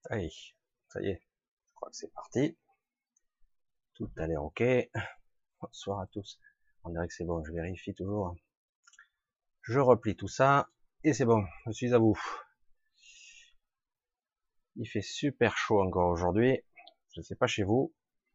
Allez, ça y est, je crois que c'est parti. Tout a l'air ok. Bonsoir à tous. On dirait que c'est bon, je vérifie toujours. Je replie tout ça, et c'est bon, je suis à vous. Il fait super chaud encore aujourd'hui. Je ne sais pas chez vous.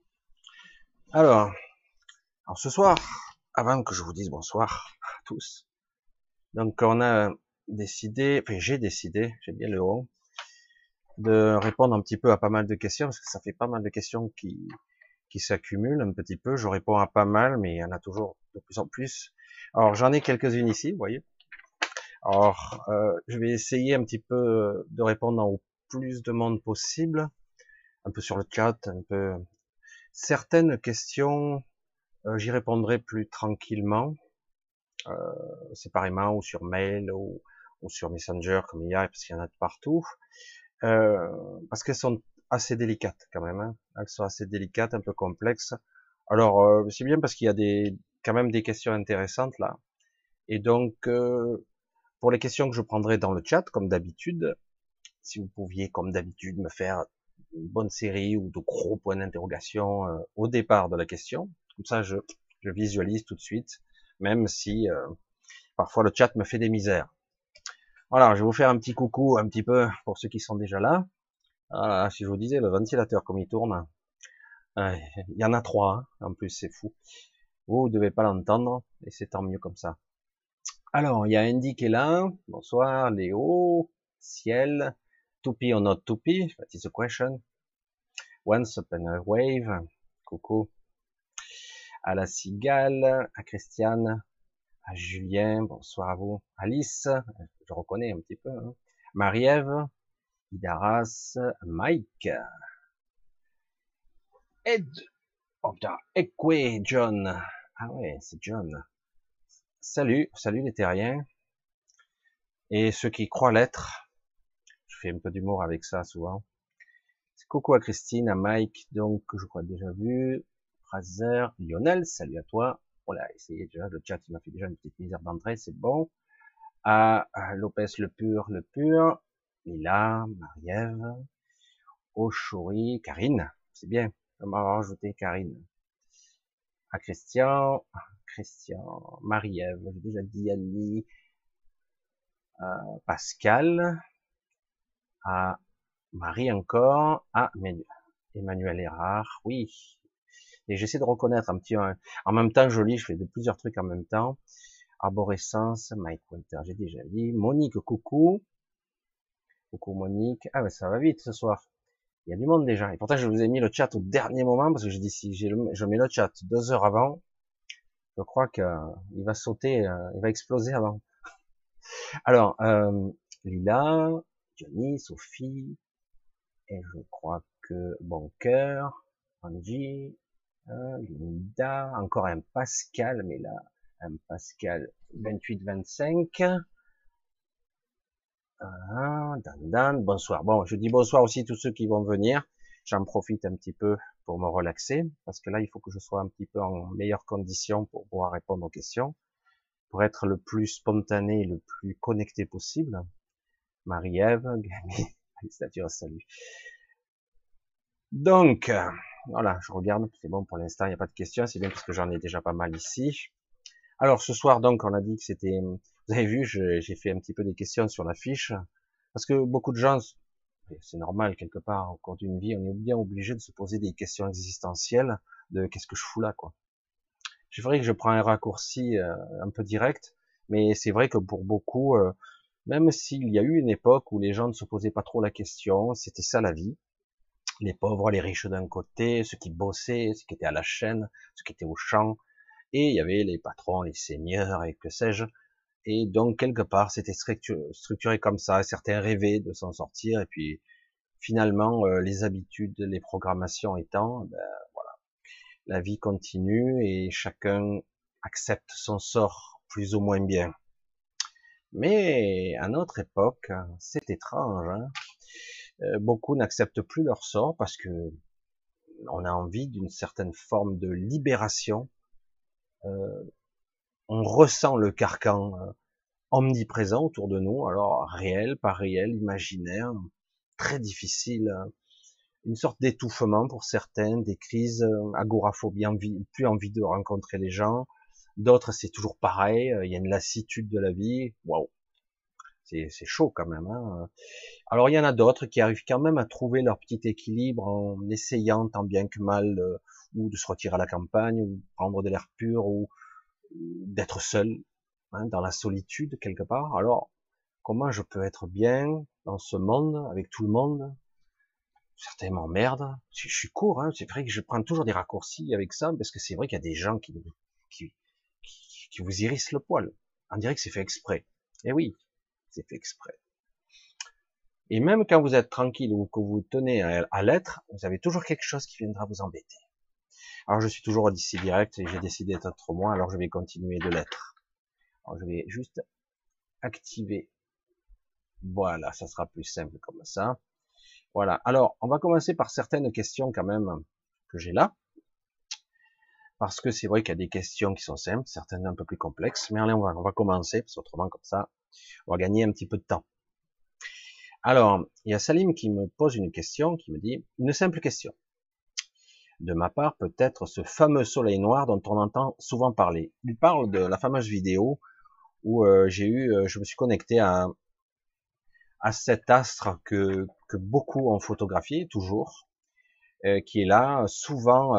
Alors ce soir, avant que je vous dise bonsoir à tous, donc on a décidé, enfin j'ai décidé, j'ai bien le haut, de répondre un petit peu à pas mal de questions, parce que ça fait pas mal de questions qui s'accumulent un petit peu. Je réponds à pas mal, mais il y en a toujours de plus en plus. Alors j'en ai quelques-unes ici, vous voyez. Alors je vais essayer un petit peu de répondre au plus de monde possible, un peu sur le chat, un peu. Certaines questions, j'y répondrai plus tranquillement, euh, séparément ou sur mail ou sur Messenger comme il y a, parce qu'il y en a de partout, euh, parce qu'elles sont assez délicates quand même. Hein. Elles sont assez délicates, un peu complexes. Alors c'est bien parce qu'il y a quand même des questions intéressantes là. Et donc pour les questions que je prendrai dans le chat, comme d'habitude, si vous pouviez comme d'habitude me faire une bonne série ou de gros points d'interrogation au départ de la question, comme ça je visualise tout de suite, même si parfois le chat me fait des misères. Voilà, je vais vous faire un petit coucou un petit peu pour ceux qui sont déjà là. Ah, si je vous disais le ventilateur comme il tourne, il y en a trois, hein, en plus c'est fou. Vous ne devez pas l'entendre, et c'est tant mieux comme ça. Alors, il y a Andy qui est là. Bonsoir, Léo, Ciel, Toupie or not Toupie, that is the question. Once upon a wave, coucou. À la Cigale, à Christiane, à Julien, bonsoir à vous. Alice, je reconnais un petit peu. Hein. Marie-Ève, Idaras, Mike, Ed, oh putain, Ekwe, John. Ah ouais, c'est John. Salut, salut les terriens. Et ceux qui croient l'être, je fais un peu d'humour avec ça souvent. Coucou à Christine, à Mike, donc je crois déjà vu. Fraser, Lionel, salut à toi. Voilà, essayez déjà, le chat il m'a fait déjà une petite misère d'entrée, c'est bon. À Lopez le pur. Lila, Marie-Ève, Oshori, Karine, c'est bien. On m'a rajouté Karine. À Christian, Marie-Ève, j'ai déjà dit Ali, Pascal, à Marie encore, à Emmanuel Erard, oui. Et j'essaie de reconnaître un petit, en même temps que je lis, je fais de plusieurs trucs en même temps. Arborescence, Mike Winter, j'ai déjà dit. Monique, coucou. Coucou Monique. Ah, ben ça va vite ce soir. Il y a du monde déjà. Et pourtant, je vous ai mis le chat au dernier moment parce que je dis si je mets le chat 2 heures avant, je crois qu'il va sauter, il va exploser avant. Alors, Lila, Johnny, Sophie, et je crois que Boncoeur, Angie, Linda, encore un Pascal, mais là, un Pascal 28-25. Dan Dan, bonsoir. Bon, je dis bonsoir aussi à tous ceux qui vont venir. J'en profite un petit peu pour me relaxer, parce que là, il faut que je sois un petit peu en meilleure condition pour pouvoir répondre aux questions, pour être le plus spontané et le plus connecté possible. Marie-Ève, Gami, félicitations, salut. Donc, voilà, je regarde, c'est bon pour l'instant, il n'y a pas de questions, c'est bien parce que j'en ai déjà pas mal ici. Alors, ce soir, donc, on a dit que c'était, vous avez vu, j'ai fait un petit peu des questions sur la fiche, parce que beaucoup de gens, c'est normal quelque part, au cours d'une vie, on est bien obligé de se poser des questions existentielles de qu'est-ce que je fous là, quoi. C'est vrai que je prends un raccourci un peu direct, mais c'est vrai que pour beaucoup, même s'il y a eu une époque où les gens ne se posaient pas trop la question, c'était ça la vie. Les pauvres, les riches d'un côté, ceux qui bossaient, ceux qui étaient à la chaîne, ceux qui étaient au champ, et il y avait les patrons, les seigneurs, et que sais-je. Et donc, quelque part, c'était structuré comme ça. Certains rêvaient de s'en sortir, et puis, finalement, les habitudes, les programmations étant, ben, la vie continue et chacun accepte son sort plus ou moins bien. Mais à notre époque, c'est étrange. Hein, beaucoup n'acceptent plus leur sort parce que on a envie d'une certaine forme de libération. Euh, on ressent le carcan omniprésent autour de nous, alors réel, pas réel, imaginaire, très difficile, une sorte d'étouffement pour certains, des crises, agoraphobie, plus envie de rencontrer les gens. D'autres, c'est toujours pareil, il y a une lassitude de la vie. Waouh, c'est chaud quand même. Hein. Alors il y en a d'autres qui arrivent quand même à trouver leur petit équilibre en essayant tant bien que mal, ou de se retirer à la campagne, ou prendre de l'air pur, ou d'être seul, hein, dans la solitude quelque part. Alors comment je peux être bien dans ce monde avec tout le monde? Certains m'emmerdent. Je suis court, hein. C'est vrai que je prends toujours des raccourcis avec ça, parce que c'est vrai qu'il y a des gens qui, qui vous hérissent le poil. On dirait que c'est fait exprès. Eh oui, c'est fait exprès. Et même quand vous êtes tranquille ou que vous tenez à l'être, vous avez toujours quelque chose qui viendra vous embêter. Alors je suis toujours d'ici direct et j'ai décidé d'être moi, alors je vais continuer de l'être. Alors je vais juste activer. Voilà, ça sera plus simple comme ça. Voilà. Alors, on va commencer par certaines questions quand même que j'ai là. Parce que c'est vrai qu'il y a des questions qui sont simples, certaines un peu plus complexes. Mais allez, on va commencer, parce qu'autrement, comme ça, on va gagner un petit peu de temps. Alors, il y a Salim qui me pose une question, qui me dit, une simple question. De ma part, peut-être ce fameux soleil noir dont on entend souvent parler. Il parle de la fameuse vidéo où je me suis connecté à cet astre que beaucoup ont photographié, toujours, qui est là, souvent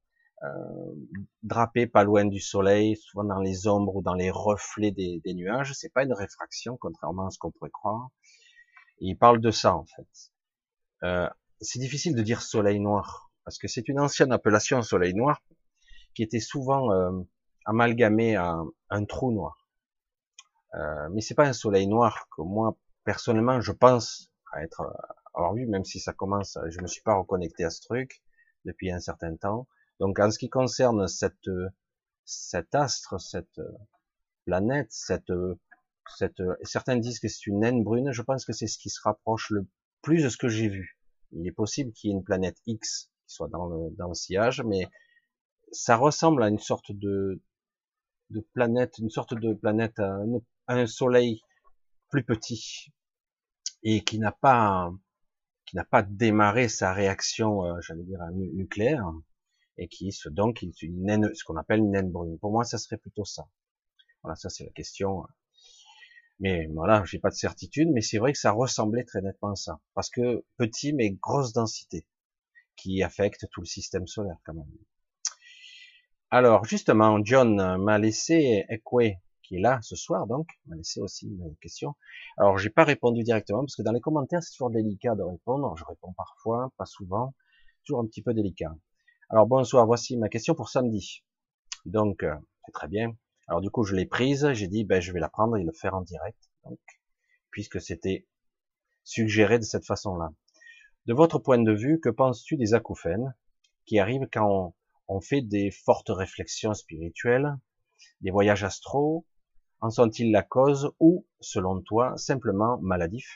drapé pas loin du soleil, souvent dans les ombres ou dans les reflets des nuages. C'est pas une réfraction, contrairement à ce qu'on pourrait croire. Et il parle de ça en fait. C'est difficile de dire soleil noir parce que c'est une ancienne appellation soleil noir qui était souvent amalgamée à un trou noir. Mais c'est pas un soleil noir que moi personnellement je pense avoir vu, même si ça commence, je me suis pas reconnecté à ce truc depuis un certain temps. Donc en ce qui concerne cet astre, cette planète, certains disent que c'est une naine brune, je pense que c'est ce qui se rapproche le plus de ce que j'ai vu. Il est possible qu'il y ait une planète X qui soit dans le sillage, mais ça ressemble à une sorte de planète, à un soleil plus petit et qui n'a pas démarré sa réaction, j'allais dire nucléaire, et donc une naine, ce qu'on appelle une naine brune. Pour moi, ça serait plutôt ça. Voilà, ça c'est la question. Mais voilà, j'ai pas de certitude, mais c'est vrai que ça ressemblait très nettement à ça, parce que petit mais grosse densité qui affecte tout le système solaire quand même. Alors justement, John m'a laissé Ekwe, qui est là ce soir donc, m'a laissé aussi une question. Alors j'ai pas répondu directement parce que dans les commentaires c'est toujours délicat de répondre. Je réponds parfois, pas souvent, toujours un petit peu délicat. Alors bonsoir, voici ma question pour samedi. Donc c'est très bien. Alors du coup je l'ai prise, j'ai dit ben je vais la prendre et le faire en direct. Donc puisque c'était suggéré de cette façon-là. De votre point de vue, que penses-tu des acouphènes qui arrivent quand on fait des fortes réflexions spirituelles, des voyages astraux? En sont-ils la cause ou, selon toi, simplement maladifs?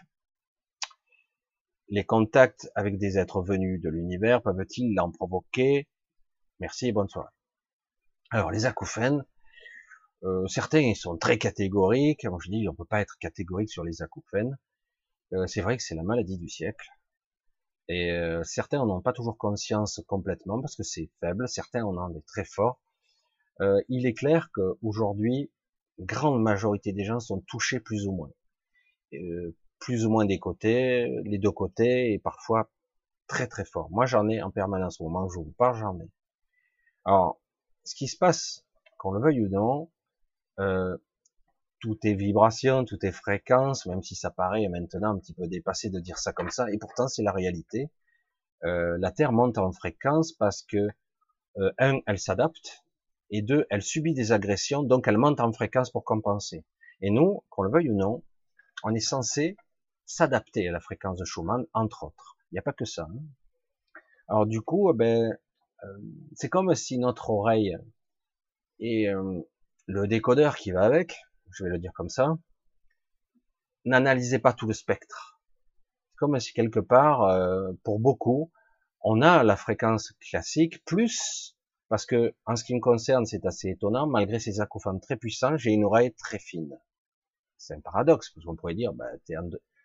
Les contacts avec des êtres venus de l'univers peuvent-ils l'en provoquer? Merci et bonne soirée. Alors, les acouphènes, certains ils sont très catégoriques. Moi, je dis, on peut pas être catégorique sur les acouphènes. C'est vrai que c'est la maladie du siècle. Et certains en ont pas toujours conscience complètement parce que c'est faible. Certains en ont des très forts. Il est clair qu'aujourd'hui, grande majorité des gens sont touchés plus ou moins des côtés, les deux côtés, et parfois très très fort. Moi, j'en ai en permanence. Au moment où je vous parle, j'en ai. Alors, ce qui se passe, qu'on le veuille ou non, euh, tout est vibration, tout est fréquence, même si ça paraît maintenant un petit peu dépassé de dire ça comme ça, et pourtant c'est la réalité. La Terre monte en fréquence parce que un, elle s'adapte, et deux, elle subit des agressions, donc elle monte en fréquence pour compenser. Et nous, qu'on le veuille ou non, on est censé s'adapter à la fréquence de Schumann, entre autres. Il n'y a pas que ça. Hein. Alors du coup, c'est comme si notre oreille et le décodeur qui va avec, je vais le dire comme ça, n'analysait pas tout le spectre. C'est comme si quelque part, pour beaucoup, on a la fréquence classique, plus, parce que en ce qui me concerne, c'est assez étonnant, malgré ces acouphènes très puissants, j'ai une oreille très fine. C'est un paradoxe, parce qu'on pourrait dire,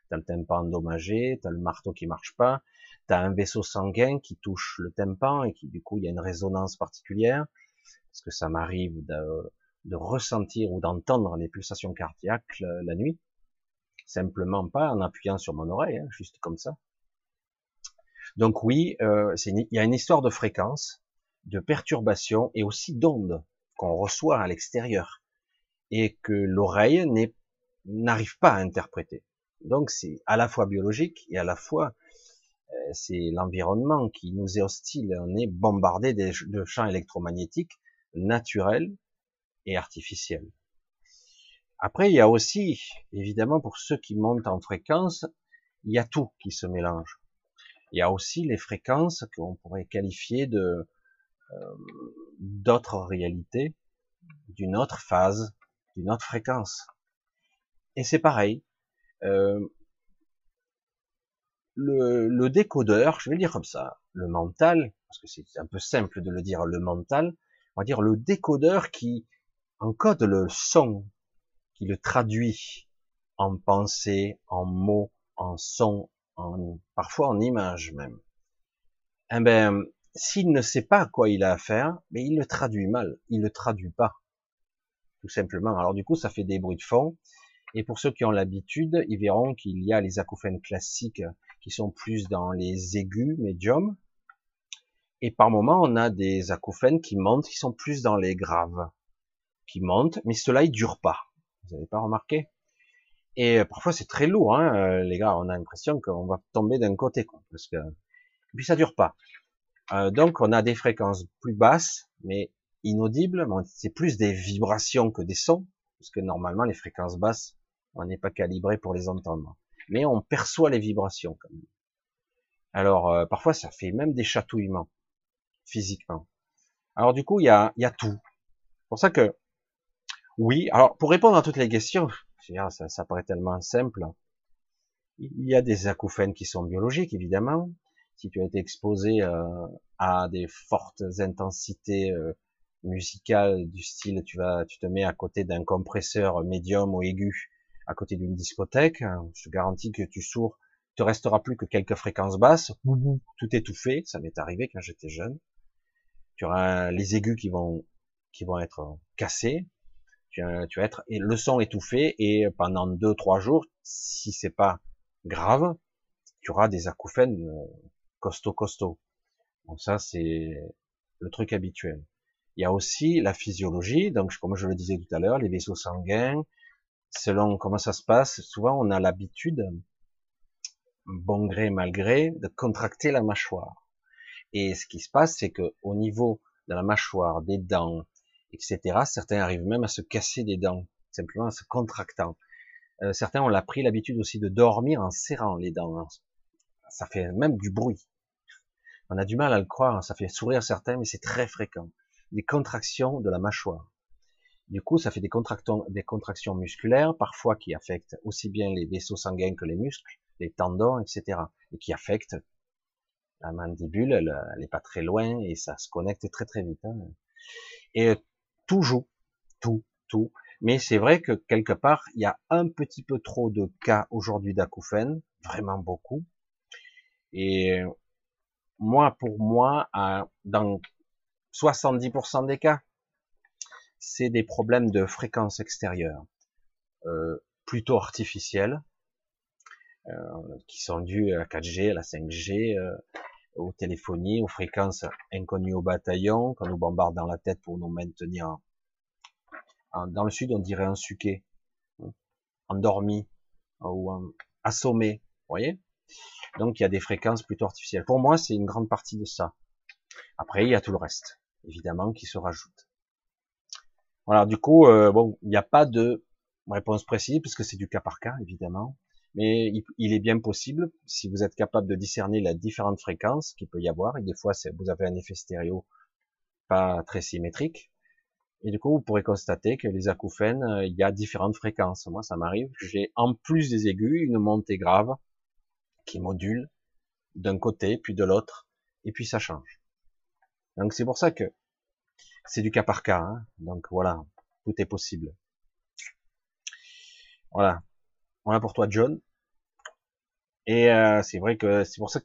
T'as le tympan endommagé, t'as le marteau qui marche pas, t'as un vaisseau sanguin qui touche le tympan et qui du coup il y a une résonance particulière, parce que ça m'arrive de ressentir ou d'entendre les pulsations cardiaques la nuit, simplement pas en appuyant sur mon oreille, hein, juste comme ça. Donc oui, il y a une histoire de fréquence, de perturbation et aussi d'ondes qu'on reçoit à l'extérieur et que l'oreille n'arrive pas à interpréter. Donc c'est à la fois biologique et à la fois c'est l'environnement qui nous est hostile. On est bombardé de champs électromagnétiques naturels et artificiels. Après, il y a aussi, évidemment, pour ceux qui montent en fréquence, il y a tout qui se mélange. Il y a aussi les fréquences qu'on pourrait qualifier de d'autres réalités, d'une autre phase, d'une autre fréquence. Et c'est pareil. Euh, le décodeur, je vais le dire comme ça, le mental, parce que c'est un peu simple de le dire, le mental, on va dire le décodeur qui encode le son, qui le traduit en pensée, en mots, en son, parfois en images même. Eh ben, s'il ne sait pas à quoi il a affaire, mais il le traduit mal, il le traduit pas, tout simplement. Alors du coup, ça fait des bruits de fond. Et pour ceux qui ont l'habitude, ils verront qu'il y a les acouphènes classiques qui sont plus dans les aigus, médiums. Et par moment, on a des acouphènes qui montent, qui sont plus dans les graves, qui montent, mais cela, ils durent pas. Vous n'avez pas remarqué? Et parfois, c'est très lourd, hein, les gars. On a l'impression qu'on va tomber d'un côté, quoi, parce que et puis ça dure pas. Donc, on a des fréquences plus basses, mais inaudibles. Bon, c'est plus des vibrations que des sons, parce que normalement, les fréquences basses, on n'est pas calibré pour les entendre. Mais on perçoit les vibrations, quand même. Alors, parfois, ça fait même des chatouillements, physiquement. Alors, du coup, il y a tout. C'est pour ça que, oui, alors, pour répondre à toutes les questions, ça paraît tellement simple. Il y a des acouphènes qui sont biologiques, évidemment. Si tu as été exposé à des fortes intensités musicales du style, tu te mets à côté d'un compresseur médium ou aigu, à côté d'une discothèque, je te garantis que tu sourds, il te restera plus que quelques fréquences basses, tout étouffé, ça m'est arrivé quand j'étais jeune. Tu auras les aigus qui vont être cassés, tu vas être et le son étouffé et pendant 2-3 jours, si c'est pas grave, tu auras des acouphènes costaud. Donc ça, c'est le truc habituel. Il y a aussi la physiologie, donc comme je le disais tout à l'heure, les vaisseaux sanguins, selon comment ça se passe, souvent on a l'habitude, bon gré, mal gré, de contracter la mâchoire. Et ce qui se passe, c'est que au niveau de la mâchoire, des dents, etc., certains arrivent même à se casser des dents, simplement en se contractant. Certains ont pris l'habitude aussi de dormir en serrant les dents. Ça fait même du bruit. On a du mal à le croire, ça fait sourire certains, mais c'est très fréquent. Des contractions de la mâchoire. Du coup, ça fait des contractions musculaires, parfois qui affectent aussi bien les vaisseaux sanguins que les muscles, les tendons, etc. Et qui affectent la mandibule, elle est pas très loin et ça se connecte très très vite. Hein. Et tout joue, tout. Mais c'est vrai que quelque part, il y a un petit peu trop de cas aujourd'hui d'acouphènes, vraiment beaucoup. Et pour moi, dans 70% des cas, c'est des problèmes de fréquence extérieure, plutôt artificielles, qui sont dus à la 4G, à la 5G, aux téléphonies, aux fréquences inconnues au bataillon, qu'on nous bombarde dans la tête pour nous maintenir dans le sud, on dirait un suquet, endormi ou assommé, vous voyez. Donc il y a des fréquences plutôt artificielles. Pour moi, c'est une grande partie de ça. Après, il y a tout le reste, évidemment, qui se rajoute. Voilà, du coup, bon, il n'y a pas de réponse précise, parce que c'est du cas par cas, évidemment. Mais il est bien possible, si vous êtes capable de discerner les différentes fréquences qu'il peut y avoir, et des fois, vous avez un effet stéréo pas très symétrique, et du coup, vous pourrez constater que les acouphènes, il y a différentes fréquences. Moi, ça m'arrive, j'ai en plus des aigus, une montée grave, qui module d'un côté, puis de l'autre, et puis ça change. Donc c'est pour ça que c'est du cas par cas, hein. Donc voilà, tout est possible. Voilà. Voilà pour toi, John. Et c'est vrai que c'est pour ça que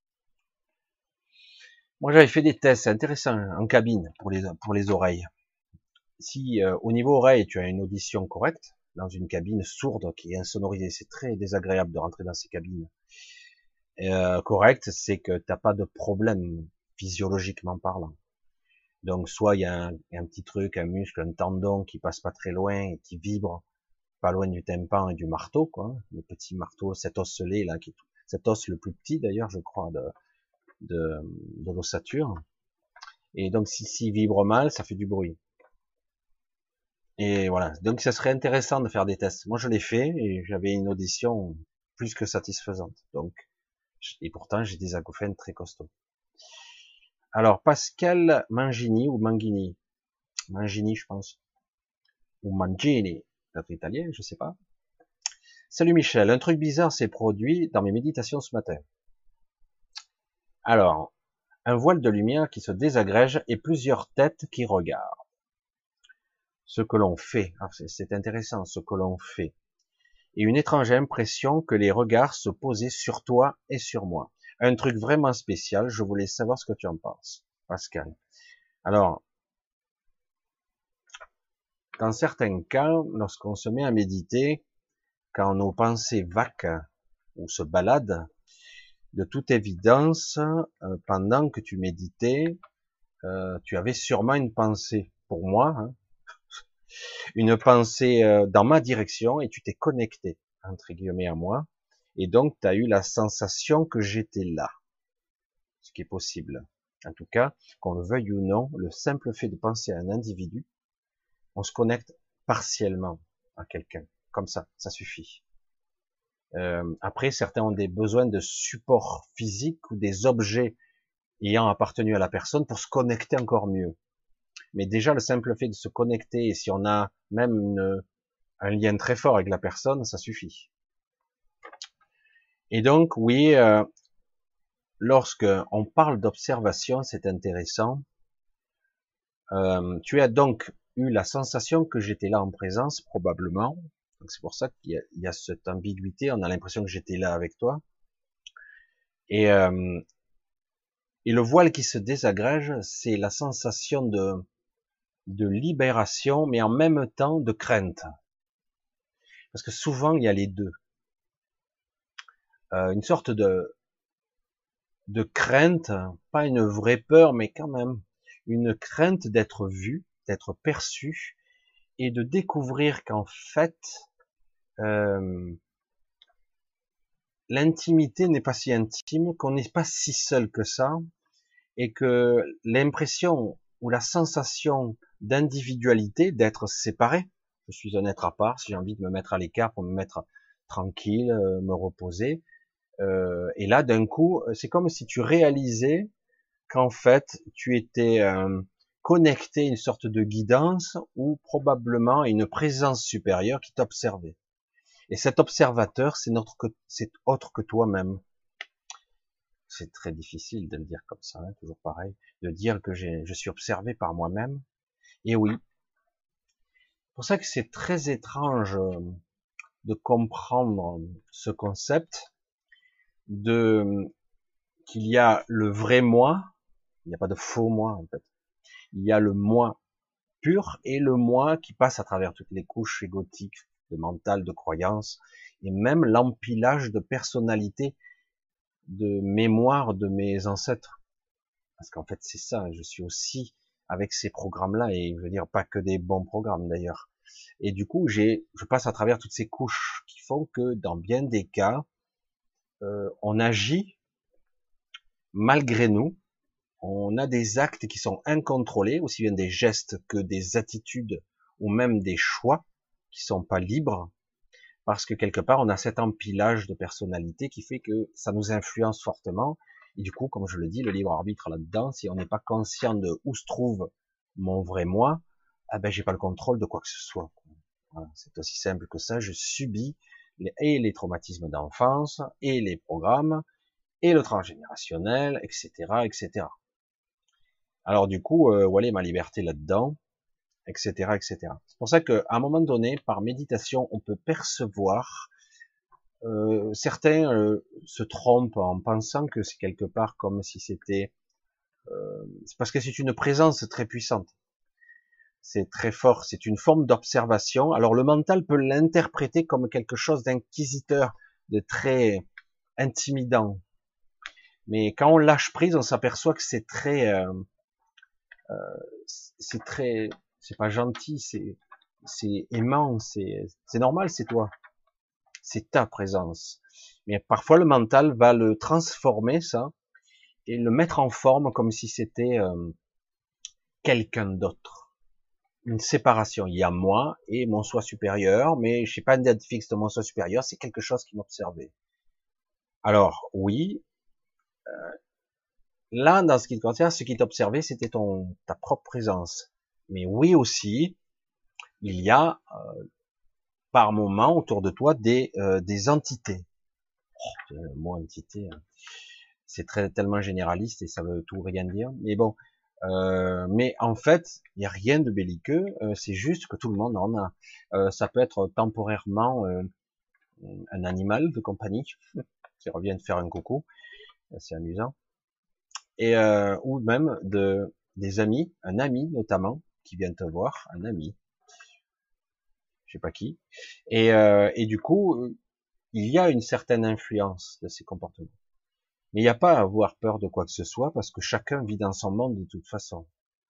moi j'avais fait des tests, c'est intéressant, en cabine pour les oreilles. Si au niveau oreille tu as une audition correcte, dans une cabine sourde qui est insonorisée, c'est très désagréable de rentrer dans ces cabines. Correcte, c'est que t'as pas de problème physiologiquement parlant. Donc soit il y a un petit truc, un muscle, un tendon qui passe pas très loin et qui vibre pas loin du tympan et du marteau, quoi. Le petit marteau, cet osselet là, cet os le plus petit d'ailleurs, je crois, de, de l'ossature. Et donc s'il vibre mal, ça fait du bruit. Et voilà. Donc ça serait intéressant de faire des tests. Moi je l'ai fait et j'avais une audition plus que satisfaisante. Donc et pourtant j'ai des acouphènes très costauds. Alors Pascal Mangini ou Manghini, Mangini je pense, ou Mangini, peut-être italien, je sais pas. Salut Michel, un truc bizarre s'est produit dans mes méditations ce matin. Alors, un voile de lumière qui se désagrège et plusieurs têtes qui regardent. Ce que l'on fait, c'est intéressant, ce que l'on fait. Et une étrange impression que les regards se posaient sur toi et sur moi. Un truc vraiment spécial, je voulais savoir ce que tu en penses, Pascal. Alors, dans certains cas, lorsqu'on se met à méditer, quand nos pensées vaquent ou se baladent, de toute évidence, pendant que tu méditais, tu avais sûrement une pensée, pour moi, hein, une pensée dans ma direction, et tu t'es connecté, entre guillemets, à moi, et donc tu as eu la sensation que j'étais là, ce qui est possible. En tout cas, qu'on le veuille ou non, le simple fait de penser à un individu, on se connecte partiellement à quelqu'un, comme ça suffit. Après, certains ont des besoins de support physique ou des objets ayant appartenu à la personne pour se connecter encore mieux. Mais déjà, le simple fait de se connecter, et si on a même un lien très fort avec la personne, ça suffit. Et donc, oui, lorsque on parle d'observation, c'est intéressant. Tu as donc eu la sensation que j'étais là en présence, probablement. Donc c'est pour ça qu'il y a cette ambiguïté. On a l'impression que j'étais là avec toi. Et, euh, et le voile qui se désagrège, c'est la sensation de libération, mais en même temps de crainte. Parce que souvent, il y a les deux. Une sorte de crainte, pas une vraie peur, mais quand même une crainte d'être vu, d'être perçu, et de découvrir qu'en fait, euh, l'intimité n'est pas si intime, qu'on n'est pas si seul que ça, et que l'impression ou la sensation d'individualité, d'être séparé, je suis un être à part, si j'ai envie de me mettre à l'écart pour me mettre tranquille, me reposer, et là d'un coup, c'est comme si tu réalisais qu'en fait tu étais connecté à une sorte de guidance ou probablement à une présence supérieure qui t'observait. Et cet observateur, c'est autre que toi-même. C'est très difficile de le dire comme ça, hein, toujours pareil, de dire que je suis observé par moi-même. Et oui, c'est pour ça que c'est très étrange de comprendre ce concept de qu'il y a le vrai moi, il n'y a pas de faux moi en fait. Il y a le moi pur et le moi qui passe à travers toutes les couches égotiques, de mental, de croyances, et même l'empilage de personnalités, de mémoire de mes ancêtres. Parce qu'en fait, c'est ça, je suis aussi avec ces programmes-là, et je veux dire, pas que des bons programmes d'ailleurs. Et du coup, je passe à travers toutes ces couches qui font que dans bien des cas, on agit malgré nous, on a des actes qui sont incontrôlés, aussi bien des gestes que des attitudes ou même des choix qui sont pas libres, parce que quelque part on a cet empilage de personnalités qui fait que ça nous influence fortement. Et du coup, comme je le dis, le libre arbitre là-dedans, si on n'est pas conscient de où se trouve mon vrai moi, ah ben j'ai pas le contrôle de quoi que ce soit. Voilà, c'est aussi simple que ça. Je subis et les traumatismes d'enfance, et les programmes, et le transgénérationnel, etc., etc. Alors du coup, où est ma liberté là-dedans, etc., etc. C'est pour ça qu'à un moment donné, par méditation, on peut percevoir Certains se trompent en pensant que c'est quelque part comme si c'était... c'est parce que c'est une présence très puissante. C'est très fort, c'est une forme d'observation. Alors le mental peut l'interpréter comme quelque chose d'inquisiteur, de très intimidant. Mais quand on lâche prise, on s'aperçoit que c'est très, c'est pas gentil, c'est aimant, c'est normal, c'est toi, c'est ta présence. Mais parfois le mental va le transformer ça et le mettre en forme comme si c'était quelqu'un d'autre. Une séparation. Il y a moi et mon soi supérieur, mais je sais pas une date fixe de mon soi supérieur, c'est quelque chose qui m'observait. Alors, oui, là, dans ce qui te concerne, ce qui t'observait, c'était ta propre présence. Mais oui aussi, il y a, par moment, autour de toi, des entités. Le mot entité, hein, c'est tellement généraliste et ça veut tout rien dire. Mais bon, mais en fait, il n'y a rien de belliqueux, c'est juste que tout le monde en a. Ça peut être temporairement un animal de compagnie qui revient de faire un coucou, c'est amusant, et ou même des amis, un ami notamment qui vient te voir, un ami, je sais pas qui, et du coup, il y a une certaine influence de ces comportements. Mais il n'y a pas à avoir peur de quoi que ce soit parce que chacun vit dans son monde de toute façon.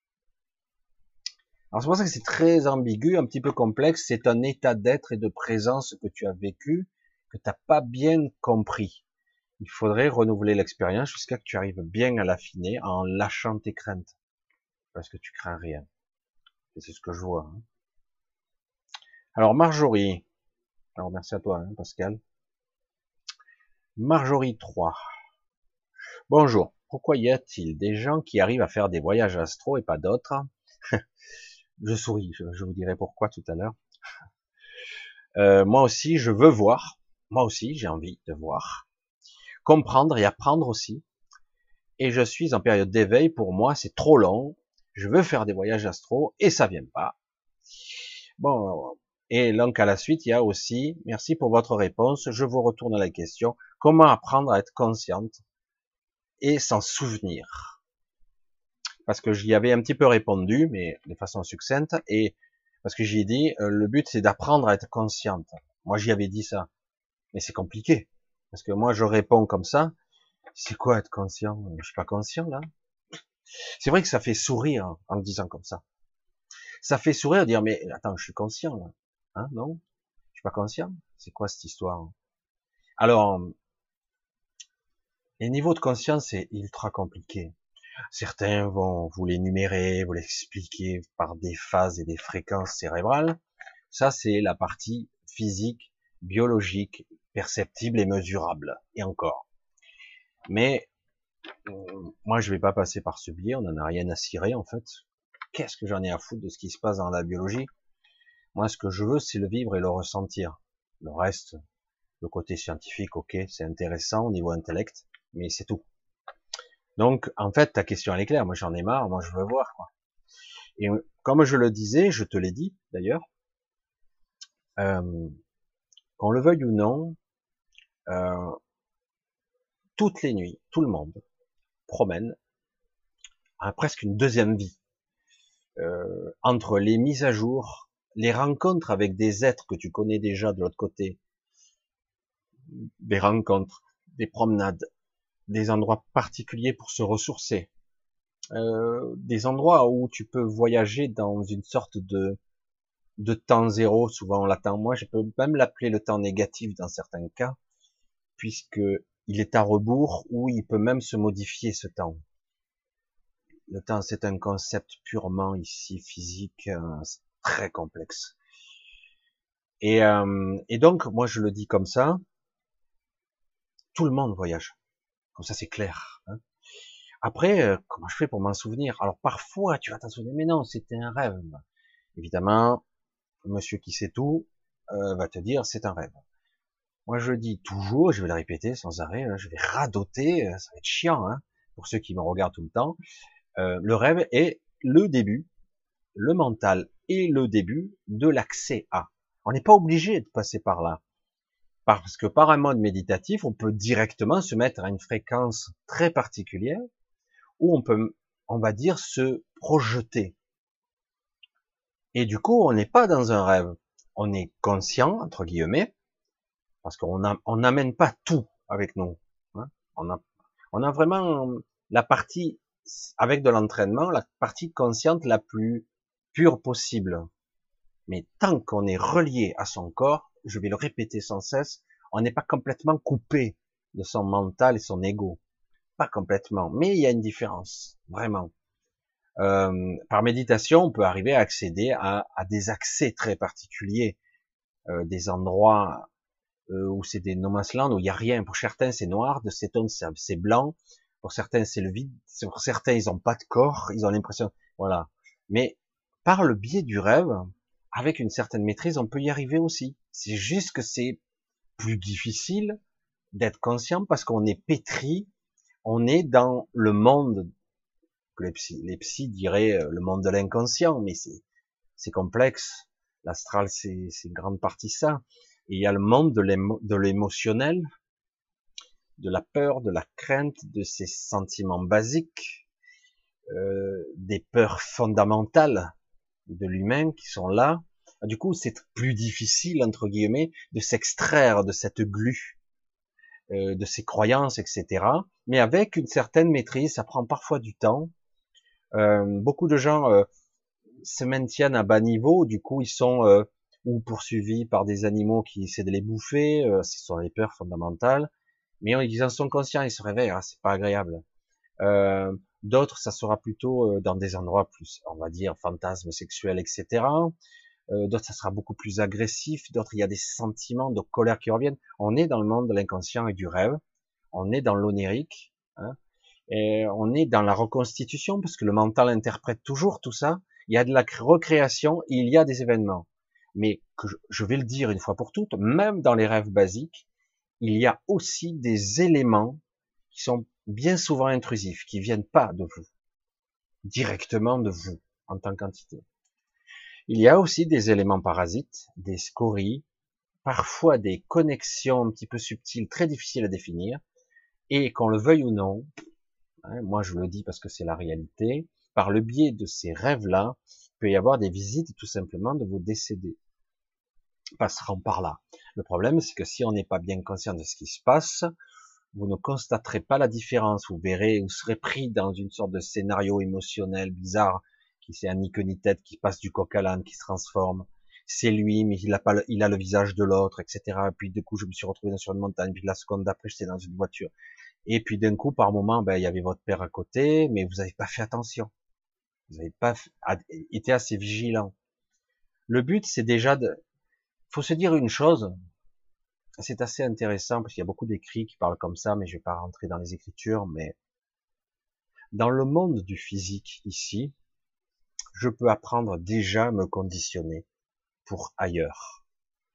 Alors c'est pour ça que c'est très ambigu, un petit peu complexe. C'est un état d'être et de présence que tu as vécu, que tu n'as pas bien compris. Il faudrait renouveler l'expérience jusqu'à que tu arrives bien à l'affiner en lâchant tes craintes. Parce que tu crains rien. Et c'est ce que je vois. Hein. Alors Marjorie. Alors merci à toi, hein, Pascal. Marjorie 3. Bonjour. Pourquoi y a-t-il des gens qui arrivent à faire des voyages astro et pas d'autres? Je souris, je vous dirai pourquoi tout à l'heure. Moi aussi, je veux voir. Moi aussi, j'ai envie de voir. Comprendre et apprendre aussi. Et je suis en période d'éveil. Pour moi, c'est trop long. Je veux faire des voyages astro et ça vient pas. Bon. Et donc, à la suite, il y a aussi, merci pour votre réponse. Je vous retourne à la question. Comment apprendre à être consciente et s'en souvenir? Parce que j'y avais un petit peu répondu, mais de façon succincte. Et parce que j'y ai dit, le but, c'est d'apprendre à être consciente. Moi, j'y avais dit ça. Mais c'est compliqué. Parce que moi, je réponds comme ça. C'est quoi être conscient? Je suis pas conscient, là. C'est vrai que ça fait sourire en le disant comme ça. Ça fait sourire de dire, mais attends, je suis conscient, là. Hein, non? Je suis pas conscient? C'est quoi cette histoire? Alors, les niveaux de conscience, c'est ultra compliqué. Certains vont vous l'énumérer, vous l'expliquer par des phases et des fréquences cérébrales. Ça, c'est la partie physique, biologique, perceptible et mesurable. Et encore. Mais moi, je vais pas passer par ce biais, on n'en a rien à cirer, en fait. Qu'est-ce que j'en ai à foutre de ce qui se passe dans la biologie? Moi, ce que je veux, c'est le vivre et le ressentir. Le reste, le côté scientifique, ok, c'est intéressant au niveau intellect, mais c'est tout. Donc, en fait, ta question, elle est claire. Moi, j'en ai marre, moi, je veux voir, quoi. Et comme je le disais, je te l'ai dit, d'ailleurs, qu'on le veuille ou non, euh, toutes les nuits, tout le monde promène à presque une deuxième vie. Entre les mises à jour, les rencontres avec des êtres que tu connais déjà de l'autre côté, des rencontres, des promenades, des endroits particuliers pour se ressourcer, des endroits où tu peux voyager dans une sorte de temps zéro, souvent on l'attend. Moi, je peux même l'appeler le temps négatif dans certains cas, puisque il est à rebours ou il peut même se modifier ce temps. Le temps, c'est un concept purement ici physique, très complexe. Et donc, moi, je le dis comme ça, tout le monde voyage. Comme ça, c'est clair. Hein. Après, comment je fais pour m'en souvenir? Alors, parfois, tu vas t'en souvenir, mais non, c'était un rêve. Évidemment, monsieur qui sait tout va te dire, c'est un rêve. Moi, je dis toujours, je vais le répéter sans arrêt, hein, je vais radoter, ça va être chiant, hein, pour ceux qui me regardent tout le temps. Le rêve est le début, le mental est le début de l'accès à. On n'est pas obligé de passer par là. Parce que par un mode méditatif, on peut directement se mettre à une fréquence très particulière où on peut, on va dire, se projeter. Et du coup, on n'est pas dans un rêve. On est conscient, entre guillemets, parce on n'amène pas tout avec nous. Hein. On a, on a vraiment la partie, avec de l'entraînement, la partie consciente la plus pure possible. Mais tant qu'on est relié à son corps, je vais le répéter sans cesse, on n'est pas complètement coupé de son mental et son ego. Pas complètement. Mais il y a une différence. Vraiment. Par méditation, on peut arriver à accéder à des accès très particuliers, des endroits où c'est des no man's land où il n'y a rien. Pour certains, c'est noir, de ces zones, c'est blanc. Pour certains, c'est le vide. Pour certains, ils n'ont pas de corps. Ils ont l'impression, voilà. Mais par le biais du rêve, avec une certaine maîtrise, on peut y arriver aussi. C'est juste que c'est plus difficile d'être conscient parce qu'on est pétri, on est dans le monde que les psys diraient le monde de l'inconscient, mais c'est complexe. L'astral, c'est une grande partie ça. Et il y a le monde de l'émotionnel, de la peur, de la crainte, de ces sentiments basiques, des peurs fondamentales de l'humain qui sont là. Du coup, c'est plus difficile, entre guillemets, de s'extraire de cette glu, de ses croyances, etc. Mais avec une certaine maîtrise, ça prend parfois du temps. Beaucoup de gens se maintiennent à bas niveau, du coup ils sont ou poursuivis par des animaux qui essaient de les bouffer, ce sont les peurs fondamentales, mais ils en sont conscients, ils se réveillent, hein, c'est pas agréable. Euh, D'autres, ça sera plutôt dans des endroits plus, on va dire, fantasmes sexuels, etc. D'autres, ça sera beaucoup plus agressif, d'autres, il y a des sentiments de colère qui reviennent. On est dans le monde de l'inconscient et du rêve, on est dans l'onérique, hein, et on est dans la reconstitution, parce que le mental interprète toujours tout ça. Il y a de la recréation, il y a des événements. Mais que je vais le dire une fois pour toutes, même dans les rêves basiques, il y a aussi des éléments qui sont bien souvent intrusifs, qui viennent pas de vous, directement de vous, en tant qu'entité. Il y a aussi des éléments parasites, des scories, parfois des connexions un petit peu subtiles, très difficiles à définir, et qu'on le veuille ou non, hein, moi je le dis parce que c'est la réalité, par le biais de ces rêves-là, il peut y avoir des visites tout simplement de vos décédés passeront par là. Le problème, c'est que si on n'est pas bien conscient de ce qui se passe, vous ne constaterez pas la différence. Vous verrez, vous serez pris dans une sorte de scénario émotionnel bizarre, qui c'est un ni queue ni tête, qui passe du coq à l'âne, qui se transforme. C'est lui, mais il a le visage de l'autre, etc. Et puis du coup, je me suis retrouvé sur une montagne. Puis la seconde d'après, j'étais dans une voiture. Et puis d'un coup, par moment, ben, il y avait votre père à côté, mais vous n'avez pas fait attention. Vous n'avez pas été assez vigilant. Le but, c'est déjà de, faut se dire une chose, c'est assez intéressant parce qu'il y a beaucoup d'écrits qui parlent comme ça, mais je vais pas rentrer dans les écritures, mais dans le monde du physique ici, je peux apprendre déjà à me conditionner pour ailleurs.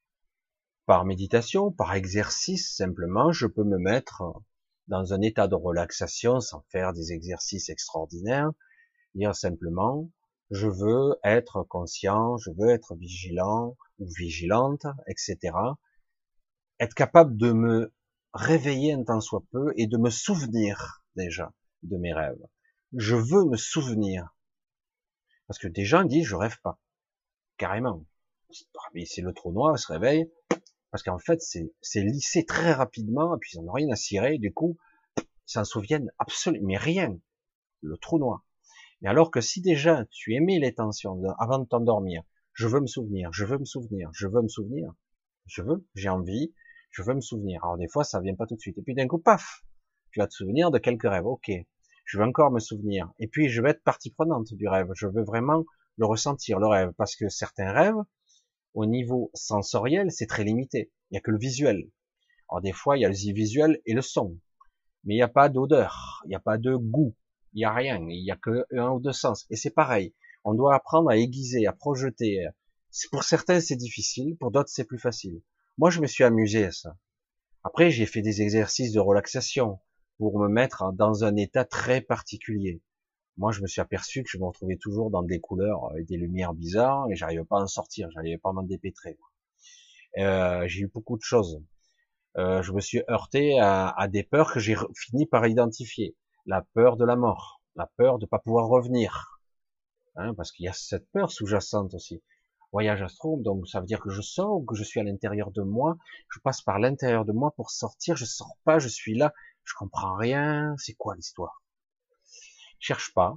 Par méditation, par exercice, simplement, je peux me mettre dans un état de relaxation sans faire des exercices extraordinaires, dire simplement, je veux être conscient, je veux être vigilant ou vigilante, etc. Être capable de me réveiller un tant soit peu et de me souvenir déjà de mes rêves. Je veux me souvenir. Parce que des gens disent, je rêve pas. Carrément. Mais c'est le trou noir, il se réveille. Parce qu'en fait, c'est lissé très rapidement, et puis ils n'ont rien à cirer, du coup, ils s'en souviennent absolument, mais rien. Le trou noir. Mais alors que si déjà tu émets les tensions avant de t'endormir, je veux me souvenir, je veux me souvenir, je veux me souvenir, j'ai envie, je veux me souvenir. Alors des fois ça vient pas tout de suite. Et puis d'un coup, paf, tu vas te souvenir de quelques rêves. Ok, je veux encore me souvenir. Et puis je vais être partie prenante du rêve. Je veux vraiment le ressentir, le rêve, parce que certains rêves, au niveau sensoriel, c'est très limité. Il n'y a que le visuel. Alors des fois, il y a le visuel et le son, mais il n'y a pas d'odeur, il n'y a pas de goût, il n'y a rien, il n'y a que un ou deux sens. Et c'est pareil, on doit apprendre à aiguiser, à projeter. Pour certains, c'est difficile, pour d'autres, c'est plus facile. Moi, je me suis amusé à ça. Après, j'ai fait des exercices de relaxation pour me mettre dans un état très particulier. Moi, je me suis aperçu que je me retrouvais toujours dans des couleurs et des lumières bizarres et j'arrivais pas à en sortir, j'arrivais pas à m'en dépêtrer. J'ai eu beaucoup de choses. Je me suis heurté à des peurs que j'ai fini par identifier. La peur de la mort, la peur de pas pouvoir revenir, hein, parce qu'il y a cette peur sous-jacente aussi. Voyage astral, donc ça veut dire que je sors ou que je suis à l'intérieur de moi, je passe par l'intérieur de moi pour sortir, je sors pas, je suis là, je comprends rien, c'est quoi l'histoire? Cherche pas.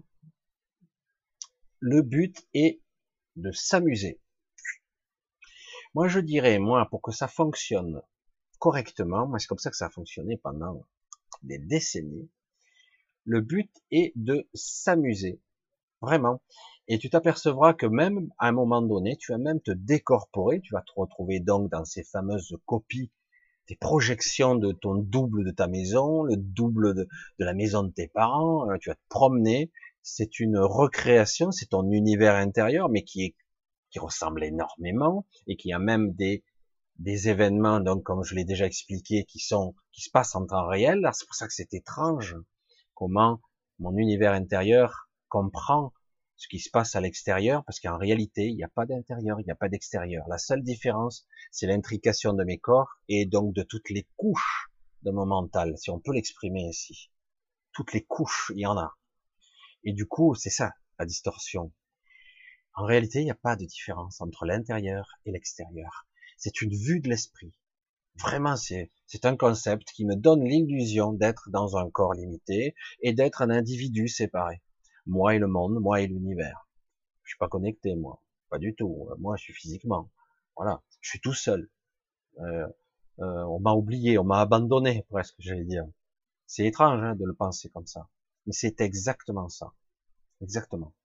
Le but est de s'amuser. Moi, je dirais, moi, pour que ça fonctionne correctement, moi, c'est comme ça que ça a fonctionné pendant des décennies, le but est de s'amuser, vraiment. Et tu t'apercevras que même à un moment donné, tu vas même te décorporer, tu vas te retrouver donc dans ces fameuses copies, des projections de ton double de ta maison, le double de la maison de tes parents, tu vas te promener, c'est une recréation, c'est ton univers intérieur, mais qui ressemble énormément, et qui a même des événements, donc comme je l'ai déjà expliqué, qui se passent en temps réel. C'est pour ça que c'est étrange comment mon univers intérieur comprend ce qui se passe à l'extérieur, parce qu'en réalité, il n'y a pas d'intérieur, il n'y a pas d'extérieur. La seule différence, c'est l'intrication de mes corps et donc de toutes les couches de mon mental, si on peut l'exprimer ainsi. Toutes les couches, il y en a. Et du coup, c'est ça, la distorsion. En réalité, il n'y a pas de différence entre l'intérieur et l'extérieur. C'est une vue de l'esprit. Vraiment, c'est un concept qui me donne l'illusion d'être dans un corps limité et d'être un individu séparé. Moi et le monde, moi et l'univers. Je suis pas connecté, moi. Pas du tout. Moi, je suis physiquement. Voilà. Je suis tout seul. Euh, on m'a oublié, on m'a abandonné, presque, j'allais dire. C'est étrange hein, de le penser comme ça. Mais c'est exactement ça. Exactement.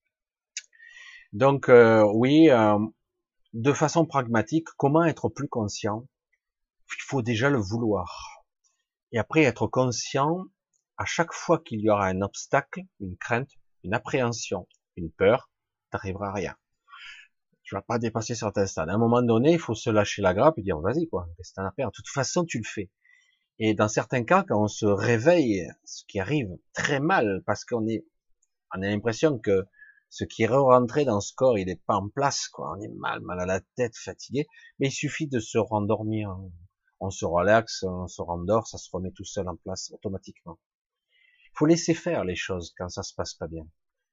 Donc, oui, de façon pragmatique, comment être plus conscient? Il faut déjà le vouloir. Et après, être conscient, à chaque fois qu'il y aura un obstacle, une crainte, une appréhension, une peur, t'arriveras à rien. Tu vas pas dépasser certains stades. À un moment donné, il faut se lâcher la grappe et dire, vas-y, quoi, qu'est-ce que t'en as à faire? De toute façon, tu le fais. Et dans certains cas, quand on se réveille, ce qui arrive très mal, parce on a l'impression que ce qui est rentré dans ce corps, il est pas en place, quoi. On est mal à la tête, fatigué. Mais il suffit de se rendormir. On se relaxe, on se rendort, ça se remet tout seul en place automatiquement. Il faut laisser faire les choses quand ça se passe pas bien.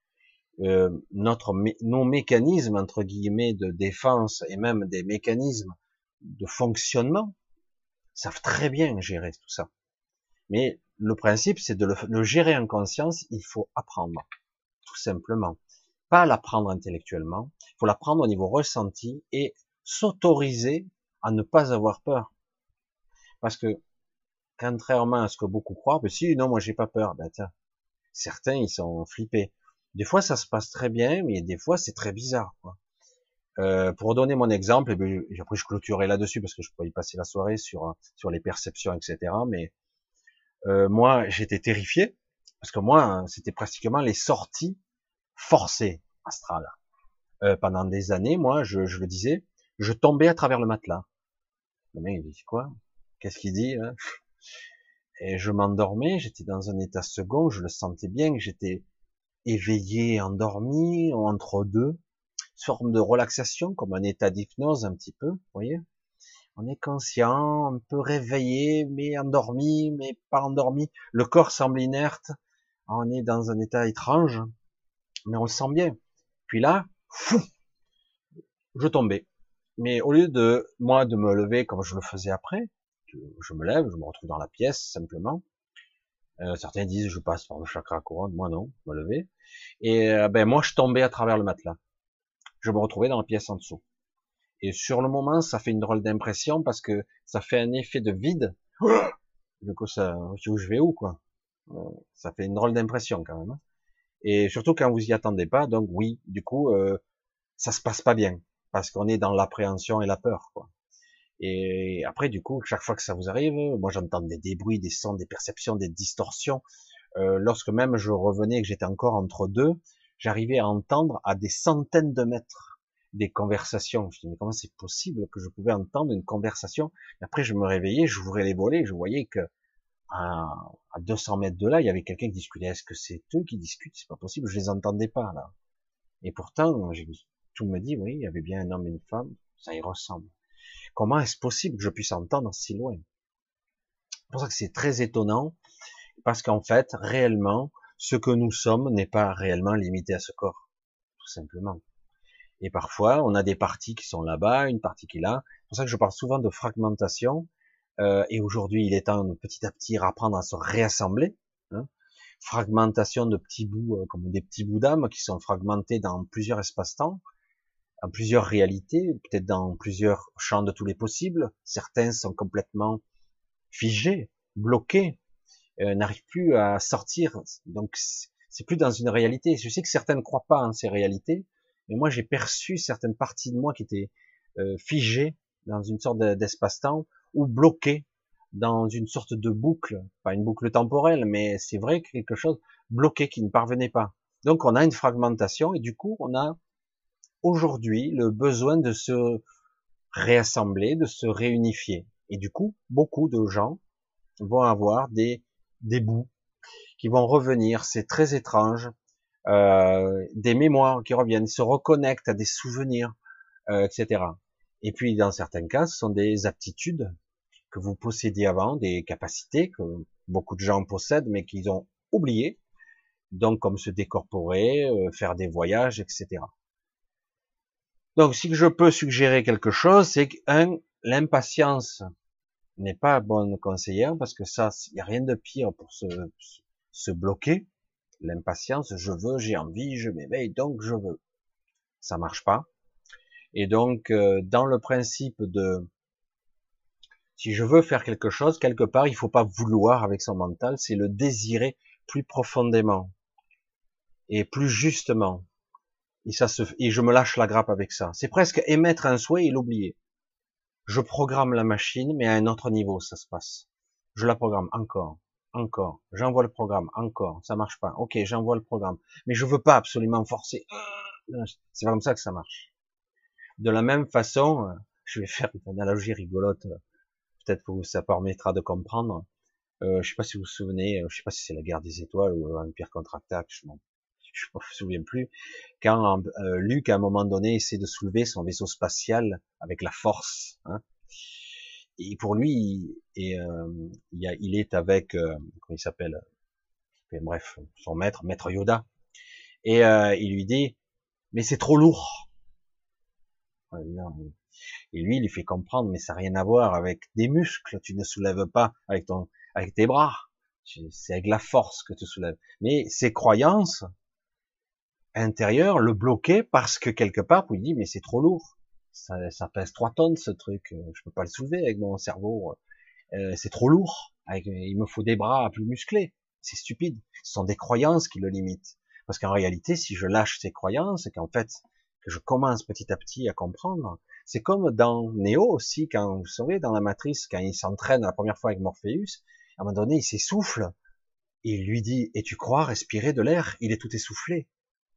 Nos mécanismes entre guillemets de défense et même des mécanismes de fonctionnement savent très bien gérer tout ça. Mais le principe, c'est de le gérer en conscience. Il faut apprendre, tout simplement. Pas l'apprendre intellectuellement. Il faut l'apprendre au niveau ressenti et s'autoriser à ne pas avoir peur. Parce que, contrairement à ce que beaucoup croient, ben si, non, moi j'ai pas peur. Ben tiens, certains ils sont flippés. Des fois ça se passe très bien, mais des fois c'est très bizarre, quoi. Pour donner mon exemple, et ben, après je clôturerai là-dessus parce que je pourrais y passer la soirée sur les perceptions, etc. Mais moi j'étais terrifié parce que moi c'était pratiquement les sorties forcées astrales. Pendant des années, moi je le disais, je tombais à travers le matelas. Le mec il dit quoi? Qu'est-ce qu'il dit hein? Et je m'endormais, j'étais dans un état second, je le sentais bien, que j'étais éveillé, endormi, entre deux, une forme de relaxation, comme un état d'hypnose un petit peu, vous voyez. On est conscient, un peu réveillé, mais endormi, mais pas endormi. Le corps semble inerte, on est dans un état étrange, mais on le sent bien. Puis là, fou, je tombais. Mais au lieu de, moi, de me lever comme je le faisais après, je me lève, je me retrouve dans la pièce, simplement. Certains disent, je passe par le chakra couronne, moi non, je me levais. Et ben moi, je tombais à travers le matelas. Je me retrouvais dans la pièce en dessous. Et sur le moment, ça fait une drôle d'impression parce que ça fait un effet de vide. Du coup, ça, je vais où, quoi? Ça fait une drôle d'impression quand même. Hein. Et surtout quand vous y attendez pas. Donc oui, du coup, ça se passe pas bien parce qu'on est dans l'appréhension et la peur, quoi. Et après, du coup, chaque fois que ça vous arrive, moi j'entends des bruits, des sons, des perceptions, des distorsions. Lorsque même je revenais et que j'étais encore entre deux, j'arrivais à entendre à des centaines de mètres des conversations. Je me dis, mais comment c'est possible que je pouvais entendre une conversation? Et après, je me réveillais, j'ouvrais les volets, je voyais que à 200 mètres de là, il y avait quelqu'un qui discutait. Est-ce que c'est eux qui discutent? C'est pas possible, je les entendais pas, là. Et pourtant, tout me dit, oui, il y avait bien un homme et une femme, ça y ressemble. Comment est-ce possible que je puisse entendre si loin? pour ça que c'est très étonnant, parce qu'en fait, réellement, ce que nous sommes n'est pas réellement limité à ce corps, tout simplement. Et parfois, on a des parties qui sont là-bas, une partie qui est là. C'est pour ça que je parle souvent de fragmentation. Et aujourd'hui, il est temps de petit à petit apprendre à se réassembler. Hein. Fragmentation de petits bouts, comme des petits bouts d'âme qui sont fragmentés dans plusieurs espaces-temps, en plusieurs réalités, peut-être dans plusieurs champs de tous les possibles. Certains sont complètement figés, bloqués, n'arrivent plus à sortir. Donc, c'est plus dans une réalité. Je sais que certains ne croient pas en ces réalités, mais moi, j'ai perçu certaines parties de moi qui étaient figées dans une sorte d'espace-temps ou bloquées dans une sorte de boucle, pas une boucle temporelle, mais c'est vrai que quelque chose bloqué qui ne parvenait pas. Donc, on a une fragmentation et du coup, on a aujourd'hui le besoin de se réassembler, de se réunifier. Et du coup, beaucoup de gens vont avoir des bouts qui vont revenir, c'est très étrange, des mémoires qui reviennent, ils se reconnectent à des souvenirs, etc. Et puis dans certains cas, ce sont des aptitudes que vous possédiez avant, des capacités que beaucoup de gens possèdent mais qu'ils ont oubliées, donc comme se décorporer, faire des voyages, etc. Donc si je peux suggérer quelque chose, c'est que l'impatience n'est pas bonne conseillère parce que ça, il n'y a rien de pire pour se bloquer. L'impatience, je veux, j'ai envie, je m'éveille, donc je veux. Ça marche pas. Et donc, dans le principe de, si je veux faire quelque chose, quelque part, il faut pas vouloir avec son mental, c'est le désirer plus profondément et plus justement. Et je me lâche la grappe avec ça. C'est presque émettre un souhait et l'oublier. Je programme la machine, mais à un autre niveau, ça se passe. Je la programme encore. J'envoie le programme, encore. Ça marche pas. Ok, j'envoie le programme. Mais je veux pas absolument forcer. C'est pas comme ça que ça marche. De la même façon, je vais faire une analogie rigolote. Peut-être que ça permettra de comprendre. Je sais pas si vous vous souvenez, je sais pas si c'est la guerre des étoiles ou l'Empire contre-attaque, je me souviens plus. Quand Luke, à un moment donné, essaie de soulever son vaisseau spatial avec la force, hein, et pour lui, il est avec, comment il s'appelle, bref, son maître Yoda, et il lui dit, mais c'est trop lourd. Et lui, il lui fait comprendre, mais ça n'a rien à voir avec des muscles, tu ne soulèves pas avec tes bras, c'est avec la force que tu soulèves. Mais ses croyances intérieures le bloquaient parce que quelque part, il dit, mais c'est trop lourd. Ça pèse 3 tonnes, ce truc, je peux pas le soulever avec mon cerveau, c'est trop lourd, il me faut des bras plus musclés. C'est stupide. Ce sont des croyances qui le limitent. Parce qu'en réalité, si je lâche ces croyances, et qu'en fait, que je commence petit à petit à comprendre, c'est comme dans Neo aussi, quand vous savez, dans la Matrice, quand il s'entraîne la première fois avec Morpheus, à un moment donné, il s'essouffle, et il lui dit, et tu crois respirer de l'air? Il est tout essoufflé.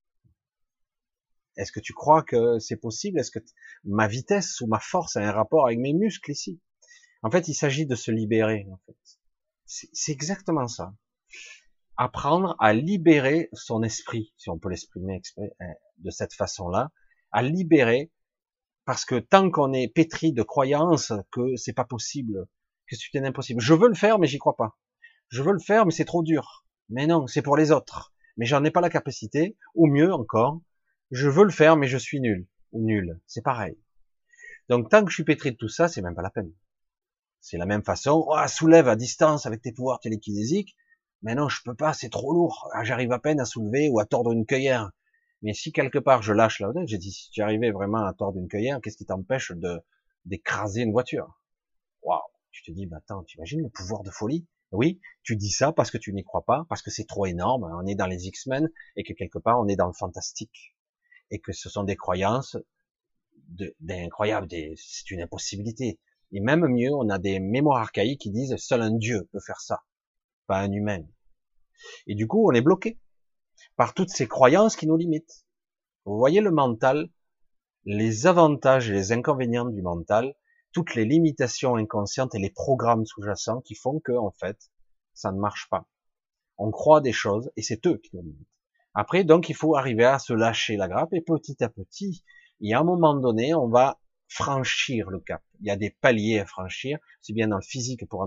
Est-ce que tu crois que c'est possible? Est-ce que ma vitesse ou ma force a un rapport avec mes muscles ici? En fait, il s'agit de se libérer, en fait. C'est exactement ça. Apprendre à libérer son esprit, si on peut l'exprimer de cette façon-là, à libérer, parce que tant qu'on est pétri de croyances que c'est pas possible, que c'est impossible. Je veux le faire, mais j'y crois pas. Je veux le faire, mais c'est trop dur. Mais non, c'est pour les autres. Mais j'en ai pas la capacité, ou mieux encore, je veux le faire, mais je suis nul, ou nul. C'est pareil. Donc tant que je suis pétri de tout ça, c'est même pas la peine. C'est la même façon, oh, soulève à distance avec tes pouvoirs télékinésiques, mais non, je peux pas, c'est trop lourd, j'arrive à peine à soulever ou à tordre une cueillère. Mais si quelque part je lâche la hauteur, j'ai dit, si tu arrivais vraiment à tordre une cueillère, qu'est-ce qui t'empêche d'écraser une voiture? Waouh! Tu te dis, bah attends, tu imagines le pouvoir de folie? Oui, tu dis ça parce que tu n'y crois pas, parce que c'est trop énorme, on est dans les X-Men, et que quelque part on est dans le fantastique, et que ce sont des croyances d'incroyables, c'est une impossibilité. Et même mieux, on a des mémoires archaïques qui disent seul un dieu peut faire ça, pas un humain. Et du coup, on est bloqué par toutes ces croyances qui nous limitent. Vous voyez le mental, les avantages et les inconvénients du mental, toutes les limitations inconscientes et les programmes sous-jacents qui font que, en fait, ça ne marche pas. On croit des choses et c'est eux qui nous limitent. Après, donc, il faut arriver à se lâcher la grappe et petit à petit, et à un moment donné, on va franchir le cap. Il y a des paliers à franchir, c'est bien dans le physique pour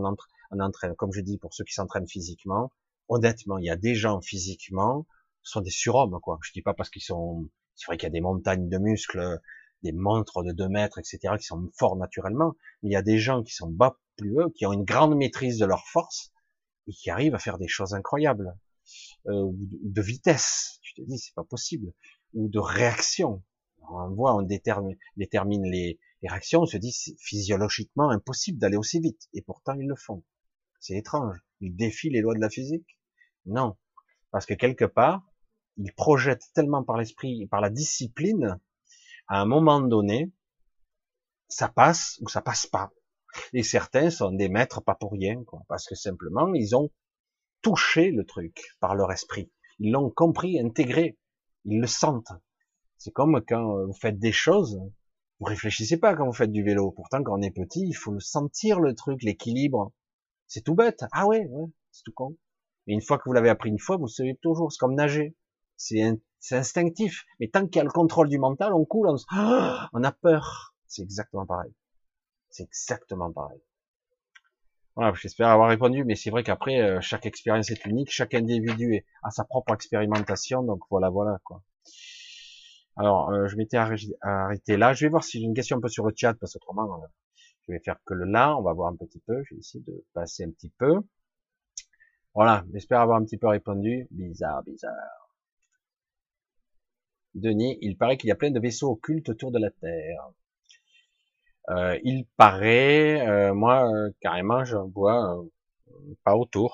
un entraînement, comme je dis, pour ceux qui s'entraînent physiquement, honnêtement, il y a des gens physiquement, ce sont des surhommes, quoi. Je dis pas parce qu'ils sont, c'est vrai qu'il y a des montagnes de muscles, des monstres de 2 mètres, etc., qui sont forts naturellement, mais il y a des gens qui sont bas plus eux, qui ont une grande maîtrise de leur force, et qui arrivent à faire des choses incroyables, de vitesse. Tu te dis, c'est pas possible. Ou de réaction. On voit, on détermine les réactions, on se dit, c'est physiologiquement impossible d'aller aussi vite. Et pourtant, ils le font. C'est étrange. Ils défient les lois de la physique? Non. Parce que quelque part, ils projettent tellement par l'esprit, par la discipline, à un moment donné, ça passe ou ça passe pas. Et certains sont des maîtres pas pour rien, quoi. Parce que simplement, ils ont touché le truc par leur esprit. Ils l'ont compris, intégré. Ils le sentent. C'est comme quand vous faites des choses, vous réfléchissez pas quand vous faites du vélo. Pourtant, quand on est petit, il faut le sentir, le truc, l'équilibre. C'est tout bête. Ah ouais, ouais, c'est tout con. Mais une fois que vous l'avez appris une fois, vous le savez toujours. C'est comme nager. C'est instinctif. Mais tant qu'il y a le contrôle du mental, on coule, on a peur. C'est exactement pareil. C'est exactement pareil. Voilà, j'espère avoir répondu, mais c'est vrai qu'après, chaque expérience est unique, chaque individu a sa propre expérimentation, donc voilà, quoi. Alors, je m'étais arrêté là. Je vais voir si j'ai une question un peu sur le chat, parce qu'autrement, je vais faire que le là. On va voir un petit peu. Je vais essayer de passer un petit peu. Voilà, j'espère avoir un petit peu répondu. Bizarre, bizarre. Denis, il paraît qu'il y a plein de vaisseaux occultes autour de la Terre. Il paraît, moi, carrément, j'en vois pas autour.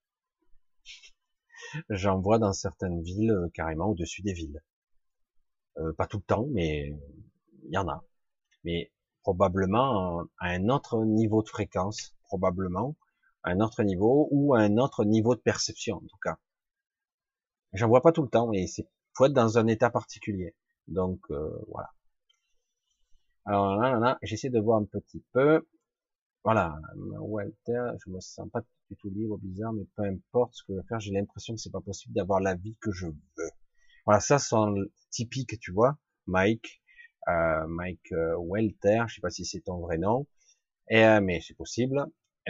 J'en vois dans certaines villes, carrément au-dessus des villes. Pas tout le temps, mais il y en a. Mais probablement à un autre niveau de fréquence, probablement à un autre niveau ou à un autre niveau de perception, en tout cas. J'en vois pas tout le temps, et c'est faut être dans un état particulier. Donc voilà. Alors là, j'essaie de voir un petit peu. Voilà, Walter, je me sens pas du tout libre, bizarre, mais peu importe ce que je veux faire, j'ai l'impression que c'est pas possible d'avoir la vie que je veux. Voilà, ça c'est typique, tu vois, Mike, Mike Walter, je sais pas si c'est ton vrai nom, mais c'est possible.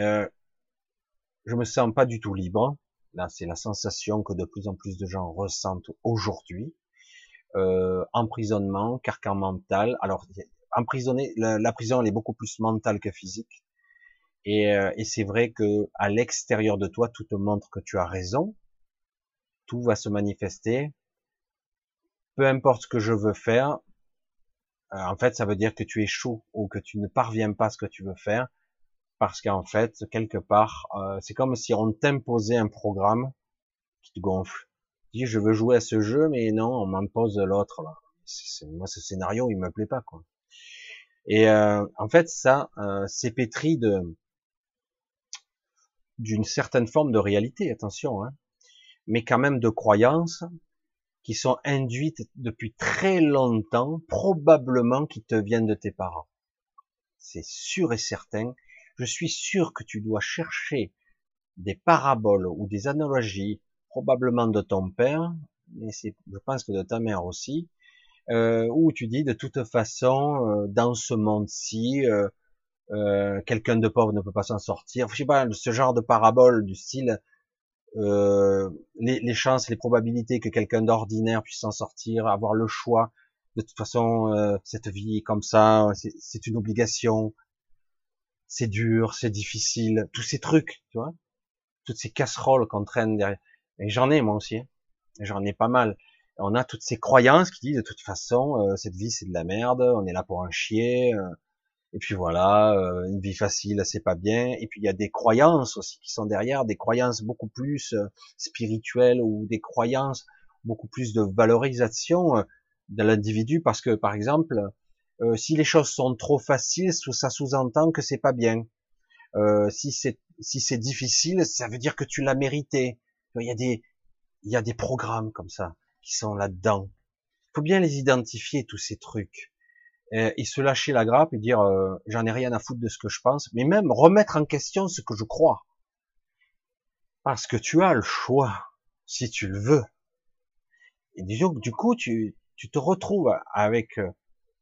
Je me sens pas du tout libre. Là, c'est la sensation que de plus en plus de gens ressentent aujourd'hui. Emprisonnement, carcan mental. Alors, emprisonné, la prison, elle est beaucoup plus mentale que physique. Et c'est vrai que à l'extérieur de toi, tout te montre que tu as raison. Tout va se manifester. Peu importe ce que je veux faire, en fait, ça veut dire que tu échoues ou que tu ne parviens pas à ce que tu veux faire, parce qu'en fait, quelque part, c'est comme si on t'imposait un programme qui te gonfle. Tu dis, je veux jouer à ce jeu, mais non, on m'impose l'autre. Là. Moi, ce scénario, il me plaît pas, quoi. Et en fait, ça, c'est pétri d'une certaine forme de réalité, attention, hein, mais quand même de croyances qui sont induites depuis très longtemps, probablement qui te viennent de tes parents. C'est sûr et certain. Je suis sûr que tu dois chercher des paraboles ou des analogies, probablement de ton père, mais je pense que de ta mère aussi, où tu dis de toute façon, dans ce monde-ci, quelqu'un de pauvre ne peut pas s'en sortir. Je sais pas, ce genre de parabole du style, les chances, les probabilités que quelqu'un d'ordinaire puisse s'en sortir, avoir le choix. De toute façon, cette vie est comme ça, c'est une obligation, c'est dur, c'est difficile, tous ces trucs, tu vois, toutes ces casseroles qu'on traîne derrière. Et j'en ai moi aussi, hein. J'en ai pas mal. On a toutes ces croyances qui disent de toute façon, cette vie c'est de la merde, on est là pour un chier, et puis voilà, une vie facile c'est pas bien. Et puis il y a des croyances aussi qui sont derrière, des croyances beaucoup plus spirituelles ou des croyances beaucoup plus de valorisation de l'individu, parce que par exemple, si les choses sont trop faciles, ça sous-entend que c'est pas bien. Si c'est difficile, ça veut dire que tu l'as mérité. Il y a des programmes comme ça qui sont là-dedans. Il faut bien les identifier, tous ces trucs, et se lâcher la grappe et dire j'en ai rien à foutre de ce que je pense, mais même remettre en question ce que je crois, parce que tu as le choix si tu le veux. Et disons que du coup tu te retrouves avec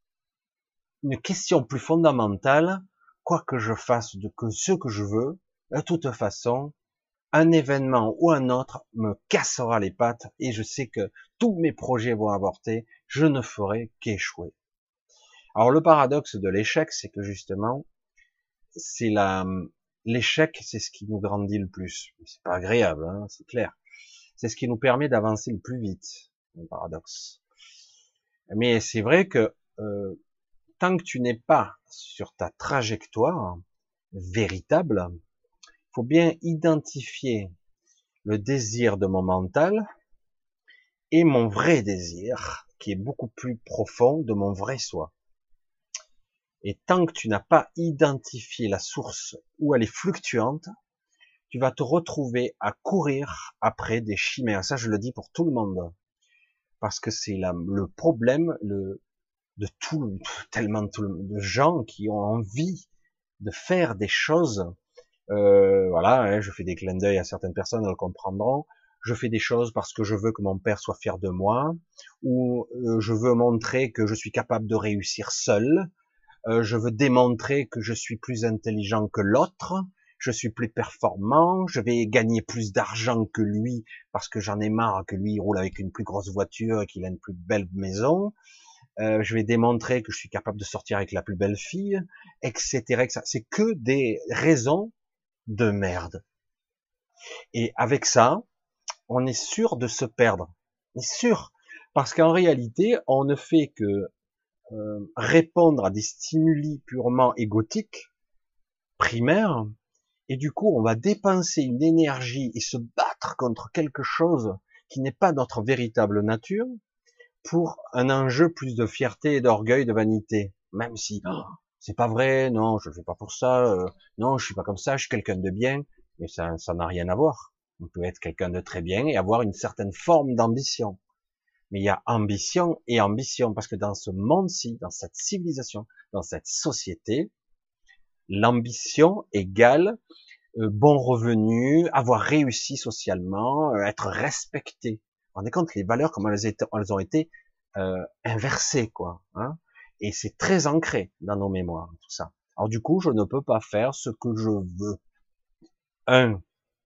une question plus fondamentale: quoi que je fasse de que ce que je veux, De toute façon, un événement ou un autre me cassera les pattes et je sais que tous mes projets vont avorter, je ne ferai qu'échouer. Alors le paradoxe de l'échec, c'est que justement, c'est l'échec, c'est ce qui nous grandit le plus. C'est pas agréable, hein, c'est clair. C'est ce qui nous permet d'avancer le plus vite, le paradoxe. Mais c'est vrai que tant que tu n'es pas sur ta trajectoire véritable, il faut bien identifier le désir de mon mental et mon vrai désir, qui est beaucoup plus profond de mon vrai soi. Et tant que tu n'as pas identifié la source où elle est fluctuante, tu vas te retrouver à courir après des chimères. Ça, je le dis pour tout le monde. Parce que c'est le problème de tellement de gens qui ont envie de faire des choses. Voilà, hein, je fais des clins d'œil à certaines personnes, elles le comprendront. Je fais des choses parce que je veux que mon père soit fier de moi, ou je veux montrer que je suis capable de réussir seul. Je veux démontrer que je suis plus intelligent que l'autre, je suis plus performant, je vais gagner plus d'argent que lui parce que j'en ai marre que lui il roule avec une plus grosse voiture et qu'il a une plus belle maison. Je vais démontrer que je suis capable de sortir avec la plus belle fille, etc. etc. C'est que des raisons de merde. Et avec ça, on est sûr de se perdre. On est sûr. Parce qu'en réalité, on ne fait que répondre à des stimuli purement égotiques, primaires, et du coup, on va dépenser une énergie et se battre contre quelque chose qui n'est pas notre véritable nature pour un enjeu plus de fierté, d'orgueil, de vanité. Même si c'est pas vrai, non, je le fais pas pour ça, non, je suis pas comme ça, je suis quelqu'un de bien, mais ça n'a rien à voir. On peut être quelqu'un de très bien et avoir une certaine forme d'ambition. Mais il y a ambition et ambition, parce que dans ce monde-ci, dans cette civilisation, dans cette société, l'ambition égale bon revenu, avoir réussi socialement, être respecté. Vous vous rendez compte les valeurs comme elles ont été inversées, quoi. Hein, et c'est très ancré dans nos mémoires, tout ça. Alors du coup, je ne peux pas faire ce que je veux. Un,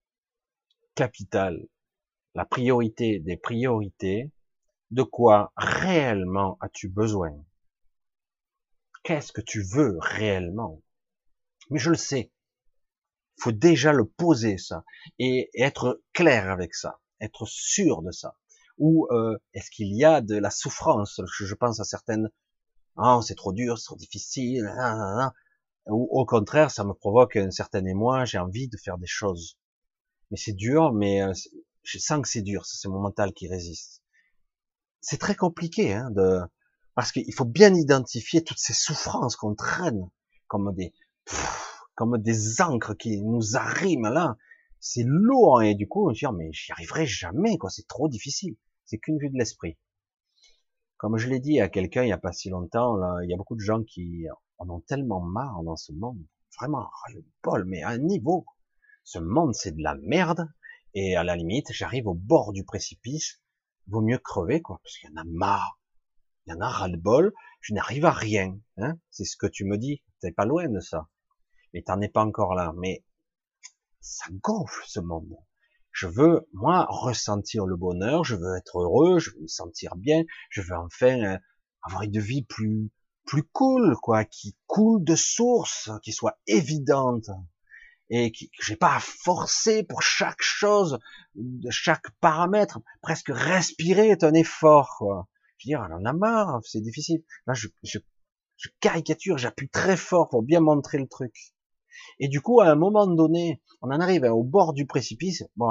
capital, la priorité des priorités. De quoi réellement as-tu besoin? Qu'est-ce que tu veux réellement? Mais je le sais. Il faut déjà le poser, ça, et être clair avec ça, être sûr de ça. Ou est-ce qu'il y a de la souffrance? Je pense à certaines, ah, c'est trop dur, c'est trop difficile, ou au contraire, ça me provoque un certain émoi, j'ai envie de faire des choses. Mais c'est dur, mais je sens que c'est dur, c'est mon mental qui résiste. C'est très compliqué, hein, parce qu'il faut bien identifier toutes ces souffrances qu'on traîne comme comme des encres qui nous arriment là. C'est lourd, et du coup, on se dit, mais j'y arriverai jamais, quoi. C'est trop difficile. C'est qu'une vue de l'esprit. Comme je l'ai dit à quelqu'un il y a pas si longtemps, là, il y a beaucoup de gens qui en ont tellement marre dans ce monde. Vraiment, le bol, mais à un niveau. Ce monde, c'est de la merde. Et à la limite, j'arrive au bord du précipice. Vaut mieux crever, quoi, parce qu'il y en a marre. Il y en a ras-le-bol. Je n'arrive à rien, hein. C'est ce que tu me dis. T'es pas loin de ça. Mais t'en es pas encore là. Mais ça gonfle, ce monde. Je veux, moi, ressentir le bonheur. Je veux être heureux. Je veux me sentir bien. Je veux enfin avoir une vie plus cool, quoi, qui coule de source, qui soit évidente, et que j'ai pas à forcer pour chaque chose, de chaque paramètre. Presque respirer est un effort, quoi. Je veux dire, on en a marre, c'est difficile. Là, je caricature, j'appuie très fort pour bien montrer le truc. Et du coup, à un moment donné, on en arrive au bord du précipice. Bon,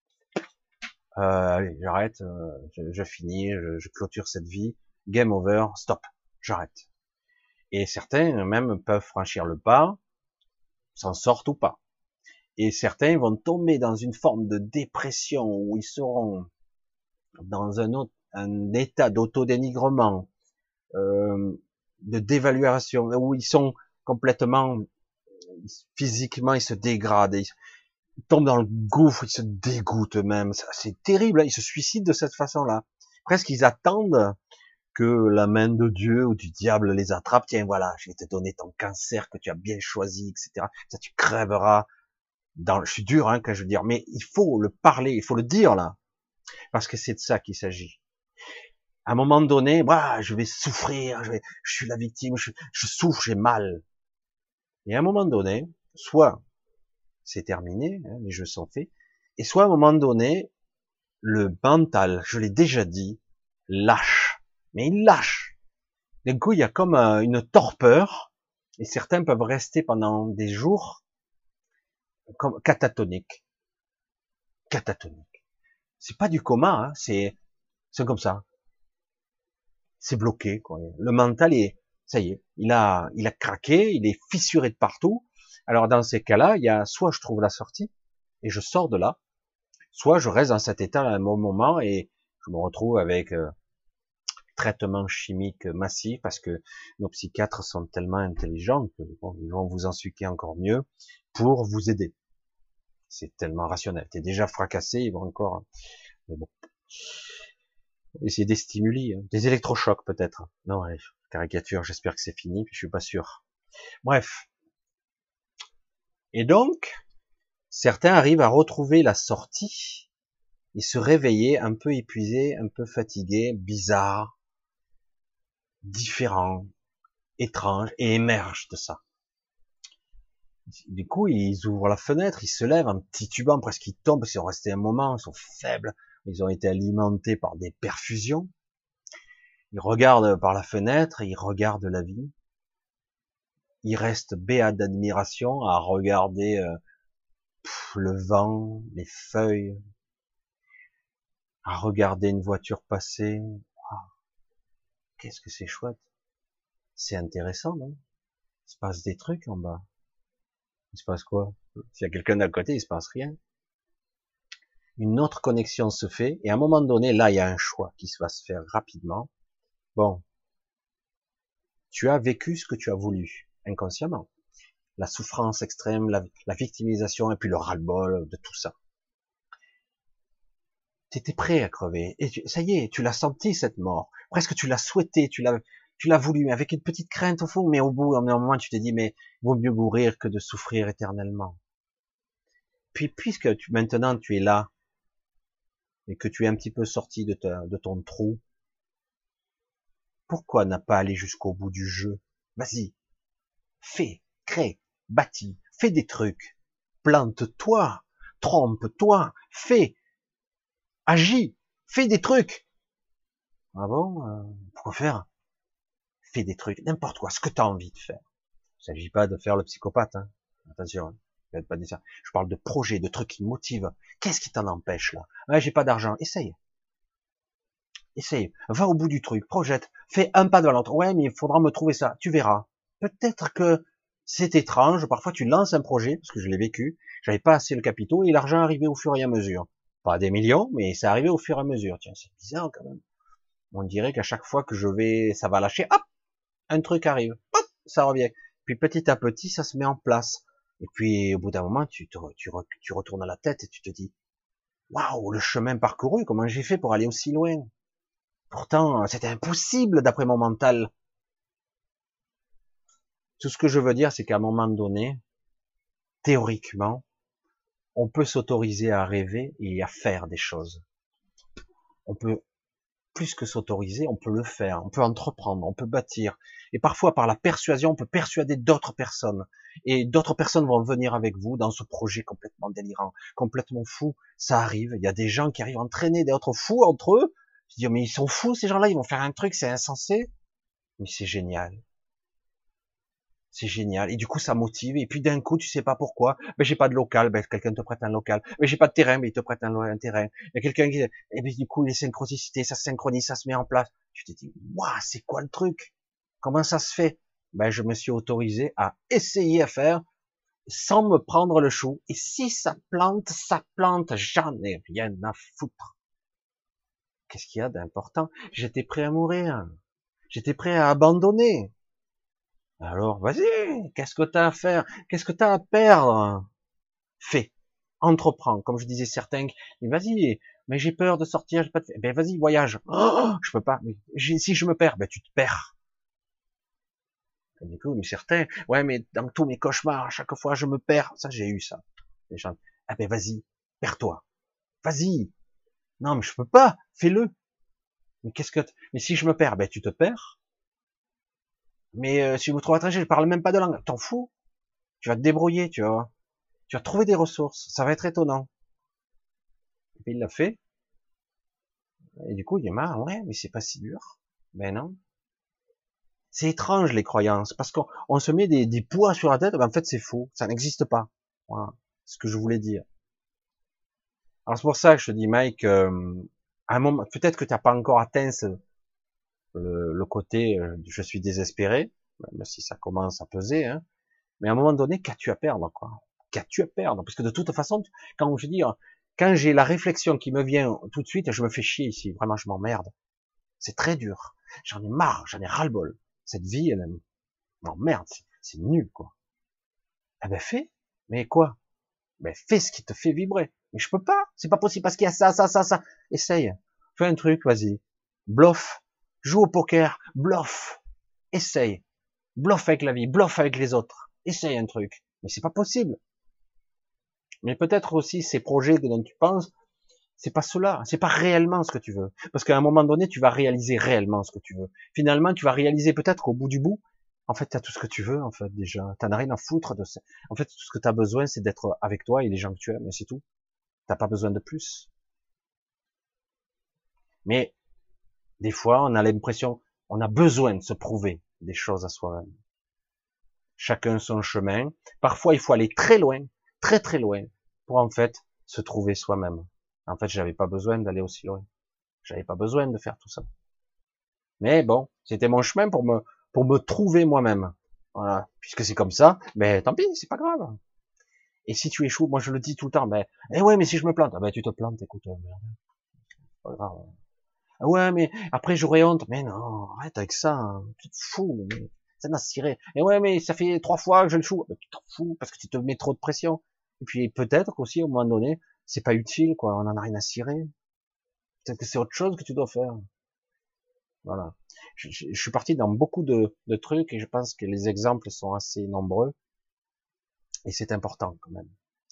allez, j'arrête, je finis, je clôture cette vie. Game over, stop, j'arrête. Et certains même peuvent franchir le pas, s'en sortent ou pas. Et certains vont tomber dans une forme de dépression où ils seront dans un état d'autodénigrement, de dévaluation, où ils sont complètement physiquement, ils se dégradent, ils tombent dans le gouffre, ils se dégoûtent même. C'est terrible, hein, ils se suicident de cette façon-là. Presque ils attendent que la main de Dieu ou du diable les attrape. Tiens, voilà, je vais te donner ton cancer que tu as bien choisi, etc. Ça, tu crèveras. je suis dur quand je veux dire, mais il faut le parler, il faut le dire là, parce que c'est de ça qu'il s'agit. À un moment donné, je vais souffrir, je suis la victime, je souffre, j'ai mal. Et à un moment donné, soit c'est terminé, les jeux sont faits, et soit à un moment donné, le mental, je l'ai déjà dit, lâche. Mais il lâche. D'un coup, il y a comme une torpeur, et certains peuvent rester pendant des jours comme catatoniques. Catatoniques. C'est pas du coma, c'est comme ça. C'est bloqué, quoi. Le mental ça y est, il a craqué, il est fissuré de partout. Alors dans ces cas-là, il y a soit je trouve la sortie et je sors de là, soit je reste dans cet état à un bon moment et je me retrouve avec traitement chimique massif parce que nos psychiatres sont tellement intelligents que ils vont vous ensuquer encore mieux pour vous aider. C'est tellement rationnel. T'es déjà fracassé, ils vont encore. Mais bon. Essayer des stimuli, des électrochocs peut-être. Non, allez, caricature. J'espère que c'est fini. Je suis pas sûr. Bref. Et donc, certains arrivent à retrouver la sortie et se réveiller un peu épuisé, un peu fatigué, bizarre, différent, étrange, et émergent de ça. Du coup, ils ouvrent la fenêtre, ils se lèvent en titubant, presque ils tombent, parce qu'ils ont resté un moment, ils sont faibles, ils ont été alimentés par des perfusions. Ils regardent par la fenêtre, ils regardent la vie. Ils restent béats d'admiration à regarder le vent, les feuilles, à regarder une voiture passer. Wow, qu'est-ce que c'est chouette. C'est intéressant, non? Il se passe des trucs en bas. Il se passe quoi? S'il y a quelqu'un à côté, il se passe rien. Une autre connexion se fait, et à un moment donné, là, il y a un choix qui va se faire rapidement. Bon, tu as vécu ce que tu as voulu, inconsciemment. La souffrance extrême, la victimisation, et puis le ras-le-bol de tout ça. Tu étais prêt à crever, et ça y est, tu l'as senti cette mort. Presque tu l'as souhaité, tu l'as voulu, mais avec une petite crainte au fond, mais au bout, d'un moment, tu te dis, mais vaut mieux mourir que de souffrir éternellement. Puis, puisque maintenant tu es là, et que tu es un petit peu sorti de ton trou, pourquoi n'a pas aller jusqu'au bout du jeu? Vas-y, fais, crée, bâtis, fais des trucs, plante-toi, trompe-toi, fais, agis, fais des trucs. Ah bon, pourquoi faire? Fais des trucs, n'importe quoi, ce que tu as envie de faire. Il ne s'agit pas de faire le psychopathe, hein. Attention, hein. Pas dire ça. Je parle de projets, de trucs qui motivent. Qu'est-ce qui t'en empêche là? Ouais, j'ai pas d'argent. Essaye. Essaye. Va au bout du truc. Projette. Fais un pas devant l'autre. Ouais, mais il faudra me trouver ça. Tu verras. Peut-être que c'est étrange. Parfois, tu lances un projet, parce que je l'ai vécu. J'avais pas assez le capitaux et l'argent arrivait au fur et à mesure. Pas des millions, mais ça arrivait au fur et à mesure. Tiens, c'est bizarre quand même. On dirait qu'à chaque fois que ça va lâcher, hop, un truc arrive. Hop, ça revient. Puis petit à petit, ça se met en place. Et puis, au bout d'un moment, tu retournes à la tête et tu te dis, waouh, le chemin parcouru, comment j'ai fait pour aller aussi loin? Pourtant, c'était impossible d'après mon mental. Tout ce que je veux dire, c'est qu'à un moment donné, théoriquement, on peut s'autoriser à rêver et à faire des choses. On peut, plus que s'autoriser, on peut le faire, on peut entreprendre, on peut bâtir. Et parfois, par la persuasion, on peut persuader d'autres personnes. Et d'autres personnes vont venir avec vous dans ce projet complètement délirant, complètement fou. Ça arrive, il y a des gens qui arrivent à entraîner d'autres fous entre eux. Je dis, mais ils sont fous, ces gens-là, ils vont faire un truc, c'est insensé. Mais c'est génial. C'est génial. Et du coup, ça motive. Et puis d'un coup, tu sais pas pourquoi. Ben, j'ai pas de local. Ben, quelqu'un te prête un local. Mais j'ai pas de terrain. Ben, il te prête un terrain. Il y a quelqu'un qui, et puis du coup, les synchronicités, ça se synchronise, ça se met en place. Tu te dis, waouh, c'est quoi le truc? Comment ça se fait? Ben, je me suis autorisé à essayer à faire sans me prendre le chou. Et si ça plante, ça plante. J'en ai rien à foutre. Qu'est-ce qu'il y a d'important? J'étais prêt à mourir. J'étais prêt à abandonner. Alors, vas-y, qu'est-ce que t'as à faire? Qu'est-ce que t'as à perdre? Fais, entreprends. Comme je disais certains, mais vas-y, mais j'ai peur de sortir, j'ai pas de... Ben vas-y, voyage. Oh, je peux pas. Mais si je me perds, ben tu te perds. Du coup, mais certains, ouais, mais dans tous mes cauchemars, à chaque fois je me perds. Ça, j'ai eu ça. Les gens, ah ben vas-y, perds-toi, vas-y. Non, mais je peux pas, fais-le. Mais mais si je me perds, ben tu te perds. Mais si vous trouvez étranger, je parle même pas de langue, t'en fous. Tu vas te débrouiller, tu vas trouver des ressources. Ça va être étonnant. Et puis il l'a fait. Et du coup, il est marre, ouais, mais c'est pas si dur. Ben non. C'est étrange les croyances, parce qu'on se met des poids sur la tête, ben en fait c'est faux, ça n'existe pas. Voilà, c'est ce que je voulais dire. Alors c'est pour ça que je te dis, Mike, à un moment, peut-être que tu n'as pas encore atteint le côté je suis désespéré, même si ça commence à peser, hein, mais à un moment donné, qu'as-tu à perdre, quoi? Qu'as-tu à perdre? Parce que de toute façon, quand je dis, quand j'ai la réflexion qui me vient tout de suite, je me fais chier ici, vraiment je m'emmerde. C'est très dur. J'en ai marre, j'en ai ras-le-bol. Cette vie, elle m'emmerde, c'est nul, quoi. Eh ben fais. Mais quoi? Ben fais ce qui te fait vibrer. Mais je peux pas, c'est pas possible parce qu'il y a ça, ça, ça, ça. Essaye. Fais un truc, vas-y. Bluff. Joue au poker. Bluff. Essaye. Bluff avec la vie. Bluff avec les autres. Essaye un truc. Mais c'est pas possible. Mais peut-être aussi ces projets dont tu penses, c'est pas cela. C'est pas réellement ce que tu veux. Parce qu'à un moment donné, tu vas réaliser réellement ce que tu veux. Finalement, tu vas réaliser peut-être qu'au bout du bout, en fait, tu as tout ce que tu veux, en fait, déjà. T'en as rien à foutre de ça. En fait, tout ce que tu as besoin, c'est d'être avec toi et les gens que tu aimes, et c'est tout. T'as pas besoin de plus. Mais des fois, on a l'impression, on a besoin de se prouver des choses à soi-même. Chacun son chemin. Parfois, il faut aller très loin, très très loin, pour en fait se trouver soi-même. En fait, j'avais pas besoin d'aller aussi loin. J'avais pas besoin de faire tout ça. Mais bon, c'était mon chemin pour me trouver moi-même. Voilà. Puisque c'est comme ça, ben tant pis, c'est pas grave. Et si tu échoues, moi je le dis tout le temps, ben, eh ouais, mais si je me plante, ah ben tu te plantes, écoute, merde, c'est pas grave. Ah ouais, mais après j'aurais honte. Mais non, arrête avec ça, hein. Tu te fous, mais ça n'a ciré. Et ouais, mais ça fait 3 fois que je le joue. Mais tu t'en fous parce que tu te mets trop de pression. Et puis peut-être qu'aussi, au moment donné, c'est pas utile, quoi. On en a rien à cirer. Peut-être que c'est autre chose que tu dois faire. Voilà. Je suis parti dans beaucoup de trucs et je pense que les exemples sont assez nombreux et c'est important quand même.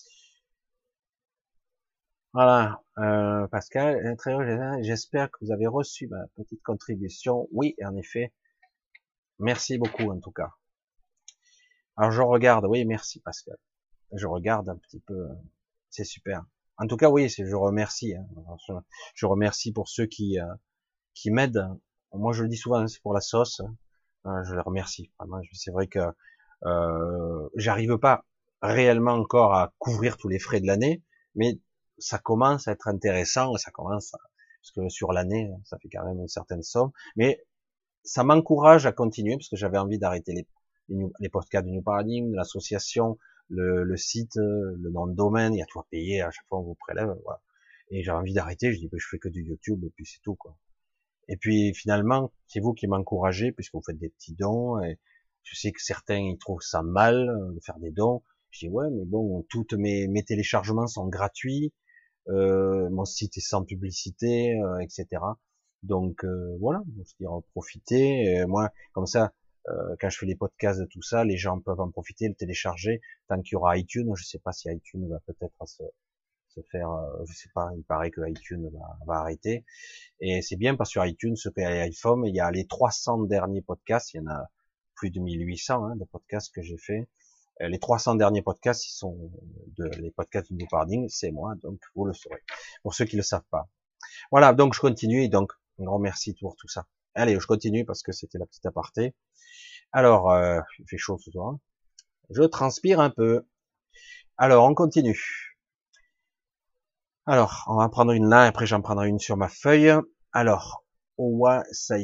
Voilà, Pascal, très heureux, j'espère que vous avez reçu ma petite contribution. Oui, en effet, merci beaucoup en tout cas. Alors je regarde, oui, merci Pascal. Je regarde un petit peu, c'est super. En tout cas, oui, je remercie. Hein. Je remercie pour ceux qui m'aident. Moi, je le dis souvent, hein, c'est pour la sauce. Je les remercie. Vraiment, c'est vrai que j'arrive pas réellement encore à couvrir tous les frais de l'année, mais ça commence à être intéressant. Ça commence, parce que sur l'année, ça fait quand même une certaine somme. Mais ça m'encourage à continuer parce que j'avais envie d'arrêter les podcasts du New Paradigm, l'association, le site, le nom de domaine, il y a tout à payer, à chaque fois on vous prélève, voilà. Et j'ai envie d'arrêter, je dis, ben, je fais que du YouTube, et puis c'est tout, quoi. Et puis finalement, c'est vous qui m'encouragez, puisque vous faites des petits dons, et je sais que certains, ils trouvent ça mal, de faire des dons. Je dis, ouais, mais bon, toutes mes téléchargements sont gratuits, mon site est sans publicité, etc. Donc voilà, je dire profiter. Moi, comme ça, quand je fais les podcasts de tout ça, les gens peuvent en profiter, le télécharger. Tant qu'il y aura iTunes, je sais pas si iTunes va peut-être se faire, je sais pas, il paraît que iTunes va arrêter. Et c'est bien parce que sur iTunes, ce qu'il y a iPhone, il y a les 300 derniers podcasts, il y en a plus de 1800 hein, de podcasts que j'ai fait. Les 300 derniers podcasts, ils sont les podcasts du New Paradigm, c'est moi, donc vous le saurez. Pour ceux qui le savent pas. Voilà, donc je continue, et donc un grand merci pour tout ça. Allez, je continue parce que c'était la petite aparté. Alors, il fait chaud ce soir. Je transpire un peu. Alors, on continue. Alors, on va prendre une là, après j'en prendrai une sur ma feuille. Alors, Owa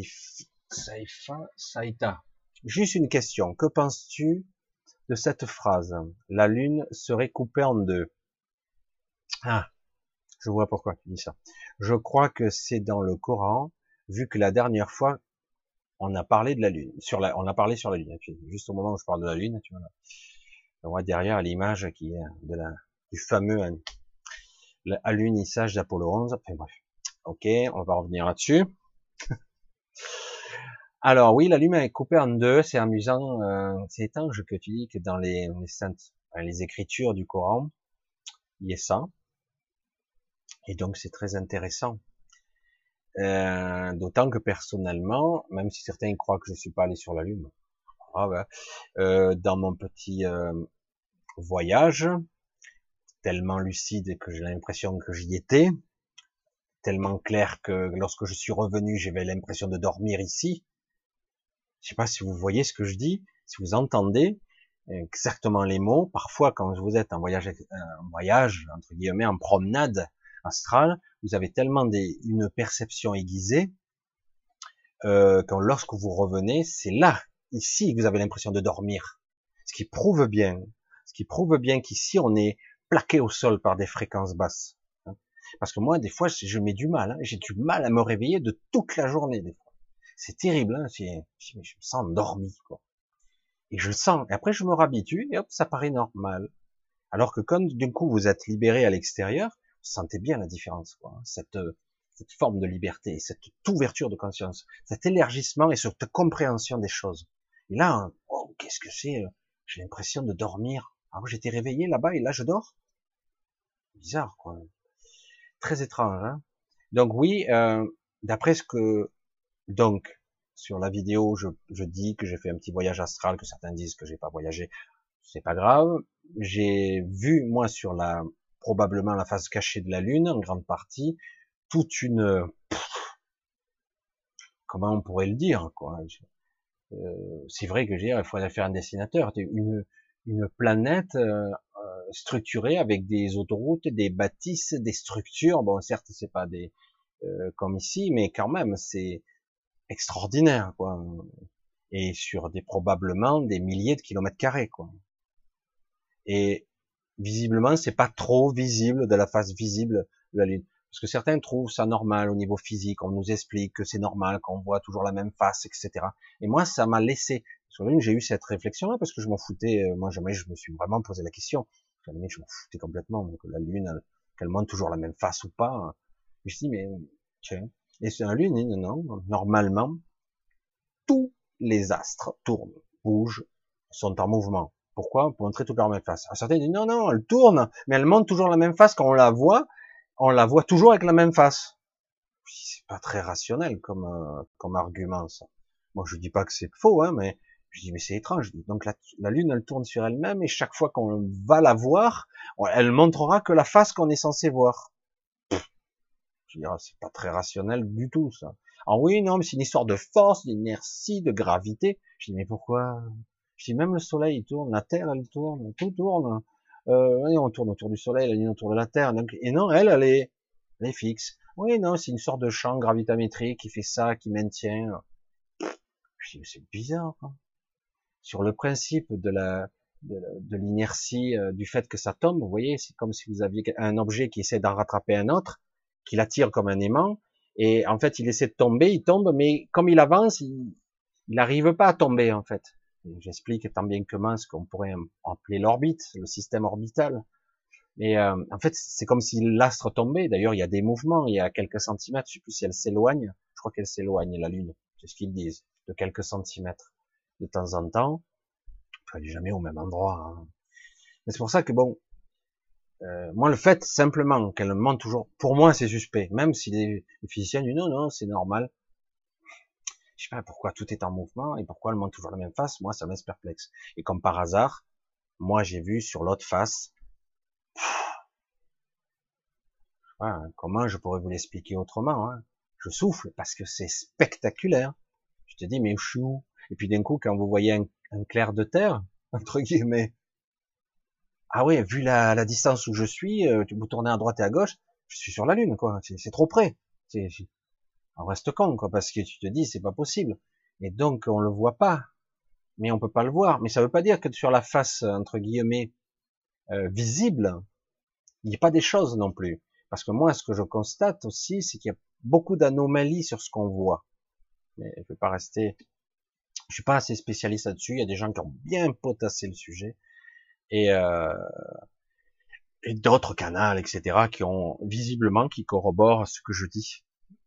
Saïta. Juste une question. Que penses-tu de cette phrase? La lune serait coupée en deux. Ah, je vois pourquoi tu dis ça. Je crois que c'est dans le Coran, vu que la dernière fois, on a parlé de la lune, on a parlé sur la lune. Juste au moment où je parle de la lune, tu vois, on voit derrière l'image qui est du fameux alunissage d'Apollo 11. Enfin bref. Ok, on va revenir là-dessus. Alors oui, la lune est coupée en deux, c'est amusant, c'est étrange que tu dis que dans les saintes, les écritures du Coran, y ait ça. Et donc c'est très intéressant. D'autant que personnellement, même si certains croient que je suis pas allé sur la Lune, ah ouais, dans mon petit voyage, tellement lucide que j'ai l'impression que j'y étais, tellement clair que lorsque je suis revenu, j'avais l'impression de dormir ici. Je sais pas si vous voyez ce que je dis, si vous entendez exactement les mots. Parfois, quand vous êtes en voyage entre guillemets, en promenade astrale, vous avez tellement une perception aiguisée quand lorsque vous revenez, c'est là, ici, que vous avez l'impression de dormir. Ce qui prouve bien, qu'ici on est plaqué au sol par des fréquences basses. Parce que moi, des fois, je mets du mal. J'ai du mal à me réveiller de toute la journée, des fois. C'est terrible. Je me sens endormi, quoi. Et je le sens. Et après, je me réhabitue et hop, ça paraît normal. Alors que quand d'un coup vous êtes libéré à l'extérieur, vous sentez bien la différence, quoi. Cette forme de liberté, cette ouverture de conscience, cet élargissement et cette compréhension des choses. Et là, oh, qu'est-ce que c'est? J'ai l'impression de dormir. Ah, j'étais réveillé là-bas et là je dors. Bizarre, quoi. Très étrange, hein. Donc oui, d'après ce que donc sur la vidéo, je dis que j'ai fait un petit voyage astral, que certains disent que j'ai pas voyagé. C'est pas grave. J'ai vu, moi, sur probablement la face cachée de la Lune, en grande partie, toute une, comment on pourrait le dire, quoi. C'est vrai que il faudrait faire un dessinateur, une planète structurée avec des autoroutes, des bâtisses, des structures. Bon, certes, c'est pas des comme ici, mais quand même, c'est extraordinaire, quoi. Et sur probablement des milliers de kilomètres carrés, quoi. Et visiblement, c'est pas trop visible de la face visible de la Lune. Parce que certains trouvent ça normal au niveau physique, on nous explique que c'est normal, qu'on voit toujours la même face, etc. Et moi, ça m'a laissé. Sur la Lune, j'ai eu cette réflexion-là parce que je m'en foutais. Moi, jamais je me suis vraiment posé la question. Jamais je m'en foutais complètement. Donc, la Lune, qu'elle montre toujours la même face ou pas. Je dis, mais tiens. Et sur la Lune, non, non. Normalement, tous les astres tournent, bougent, sont en mouvement. Pourquoi? Pour montrer toute leur même face. Certains disent non, non, elle tourne, mais elle montre toujours la même face quand on la voit toujours avec la même face. C'est pas très rationnel comme argument, ça. Moi, je dis pas que c'est faux, hein, mais je dis, mais c'est étrange. Donc, la Lune, elle tourne sur elle-même, et chaque fois qu'on va la voir, elle montrera que la face qu'on est censé voir. Je dirais, c'est pas très rationnel du tout, ça. Ah oui, non, mais c'est une histoire de force, d'inertie, de gravité. Je dis, mais pourquoi? Je dis, même le soleil, il tourne, la terre, elle tourne, tout tourne. Oui, on tourne autour du soleil, la lune autour de la terre. Donc, et non, elle est fixe. Oui, non, c'est une sorte de champ gravitamétrique qui fait ça, qui maintient. Je dis, mais c'est bizarre, quoi. Sur le principe de l'inertie, du fait que ça tombe, vous voyez, c'est comme si vous aviez un objet qui essaie d'en rattraper un autre, qui l'attire comme un aimant, et en fait, il essaie de tomber, il tombe, mais comme il avance, il n'arrive pas à tomber, en fait. J'explique tant bien que mal ce qu'on pourrait appeler l'orbite, le système orbital. Mais en fait, c'est comme si l'astre tombait. D'ailleurs, il y a des mouvements, il y a quelques centimètres, je sais plus si elle s'éloigne. Je crois qu'elle s'éloigne, la Lune. C'est ce qu'ils disent, de quelques centimètres. De temps en temps, elle est jamais au même endroit, hein. Mais c'est pour ça que bon, moi le fait simplement qu'elle monte toujours, pour moi c'est suspect, même si les physiciens disent non, non, c'est normal. Je sais pas pourquoi tout est en mouvement et pourquoi elle monte toujours la même face, moi ça me laisse perplexe. Et comme par hasard, moi j'ai vu sur l'autre face, voilà, comment je pourrais vous l'expliquer autrement, hein. Je souffle parce que c'est spectaculaire. Je te dis mais je suis où? Et puis d'un coup quand vous voyez un clair de terre, entre guillemets, ah oui, vu la distance où je suis, vous tournez à droite et à gauche, je suis sur la Lune, quoi. C'est trop près. On reste con, quoi, parce que tu te dis, c'est pas possible. Et donc, on le voit pas. Mais on peut pas le voir. Mais ça veut pas dire que sur la face, entre guillemets, visible, il n'y a pas des choses non plus. Parce que moi, ce que je constate aussi, c'est qu'il y a beaucoup d'anomalies sur ce qu'on voit. Mais je vais pas rester, je suis pas assez spécialiste là-dessus. Il y a des gens qui ont bien potassé le sujet. Et, d'autres canaux, etc., qui ont visiblement, qui corroborent ce que je dis.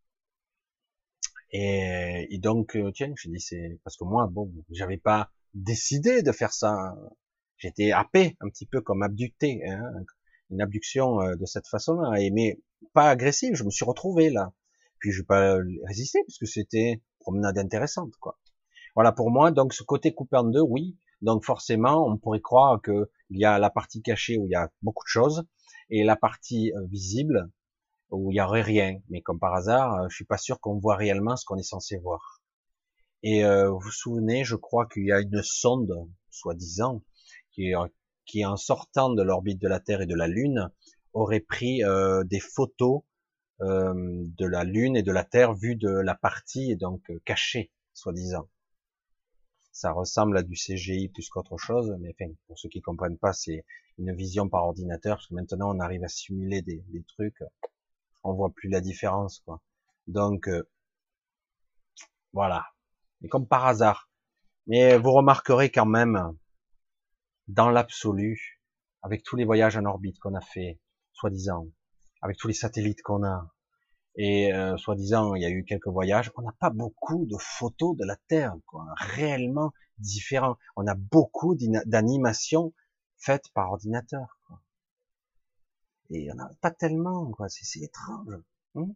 Et donc, tiens, je dis c'est parce que moi, bon, j'avais pas décidé de faire ça. J'étais happé, un petit peu comme abducté, hein. une abduction de cette façon-là, mais pas agressive. Je me suis retrouvé là. Puis je n'ai pas résisté puisque c'était une promenade intéressante, quoi. Voilà pour moi. Donc ce côté coupé en deux, oui. Donc forcément, on pourrait croire que il y a la partie cachée où il y a beaucoup de choses et la partie visible où il y aurait rien. Mais comme par hasard, je suis pas sûr qu'on voit réellement ce qu'on est censé voir. Et vous vous souvenez, je crois qu'il y a une sonde, soi-disant, qui, qui en sortant de l'orbite de la Terre et de la Lune, aurait pris des photos de la Lune et de la Terre vues de la partie donc cachée, soi-disant. Ça ressemble à du CGI plus qu'autre chose, mais enfin, pour ceux qui comprennent pas, c'est une vision par ordinateur, parce que maintenant on arrive à simuler des trucs, on voit plus la différence, quoi. Donc voilà. Et comme par hasard. Mais vous remarquerez quand même, dans l'absolu, avec tous les voyages en orbite qu'on a fait, soi-disant, avec tous les satellites qu'on a, et soi-disant, il y a eu quelques voyages, on n'a pas beaucoup de photos de la Terre, quoi, réellement différents. On a beaucoup d'animations faites par ordinateur, quoi. Et on n'a pas tellement, quoi. C'est étrange. Hein.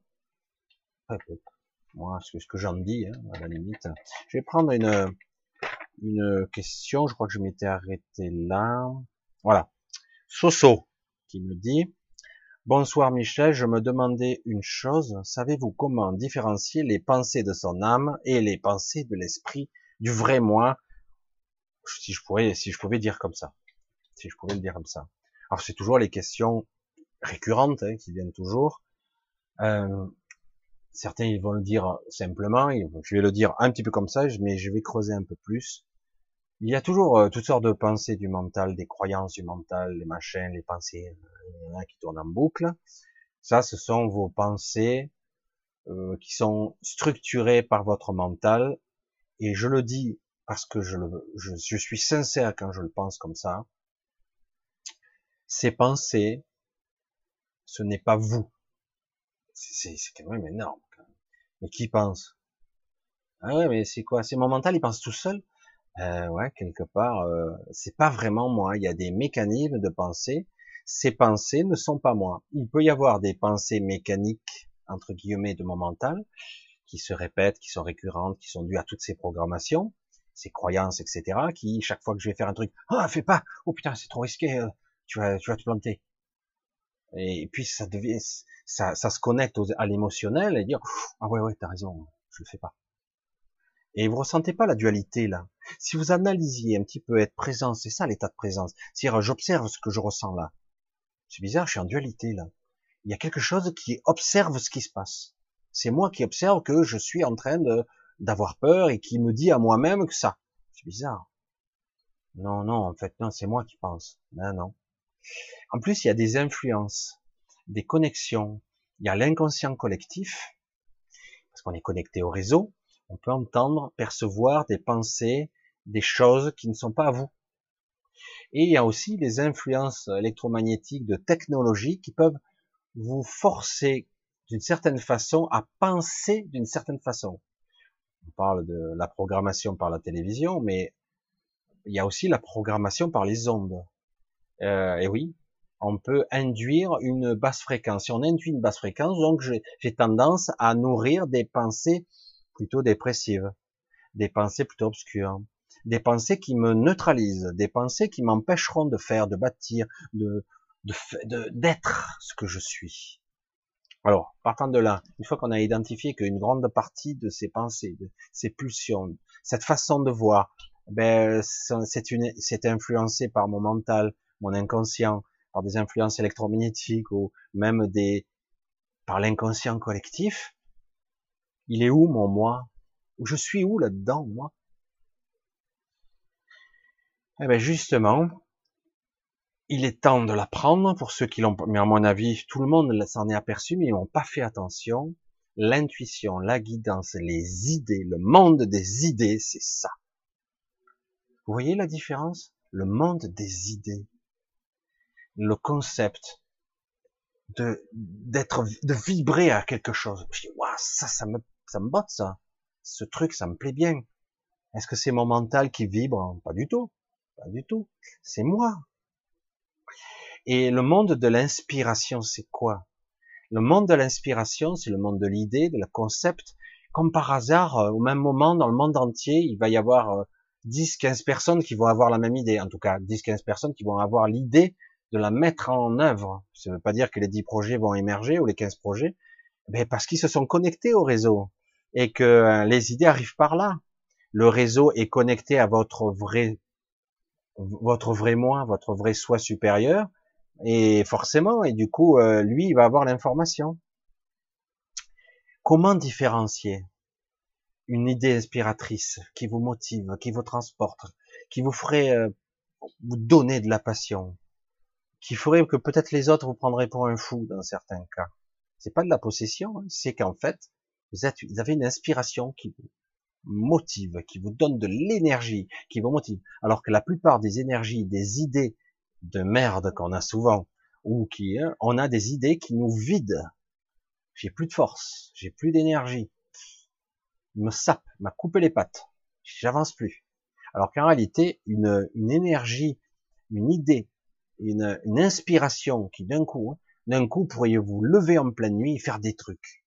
Moi, c'est ce que j'en dis, hein, à la limite. Je vais prendre une question. Je crois que je m'étais arrêté là. Voilà. Soso qui me dit: bonsoir Michel, je me demandais une chose, savez-vous comment différencier les pensées de son âme et les pensées de l'esprit, du vrai moi, si je pouvais dire comme ça, si je pouvais le dire comme ça. Alors c'est toujours les questions récurrentes hein, qui viennent toujours. Euh, certains ils vont le dire simplement, je vais le dire un petit peu comme ça, mais je vais creuser un peu plus. Il y a toujours toutes sortes de pensées du mental, des croyances du mental, les machins, les pensées qui tournent en boucle. Ça, ce sont vos pensées qui sont structurées par votre mental. Et je le dis parce que je suis sincère quand je le pense comme ça. Ces pensées, ce n'est pas vous. C'est quand même énorme. Quand même. Mais qui pense? Ah ouais, mais c'est quoi? C'est mon mental, il pense tout seul? Ouais, quelque part, c'est pas vraiment moi. Il y a des mécanismes de pensée. Ces pensées ne sont pas moi. Il peut y avoir des pensées mécaniques entre guillemets de mon mental qui se répètent, qui sont récurrentes, qui sont dues à toutes ces programmations, ces croyances, etc. Qui chaque fois que je vais faire un truc, ah fais pas, oh putain c'est trop risqué, tu vas te planter. Et puis ça devient, ça se connecte à l'émotionnel et dire ah ouais ouais t'as raison, je le fais pas. Et vous ressentez pas la dualité là. Si vous analysiez un petit peu être présent, c'est ça l'état de présence. C'est-à-dire j'observe ce que je ressens là. C'est bizarre, je suis en dualité là. Il y a quelque chose qui observe ce qui se passe. C'est moi qui observe que je suis en train de d'avoir peur et qui me dit à moi-même que ça. C'est bizarre. Non, non, en fait, non, c'est moi qui pense. Non, non. En plus, il y a des influences, des connexions. Il y a l'inconscient collectif, parce qu'on est connecté au réseau. On peut entendre, percevoir des pensées, des choses qui ne sont pas à vous. Et il y a aussi les influences électromagnétiques de technologie qui peuvent vous forcer d'une certaine façon à penser d'une certaine façon. On parle de la programmation par la télévision, mais il y a aussi la programmation par les ondes. Et oui, on peut induire une basse fréquence. Si on induit une basse fréquence, donc j'ai tendance à nourrir des pensées plutôt dépressives, des pensées plutôt obscures, des pensées qui me neutralisent, des pensées qui m'empêcheront de faire, de bâtir, d'être ce que je suis. Alors, partant de là, une fois qu'on a identifié qu'une grande partie de ces pensées, de ces pulsions, cette façon de voir, ben, c'est influencé par mon mental, mon inconscient, par des influences électromagnétiques ou même par l'inconscient collectif. Il est où mon moi? Je suis où là-dedans, moi? Eh ben, justement, il est temps de l'apprendre pour ceux qui l'ont, mais à mon avis, tout le monde s'en est aperçu, mais ils n'ont pas fait attention. L'intuition, la guidance, les idées, le monde des idées, c'est ça. Vous voyez la différence? Le monde des idées, le concept de vibrer à quelque chose. Je dis, waouh, ça me botte, ça. Ce truc, ça me plaît bien. Est-ce que c'est mon mental qui vibre? Pas du tout. Pas du tout. C'est moi. Et le monde de l'inspiration, c'est quoi? Le monde de l'inspiration, c'est le monde de l'idée, de la concept. Comme par hasard, au même moment, dans le monde entier, il va y avoir 10, 15 personnes qui vont avoir la même idée. En tout cas, 10, 15 personnes qui vont avoir l'idée de la mettre en œuvre. Ça ne veut pas dire que les 10 projets vont émerger ou les 15 projets, mais parce qu'ils se sont connectés au réseau et que les idées arrivent par là. Le réseau est connecté à votre vrai moi, votre vrai soi supérieur, et forcément, et du coup, lui, il va avoir l'information. Comment différencier une idée inspiratrice qui vous motive, qui vous transporte, qui vous ferait vous donner de la passion, qui ferait que peut-être les autres vous prendraient pour un fou dans certains cas? C'est pas de la possession, hein, c'est qu'en fait, vous avez une inspiration qui vous motive, qui vous donne de l'énergie, qui vous motive. Alors que la plupart des énergies, des idées de merde qu'on a souvent, ou on a des idées qui nous vident. J'ai plus de force, j'ai plus d'énergie, il me sape, il m'a coupé les pattes, j'avance plus. Alors qu'en réalité, une énergie, une idée, une inspiration qui d'un coup, pourriez vous lever en pleine nuit et faire des trucs.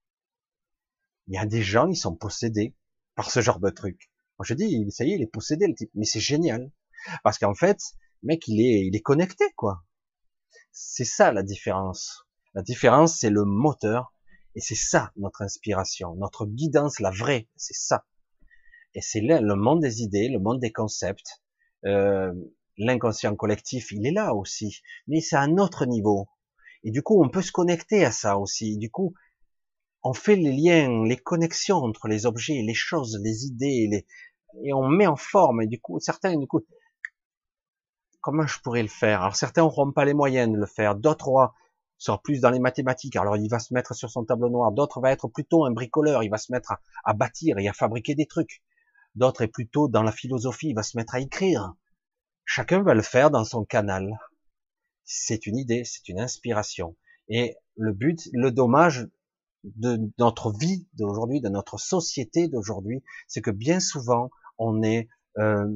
Il y a des gens, ils sont possédés par ce genre de truc. Moi, je dis, ça y est, il est possédé, le type. Mais c'est génial. Parce qu'en fait, le mec, il est connecté, quoi. C'est ça, la différence. La différence, c'est le moteur. Et c'est ça, notre inspiration. Notre guidance, la vraie. C'est ça. Et c'est là, le monde des idées, le monde des concepts. Euh, L'inconscient collectif, il est là aussi. Mais c'est à un autre niveau. Et du coup, on peut se connecter à ça aussi. Du coup, on fait les liens, les connexions entre les objets, les choses, les idées, et on met en forme. Et du coup, certains, comment je pourrais le faire? Alors certains n'auront pas les moyens de le faire, d'autres sont plus dans les mathématiques. Alors il va se mettre sur son tableau noir, d'autres va être plutôt un bricoleur, il va se mettre à bâtir et à fabriquer des trucs. D'autres est plutôt dans la philosophie, il va se mettre à écrire. Chacun va le faire dans son canal. C'est une idée, c'est une inspiration. Et le but, le dommage de notre vie d'aujourd'hui, de notre société d'aujourd'hui, c'est que bien souvent euh,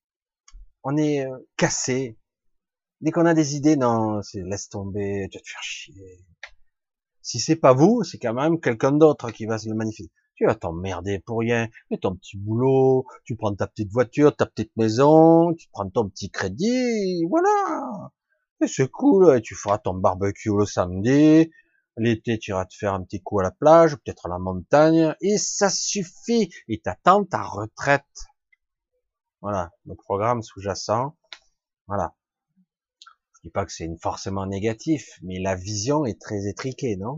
on est cassé. Dès qu'on a des idées, non, laisse tomber, tu vas te faire chier. Si c'est pas vous, c'est quand même quelqu'un d'autre qui va se le manifester. Tu vas t'emmerder pour rien. Fais ton petit boulot, tu prends ta petite voiture, ta petite maison, tu prends ton petit crédit, voilà. Et c'est cool, tu feras ton barbecue le samedi. L'été, tu iras te faire un petit coup à la plage, peut-être à la montagne, et ça suffit. Et t'attends ta retraite. Voilà, le programme sous-jacent. Voilà. Je dis pas que c'est forcément négatif, mais la vision est très étriquée, non?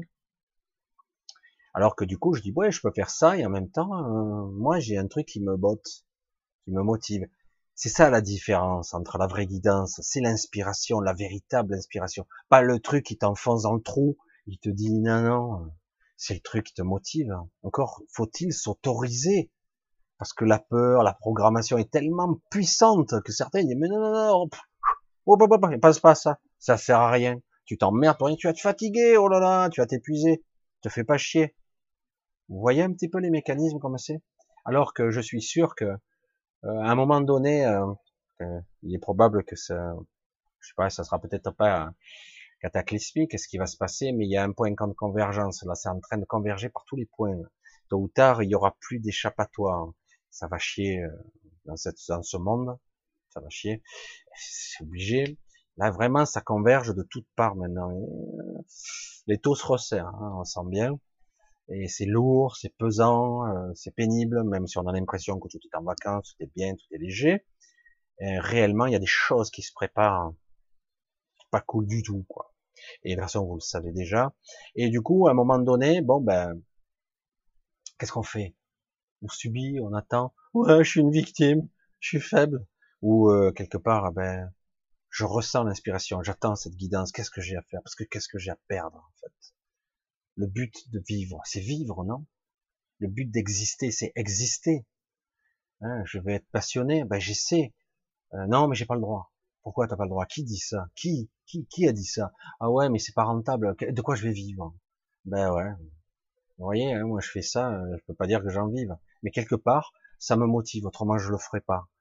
Alors que du coup, je dis ouais, je peux faire ça et en même temps, moi j'ai un truc qui me botte, qui me motive. C'est ça la différence entre la vraie guidance, c'est l'inspiration, la véritable inspiration, pas le truc qui t'enfonce dans le trou, il te dit non non, c'est le truc qui te motive. Encore faut-il s'autoriser, parce que la peur, la programmation est tellement puissante que certains disent mais non non non, passe pas à ça, ça sert à rien, tu t'emmerdes pour rien, tu vas te fatiguer, oh là là, tu vas t'épuiser, te fais pas chier. Vous voyez un petit peu les mécanismes comme c'est? Alors que je suis sûr que à un moment donné, il est probable que ça, je sais pas, ça sera peut-être pas cataclysmique ce qui va se passer, mais il y a un point de convergence. Là, c'est en train de converger par tous les points. Tôt ou tard, il y aura plus d'échappatoire. Ça va chier dans ce monde. Ça va chier. C'est obligé. Là, vraiment, ça converge de toutes parts maintenant. Et, les taux se resserrent, hein, on sent bien. Et c'est lourd, c'est pesant, c'est pénible, même si on a l'impression que tout est en vacances, tout est bien, tout est léger. Et réellement, il y a des choses qui se préparent, pas cool du tout, quoi. Et de toute façon, vous le savez déjà. Et du coup, à un moment donné, bon ben, qu'est-ce qu'on fait? On subit, on attend. Ouais, je suis une victime, je suis faible. Ou quelque part, ah ben, je ressens l'inspiration, j'attends cette guidance. Qu'est-ce que j'ai à faire? Parce que qu'est-ce que j'ai à perdre en fait? Le but de vivre, c'est vivre, non? Le but d'exister, c'est exister. Hein, je vais être passionné, ben j'essaie. Non, mais j'ai pas le droit. Pourquoi t'as pas le droit? Qui dit ça? Qui a dit ça? Ah ouais, mais c'est pas rentable. De quoi je vais vivre? Ben ouais. Vous voyez, hein, moi je fais ça, je peux pas dire que j'en vive. Mais quelque part, ça me motive. Autrement, je le ferais pas.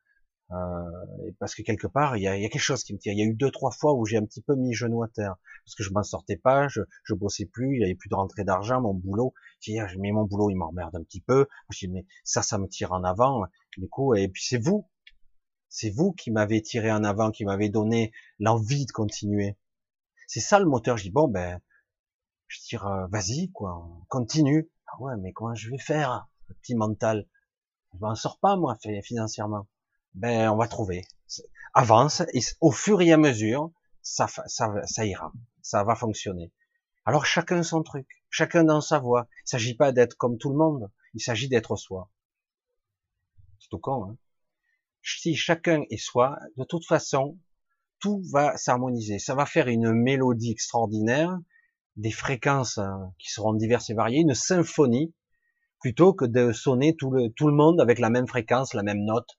Parce que quelque part, il y a quelque chose qui me tire. Il y a eu deux, trois fois où j'ai un petit peu mis genou à terre, parce que je m'en sortais pas, je bossais plus, il y avait plus de rentrée d'argent, mon boulot. J'ai dit, ah, mais mon boulot, il m'emmerde un petit peu. J'ai dit, mais ça me tire en avant. Du coup, et puis c'est vous qui m'avez tiré en avant, qui m'avez donné l'envie de continuer. C'est ça le moteur. Je dis, bon, ben, je tire, vas-y, quoi, continue. Ah ouais, mais comment je vais faire, le petit mental? Je m'en sors pas, moi, financièrement. Ben, on va trouver. Avance, et au fur et à mesure, ça ira. Ça va fonctionner. Alors, chacun son truc. Chacun dans sa voie. Il s'agit pas d'être comme tout le monde. Il s'agit d'être soi. C'est tout con, hein. Si chacun est soi, de toute façon, tout va s'harmoniser. Ça va faire une mélodie extraordinaire, des fréquences qui seront diverses et variées, une symphonie, plutôt que de sonner tout le monde avec la même fréquence, la même note,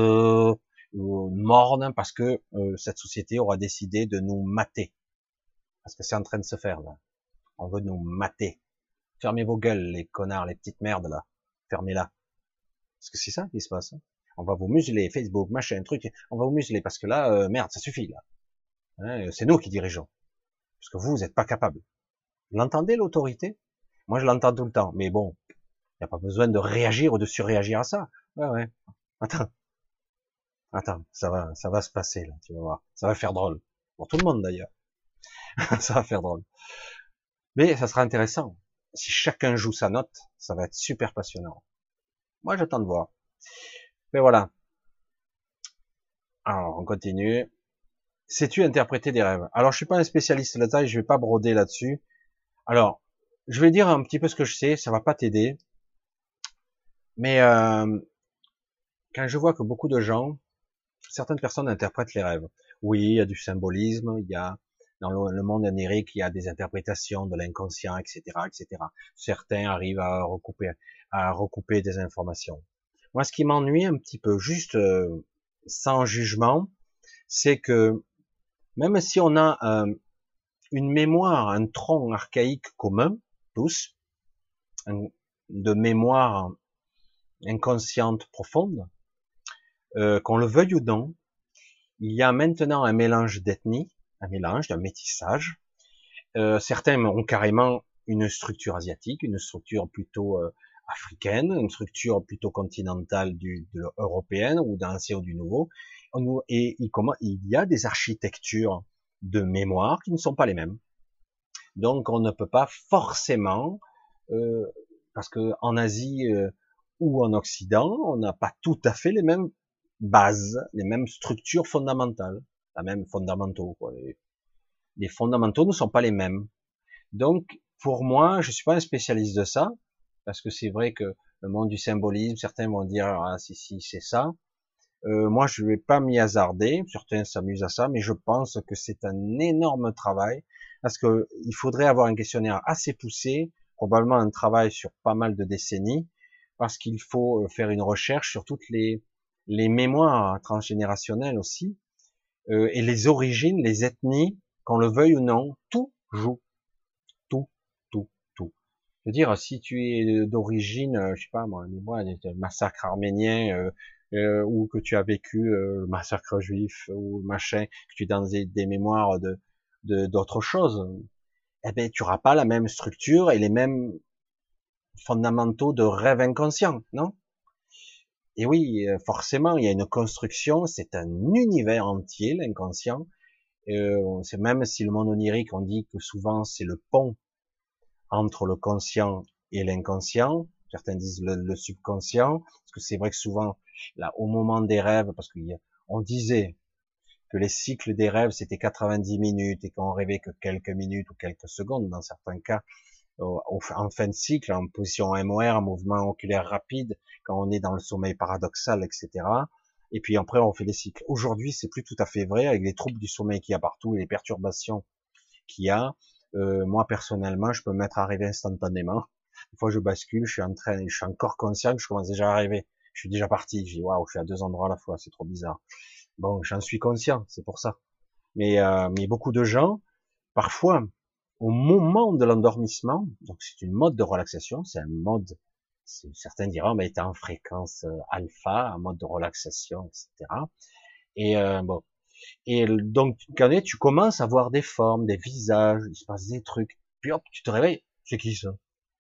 morne, parce que cette société aura décidé de nous mater. Parce que c'est en train de se faire, là. On veut nous mater. Fermez vos gueules, les connards, les petites merdes, là. Fermez-la. Parce que c'est ça qui se passe. Hein. On va vous museler, Facebook, machin, truc. On va vous museler, parce que là, merde, ça suffit, là. Hein, c'est nous qui dirigeons. Parce que vous n'êtes pas capable. Vous l'entendez, l'autorité? Moi, je l'entends tout le temps. Mais bon, il n'y a pas besoin de réagir ou de surréagir à ça. Ouais, ouais. Attends, ça va se passer, là, tu vas voir. Ça va faire drôle. Pour tout le monde, d'ailleurs. Ça va faire drôle. Mais ça sera intéressant. Si chacun joue sa note, ça va être super passionnant. Moi, j'attends de voir. Mais voilà. Alors, on continue. Sais-tu interpréter des rêves? Alors, je suis pas un spécialiste là-dedans et je vais pas broder là-dessus. Alors, je vais dire un petit peu ce que je sais, ça va pas t'aider. Mais quand je vois que beaucoup de gens, certaines personnes interprètent les rêves. Oui, il y a du symbolisme, il y a dans le monde onirique, il y a des interprétations de l'inconscient, etc., etc. Certains arrivent à recouper des informations. Moi, ce qui m'ennuie un petit peu, juste sans jugement, c'est que même si on a une mémoire, un tronc archaïque commun, tous, de mémoire inconsciente profonde, qu'on le veuille ou non, il y a maintenant un mélange d'ethnies, d'un métissage. Certains ont carrément une structure asiatique, une structure plutôt africaine, une structure plutôt continentale européenne ou de l'ancien ou du nouveau. Et il y a des architectures de mémoire qui ne sont pas les mêmes. Donc on ne peut pas forcément, euh, parce que en Asie ou en Occident, on n'a pas tout à fait les mêmes bases, les mêmes structures fondamentales, la même fondamentaux. Quoi. Les fondamentaux ne sont pas les mêmes. Donc pour moi, je suis pas un spécialiste de ça, parce que c'est vrai que le monde du symbolisme, certains vont dire ah si c'est ça. Moi, je vais pas m'y hasarder. Certains s'amusent à ça, mais je pense que c'est un énorme travail parce que il faudrait avoir un questionnaire assez poussé, probablement un travail sur pas mal de décennies, parce qu'il faut faire une recherche sur toutes les mémoires transgénérationnelles aussi et les origines, les ethnies, qu'on le veuille ou non, tout joue, tout, tout, tout. Je veux dire, si tu es d'origine, je sais pas moi, massacre arménien, ou que tu as vécu le massacre juif ou machin, que tu es dans des mémoires de d'autres choses, eh ben tu auras pas la même structure et les mêmes fondamentaux de rêve inconscient, non? Et oui, forcément, il y a une construction, c'est un univers entier, l'inconscient. C'est même si le monde onirique, on dit que souvent c'est le pont entre le conscient et l'inconscient. Certains disent le subconscient, parce que c'est vrai que souvent, là, au moment des rêves, parce qu'on disait que les cycles des rêves c'était 90 minutes et qu'on rêvait que quelques minutes ou quelques secondes dans certains cas, en fin de cycle, en position MOR, en mouvement oculaire rapide, quand on est dans le sommeil paradoxal, etc. Et puis après on fait les cycles. Aujourd'hui, c'est plus tout à fait vrai avec les troubles du sommeil qu'il y a partout et les perturbations qu'il y a. Moi personnellement, je peux me mettre à rêver instantanément. Une fois je bascule, je suis encore conscient que je commence déjà à rêver. Je suis déjà parti. Je dis waouh, je suis à deux endroits à la fois, c'est trop bizarre. Bon, j'en suis conscient, c'est pour ça. Mais beaucoup de gens, parfois, au moment de l'endormissement, donc c'est une mode de relaxation, c'est un mode Certains diront, mais t'es en fréquence alpha, en mode de relaxation, etc. Et bon, et donc tu commences à voir des formes, des visages, il se passe des trucs. Puis hop, tu te réveilles, c'est qui ça?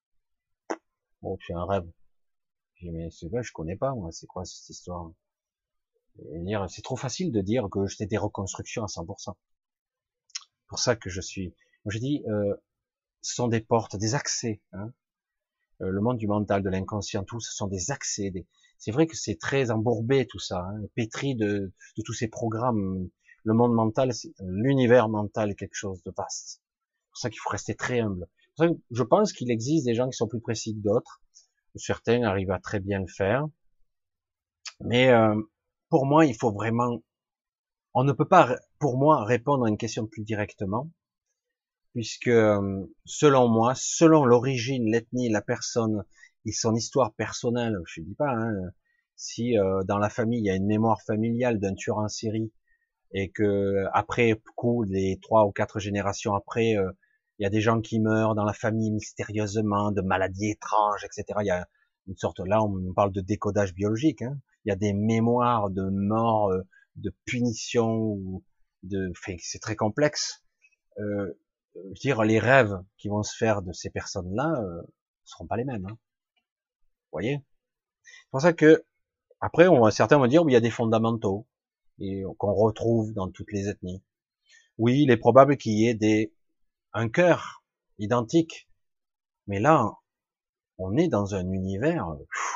Bon, c'est un rêve. Je dis, mais c'est vrai, je connais pas moi, c'est quoi cette histoire? C'est trop facile de dire que j'étais des reconstructions à 100%. Pour ça que je suis, moi j'ai dit, ce sont des portes, des accès. Hein. Le monde du mental, de l'inconscient, tout, ce sont des accès. C'est vrai que c'est très embourbé tout ça, hein, pétri de tous ces programmes. Le monde mental, l'univers mental est quelque chose de vaste. C'est pour ça qu'il faut rester très humble. C'est pour ça que je pense qu'il existe des gens qui sont plus précis que d'autres. Certains arrivent à très bien le faire. Mais pour moi, il faut vraiment... On ne peut pas, pour moi, répondre à une question plus directement, puisque selon moi, selon l'origine, l'ethnie, la personne et son histoire personnelle, je ne dis pas, hein, si dans la famille il y a une mémoire familiale d'un tueur en série et que après coup, les 3 ou 4 générations après, il y a des gens qui meurent dans la famille mystérieusement, de maladies étranges, etc. Il y a une sorte, là on parle de décodage biologique, hein. Il y a des mémoires de mort, de punition, ou enfin, c'est très complexe. Euh, je veux dire, les rêves qui vont se faire de ces personnes-là seront pas les mêmes. Hein. Vous voyez. C'est pour ça que après, certains vont dire, oui, il y a des fondamentaux et qu'on retrouve dans toutes les ethnies. Oui, il est probable qu'il y ait un cœur identique, mais là, on est dans un univers,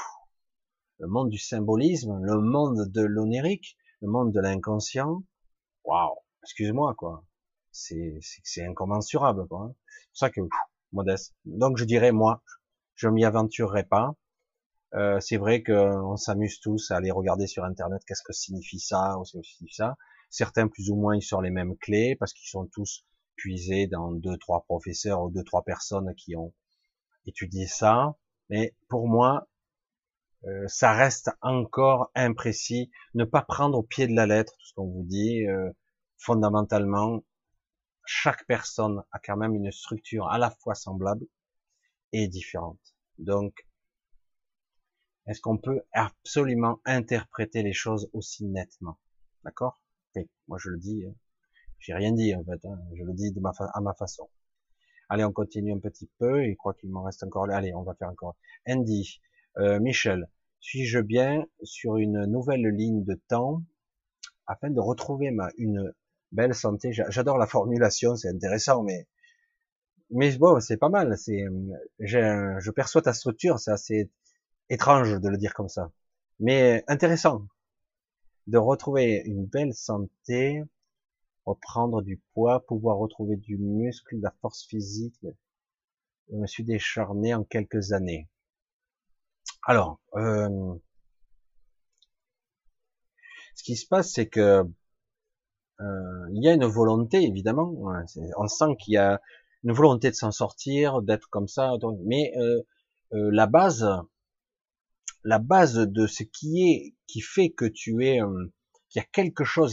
le monde du symbolisme, le monde de l'onirique, le monde de l'inconscient. Waouh, excuse-moi quoi, c'est incommensurable quoi. Hein. C'est pour ça que modeste. Donc je dirais moi, je m'y aventurerai pas. C'est vrai qu'on s'amuse tous à aller regarder sur internet qu'est-ce que signifie ça ou ce que signifie ça. Certains plus ou moins ils sortent les mêmes clés parce qu'ils sont tous puisés dans 2, 3 professeurs ou 2, 3 personnes qui ont étudié ça. Mais pour moi, ça reste encore imprécis. Ne pas prendre au pied de la lettre tout ce qu'on vous dit. Fondamentalement, chaque personne a quand même une structure à la fois semblable et différente. Donc, est-ce qu'on peut absolument interpréter les choses aussi nettement? D'accord? Moi, je le dis, j'ai rien dit en fait. Hein, je le dis à ma façon. Allez, on continue un petit peu. Et quoi qu'il m'en reste encore. Allez, on va faire encore. Andy, Michel, suis-je bien sur une nouvelle ligne de temps afin de retrouver une belle santé? J'adore la formulation, c'est intéressant, mais bon, c'est pas mal. Je perçois ta structure, c'est assez étrange de le dire comme ça, mais intéressant de retrouver une belle santé, reprendre du poids, pouvoir retrouver du muscle, de la force physique. Je me suis décharné en quelques années. Alors, ce qui se passe, c'est que il y a une volonté, évidemment. On sent qu'il y a une volonté de s'en sortir, d'être comme ça. Mais la base de ce qui fait que qu'il y a quelque chose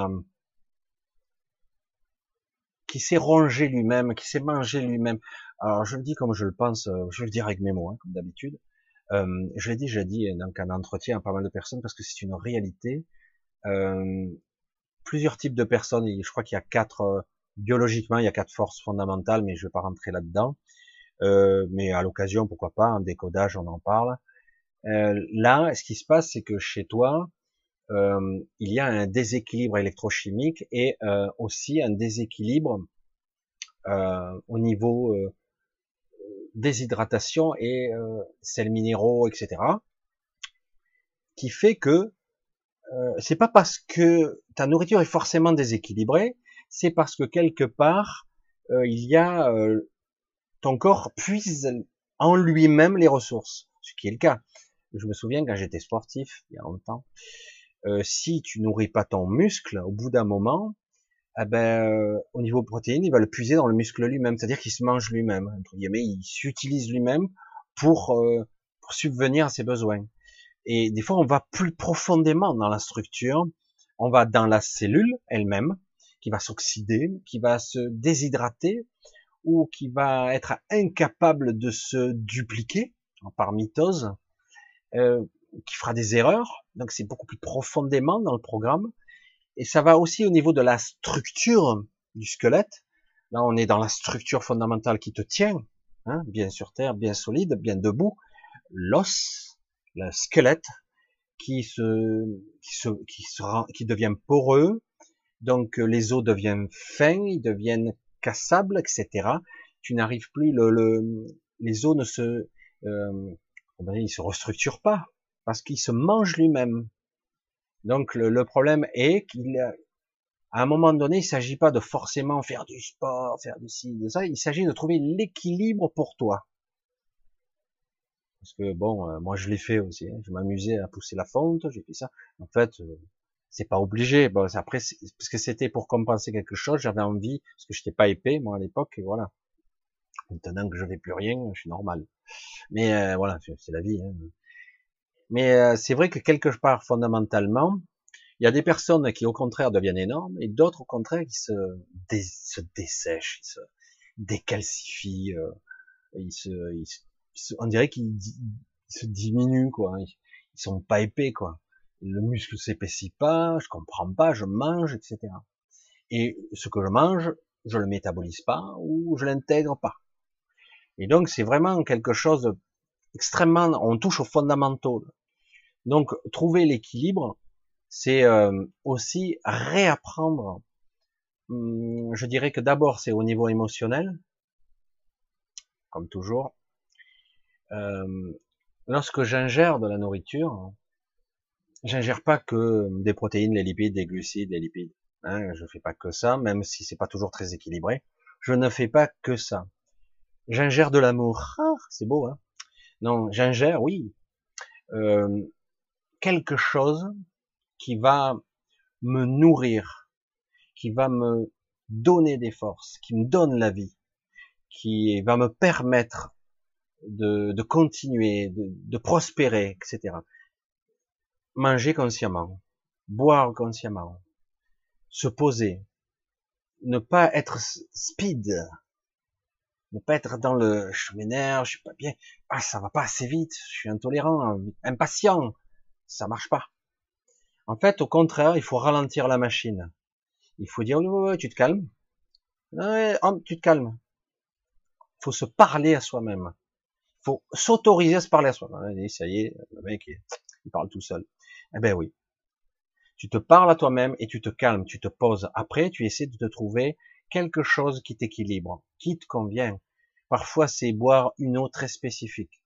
qui s'est rongé lui-même, qui s'est mangé lui-même. Alors je le dis comme je le pense, je vais le dire avec mes mots, hein, comme d'habitude. Je l'ai dit, j'ai dit dans un entretien à pas mal de personnes parce que c'est une réalité. Euh, Plusieurs types de personnes. Je crois qu'il y a 4 biologiquement, il y a 4 forces fondamentales, mais je vais pas rentrer là-dedans. Mais à l'occasion, pourquoi pas, en décodage, on en parle. Là, ce qui se passe, c'est que chez toi, il y a un déséquilibre électrochimique et aussi un déséquilibre au niveau déshydratation et sels minéraux, etc., qui fait que c'est pas parce que ta nourriture est forcément déséquilibrée, c'est parce que quelque part il y a ton corps puise en lui-même les ressources, ce qui est le cas. Je me souviens quand j'étais sportif il y a longtemps, si tu nourris pas ton muscle, au bout d'un moment, eh ben, au niveau protéines, il va le puiser dans le muscle lui-même, c'est-à-dire qu'il se mange lui-même, entre guillemets, il s'utilise lui-même pour subvenir à ses besoins. Et des fois, on va plus profondément dans la structure, on va dans la cellule elle-même, qui va s'oxyder, qui va se déshydrater, ou qui va être incapable de se dupliquer, par mitose, qui fera des erreurs. Donc c'est beaucoup plus profondément dans le programme. Et ça va aussi au niveau de la structure du squelette. Là, on est dans la structure fondamentale qui te tient, hein, bien sur terre, bien solide, bien debout. L'os, le squelette, qui devient poreux. Donc les os deviennent fins, ils deviennent cassables, etc. Tu n'arrives plus, les os ne se, ils se restructurent pas parce qu'il se mange lui-même. Donc le problème est à un moment donné, il ne s'agit pas de forcément faire du sport, faire du ci, de ça. Il s'agit de trouver l'équilibre pour toi. Parce que bon, moi je l'ai fait aussi. Hein. Je m'amusais à pousser la fonte, j'ai fait ça. En fait, c'est pas obligé. Bon, après, parce que c'était pour compenser quelque chose. J'avais envie, parce que j'étais pas épais moi à l'époque, et voilà. Maintenant que je vais plus rien, je suis normal. Mais voilà, c'est la vie. Hein. Mais c'est vrai que quelque part, fondamentalement, il y a des personnes qui, au contraire, deviennent énormes, et d'autres, au contraire, qui se dessèchent, ils se décalcifient, on dirait qu'ils se diminuent, quoi. Ils sont pas épais, quoi. Le muscle s'épaissit pas, je comprends pas, je mange, etc. Et ce que je mange, je le métabolise pas ou je l'intègre pas. Et donc, c'est vraiment quelque chose extrêmement, on touche aux fondamentaux. Donc, trouver l'équilibre, c'est aussi réapprendre. Je dirais que d'abord, c'est au niveau émotionnel, comme toujours. Lorsque j'ingère de la nourriture, j'ingère pas que des protéines, les lipides, des glucides, les lipides. Hein, je fais pas que ça, même si c'est pas toujours très équilibré. Je ne fais pas que ça. J'ingère de l'amour. Ah, c'est beau, hein. Non, j'ingère, oui, euh, quelque chose qui va me nourrir, qui va me donner des forces, qui me donne la vie, qui va me permettre de continuer, de prospérer, etc. Manger consciemment, boire consciemment, se poser, ne pas être speed, ne pas être dans le je m'énerve, je suis pas bien, ah ça va pas assez vite, je suis intolérant, impatient, ça marche pas. En fait, au contraire, il faut ralentir la machine. Il faut dire ouais, tu te calmes, ouais, tu te calmes. Il faut se parler à soi-même. Il faut s'autoriser à se parler à soi-même. Ça y est, le mec il parle tout seul. Eh ben oui, tu te parles à toi-même et tu te calmes, tu te poses. Après, tu essaies de te trouver quelque chose qui t'équilibre, qui te convient. Parfois, c'est boire une eau très spécifique,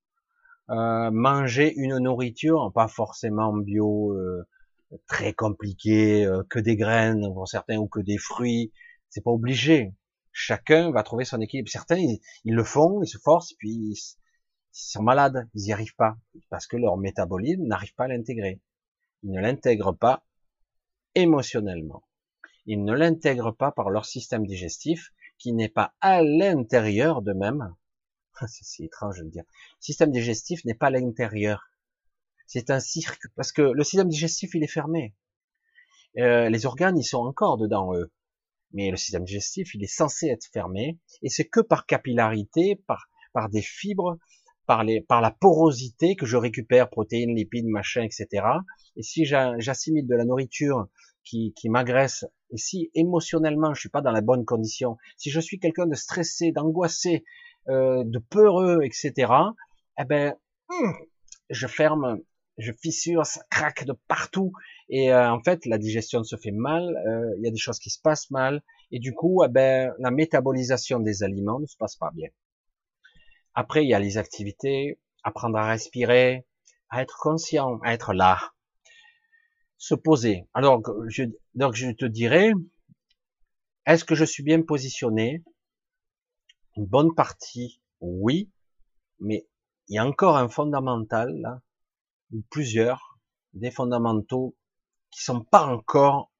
manger une nourriture pas forcément bio, très compliquée, que des graines pour certains ou que des fruits. C'est pas obligé. Chacun va trouver son équilibre. Certains, ils le font, ils se forcent, puis ils sont malades, ils n'y arrivent pas parce que leur métabolisme n'arrive pas à l'intégrer. Ils ne l'intègrent pas émotionnellement. Ils ne l'intègrent pas par leur système digestif qui n'est pas à l'intérieur d'eux-mêmes. C'est étrange de le dire. Le système digestif n'est pas à l'intérieur. C'est un cirque, parce que le système digestif, il est fermé. Les organes, ils sont encore dedans, eux. Mais le système digestif, il est censé être fermé, et c'est que par capillarité, par des fibres, par la porosité que je récupère protéines, lipides, machin, etc. Et si j'assimile de la nourriture qui m'agresse, et si émotionnellement je suis pas dans la bonne condition, si je suis quelqu'un de stressé, d'angoissé, de peureux, etc. Eh ben, je ferme, je fissure, ça craque de partout, et en fait la digestion se fait mal, il y a des choses qui se passent mal, et du coup, eh ben, la métabolisation des aliments ne se passe pas bien. Après, il y a les activités, apprendre à respirer, à être conscient, à être là, se poser. Alors, donc je te dirais, est-ce que je suis bien positionné? Une bonne partie, oui, mais il y a encore un fondamental là, ou plusieurs, des fondamentaux qui sont pas encore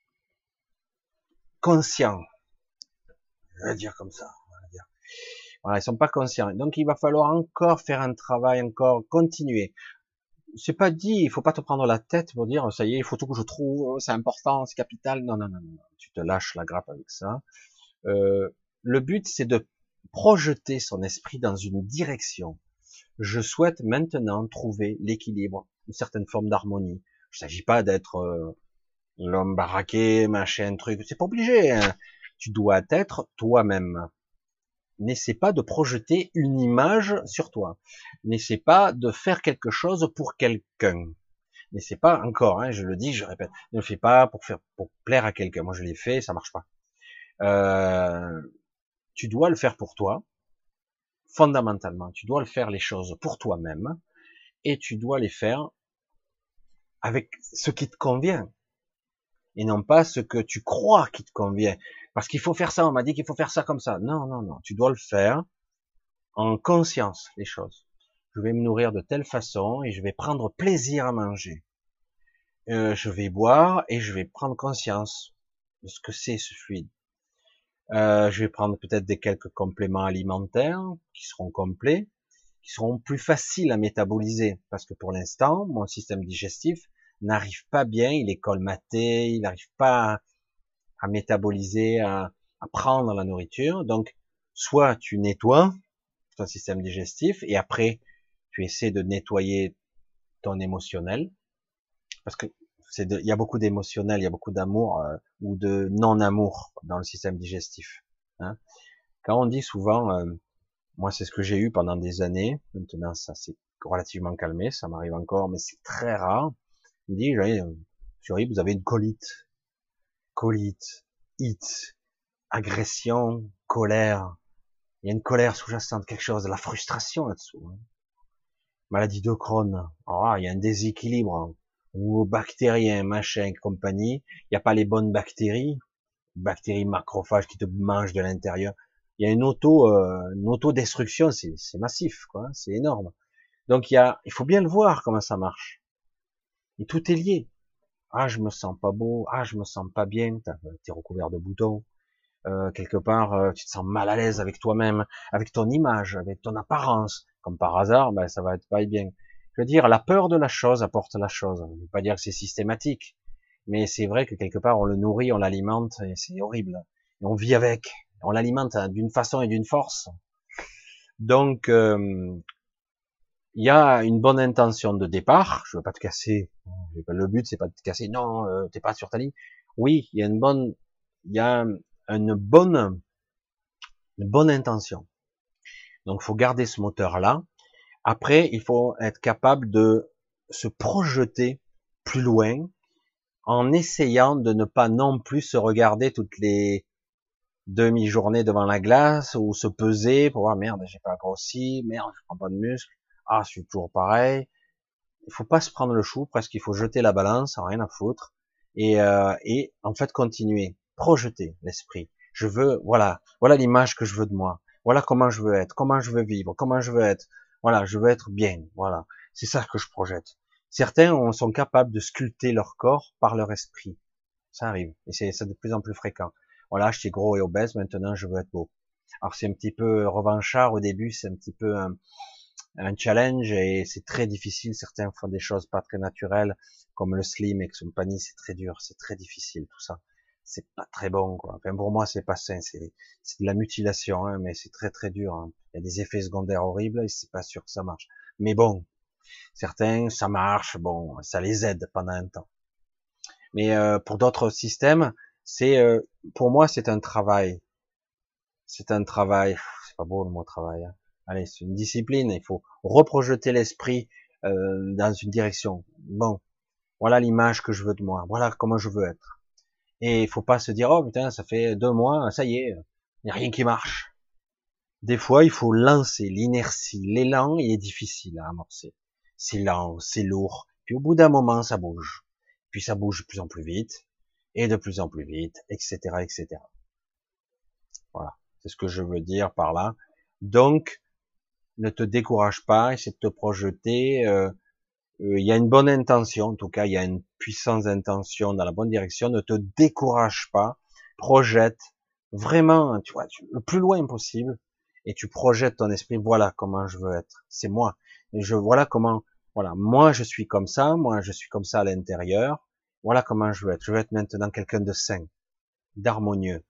conscients. Je vais dire comme ça. Voilà, ils sont pas conscients. Donc il va falloir encore faire un travail, encore continuer. C'est pas dit, il faut pas te prendre la tête pour dire ça y est, il faut tout que je trouve, c'est important, c'est capital. Non, non, non, non. Tu te lâches la grappe avec ça. Le but, c'est de projeter son esprit dans une direction. Je souhaite maintenant trouver l'équilibre, une certaine forme d'harmonie. Il ne s'agit pas d'être l'homme baraqué, machin, truc. C'est pas obligé. Hein. Tu dois être toi-même. N'essaie pas de projeter une image sur toi. N'essaie pas de faire quelque chose pour quelqu'un. N'essaie pas encore, hein, je le dis, je répète, ne le fais pas pour plaire à quelqu'un. Moi, je l'ai fait, ça marche pas. Euh, Tu dois le faire pour toi, fondamentalement. Tu dois le faire les choses pour toi-même et tu dois les faire avec ce qui te convient et non pas ce que tu crois qui te convient. Parce qu'il faut faire ça, on m'a dit qu'il faut faire ça comme ça. Non, non, non. Tu dois le faire en conscience, les choses. Je vais me nourrir de telle façon et je vais prendre plaisir à manger. Je vais boire et je vais prendre conscience de ce que c'est ce fluide. Je vais prendre peut-être des quelques compléments alimentaires qui seront complets, qui seront plus faciles à métaboliser, parce que pour l'instant, mon système digestif n'arrive pas bien, il est colmaté, il n'arrive pas à métaboliser, à prendre la nourriture. Donc, soit tu nettoies ton système digestif et après tu essaies de nettoyer ton émotionnel, parce que il y a beaucoup d'émotionnel, il y a beaucoup d'amour ou de non-amour dans le système digestif. Hein. Quand on dit souvent, moi c'est ce que j'ai eu pendant des années, maintenant ça s'est relativement calmé, ça m'arrive encore, mais c'est très rare. On dit, chérie, vous avez une colite, hit, agression, colère. Il y a une colère sous-jacente, quelque chose, de la frustration là-dessous. Hein. Maladie de Crohn. Oh, il y a un déséquilibre hein, au niveau bactérien, machin, compagnie. Il n'y a pas les bonnes bactéries macrophages qui te mangent de l'intérieur. Il y a une autodestruction, c'est massif, quoi. Hein, c'est énorme. Donc il faut bien le voir comment ça marche. Et tout est lié. Ah, je me sens pas beau. Ah, je me sens pas bien. T'es recouvert de boutons. Quelque part, tu te sens mal à l'aise avec toi-même, avec ton image, avec ton apparence. Comme par hasard, ben, ça va être pas bien. Je veux dire, la peur de la chose apporte la chose. Je ne veux pas dire que c'est systématique, mais c'est vrai que quelque part, on le nourrit, on l'alimente, et c'est horrible. Et on vit avec. On l'alimente d'une façon et d'une force. Donc, il y a une bonne intention de départ. Je veux pas te casser. Le but, c'est pas de te casser. Non, t'es pas sur ta ligne. Oui, il y a il y a une bonne intention. Donc, faut garder ce moteur-là. Après, il faut être capable de se projeter plus loin en essayant de ne pas non plus se regarder toutes les demi-journées devant la glace ou se peser pour voir merde, j'ai pas grossi, merde, je prends pas de muscle, ah, je suis toujours pareil. Il faut pas se prendre le chou, presque il faut jeter la balance, rien à foutre, et en fait continuer, projeter l'esprit. Je veux, voilà l'image que je veux de moi, voilà comment je veux être, comment je veux vivre, comment je veux être, voilà, je veux être bien, voilà, c'est ça que je projette. Certains sont capables de sculpter leur corps par leur esprit, ça arrive, et c'est de plus en plus fréquent. Voilà, j'étais gros et obèse, maintenant je veux être beau. Alors c'est un petit peu revanchard au début, c'est un petit peu un challenge et c'est très difficile. Certains font des choses pas très naturelles, comme le slim et compagnie, c'est très dur, c'est très difficile tout ça. C'est pas très bon, quoi. Enfin, pour moi, c'est pas sain, c'est de la mutilation, hein, mais c'est très très dur. Hein. Il y a des effets secondaires horribles et c'est pas sûr que ça marche. Mais bon, certains, ça marche, bon, ça les aide pendant un temps. Mais pour d'autres systèmes, c'est pour moi, c'est un travail. C'est un travail. C'est pas beau le mot travail. Hein. Allez, c'est une discipline. Il faut reprojeter l'esprit dans une direction. Bon, voilà l'image que je veux de moi. Voilà comment je veux être. Et il faut pas se dire oh putain, ça fait 2 mois, ça y est, il n'y a rien qui marche. Des fois, il faut lancer l'inertie. L'élan, il est difficile à amorcer. C'est lent, c'est lourd. Puis au bout d'un moment, ça bouge. Puis ça bouge de plus en plus vite et de plus en plus vite, etc., etc. Voilà, c'est ce que je veux dire par là. Donc, ne te décourage pas, essaie de te projeter. Il y a une bonne intention, en tout cas, il y a une puissance d'intention dans la bonne direction. Ne te décourage pas, projette vraiment, tu vois, le plus loin possible, et tu projettes ton esprit. Voilà comment je veux être. C'est moi. Et voilà comment. Voilà, moi je suis comme ça. Moi je suis comme ça à l'intérieur. Voilà comment je veux être. Je veux être maintenant quelqu'un de sain, d'harmonieux.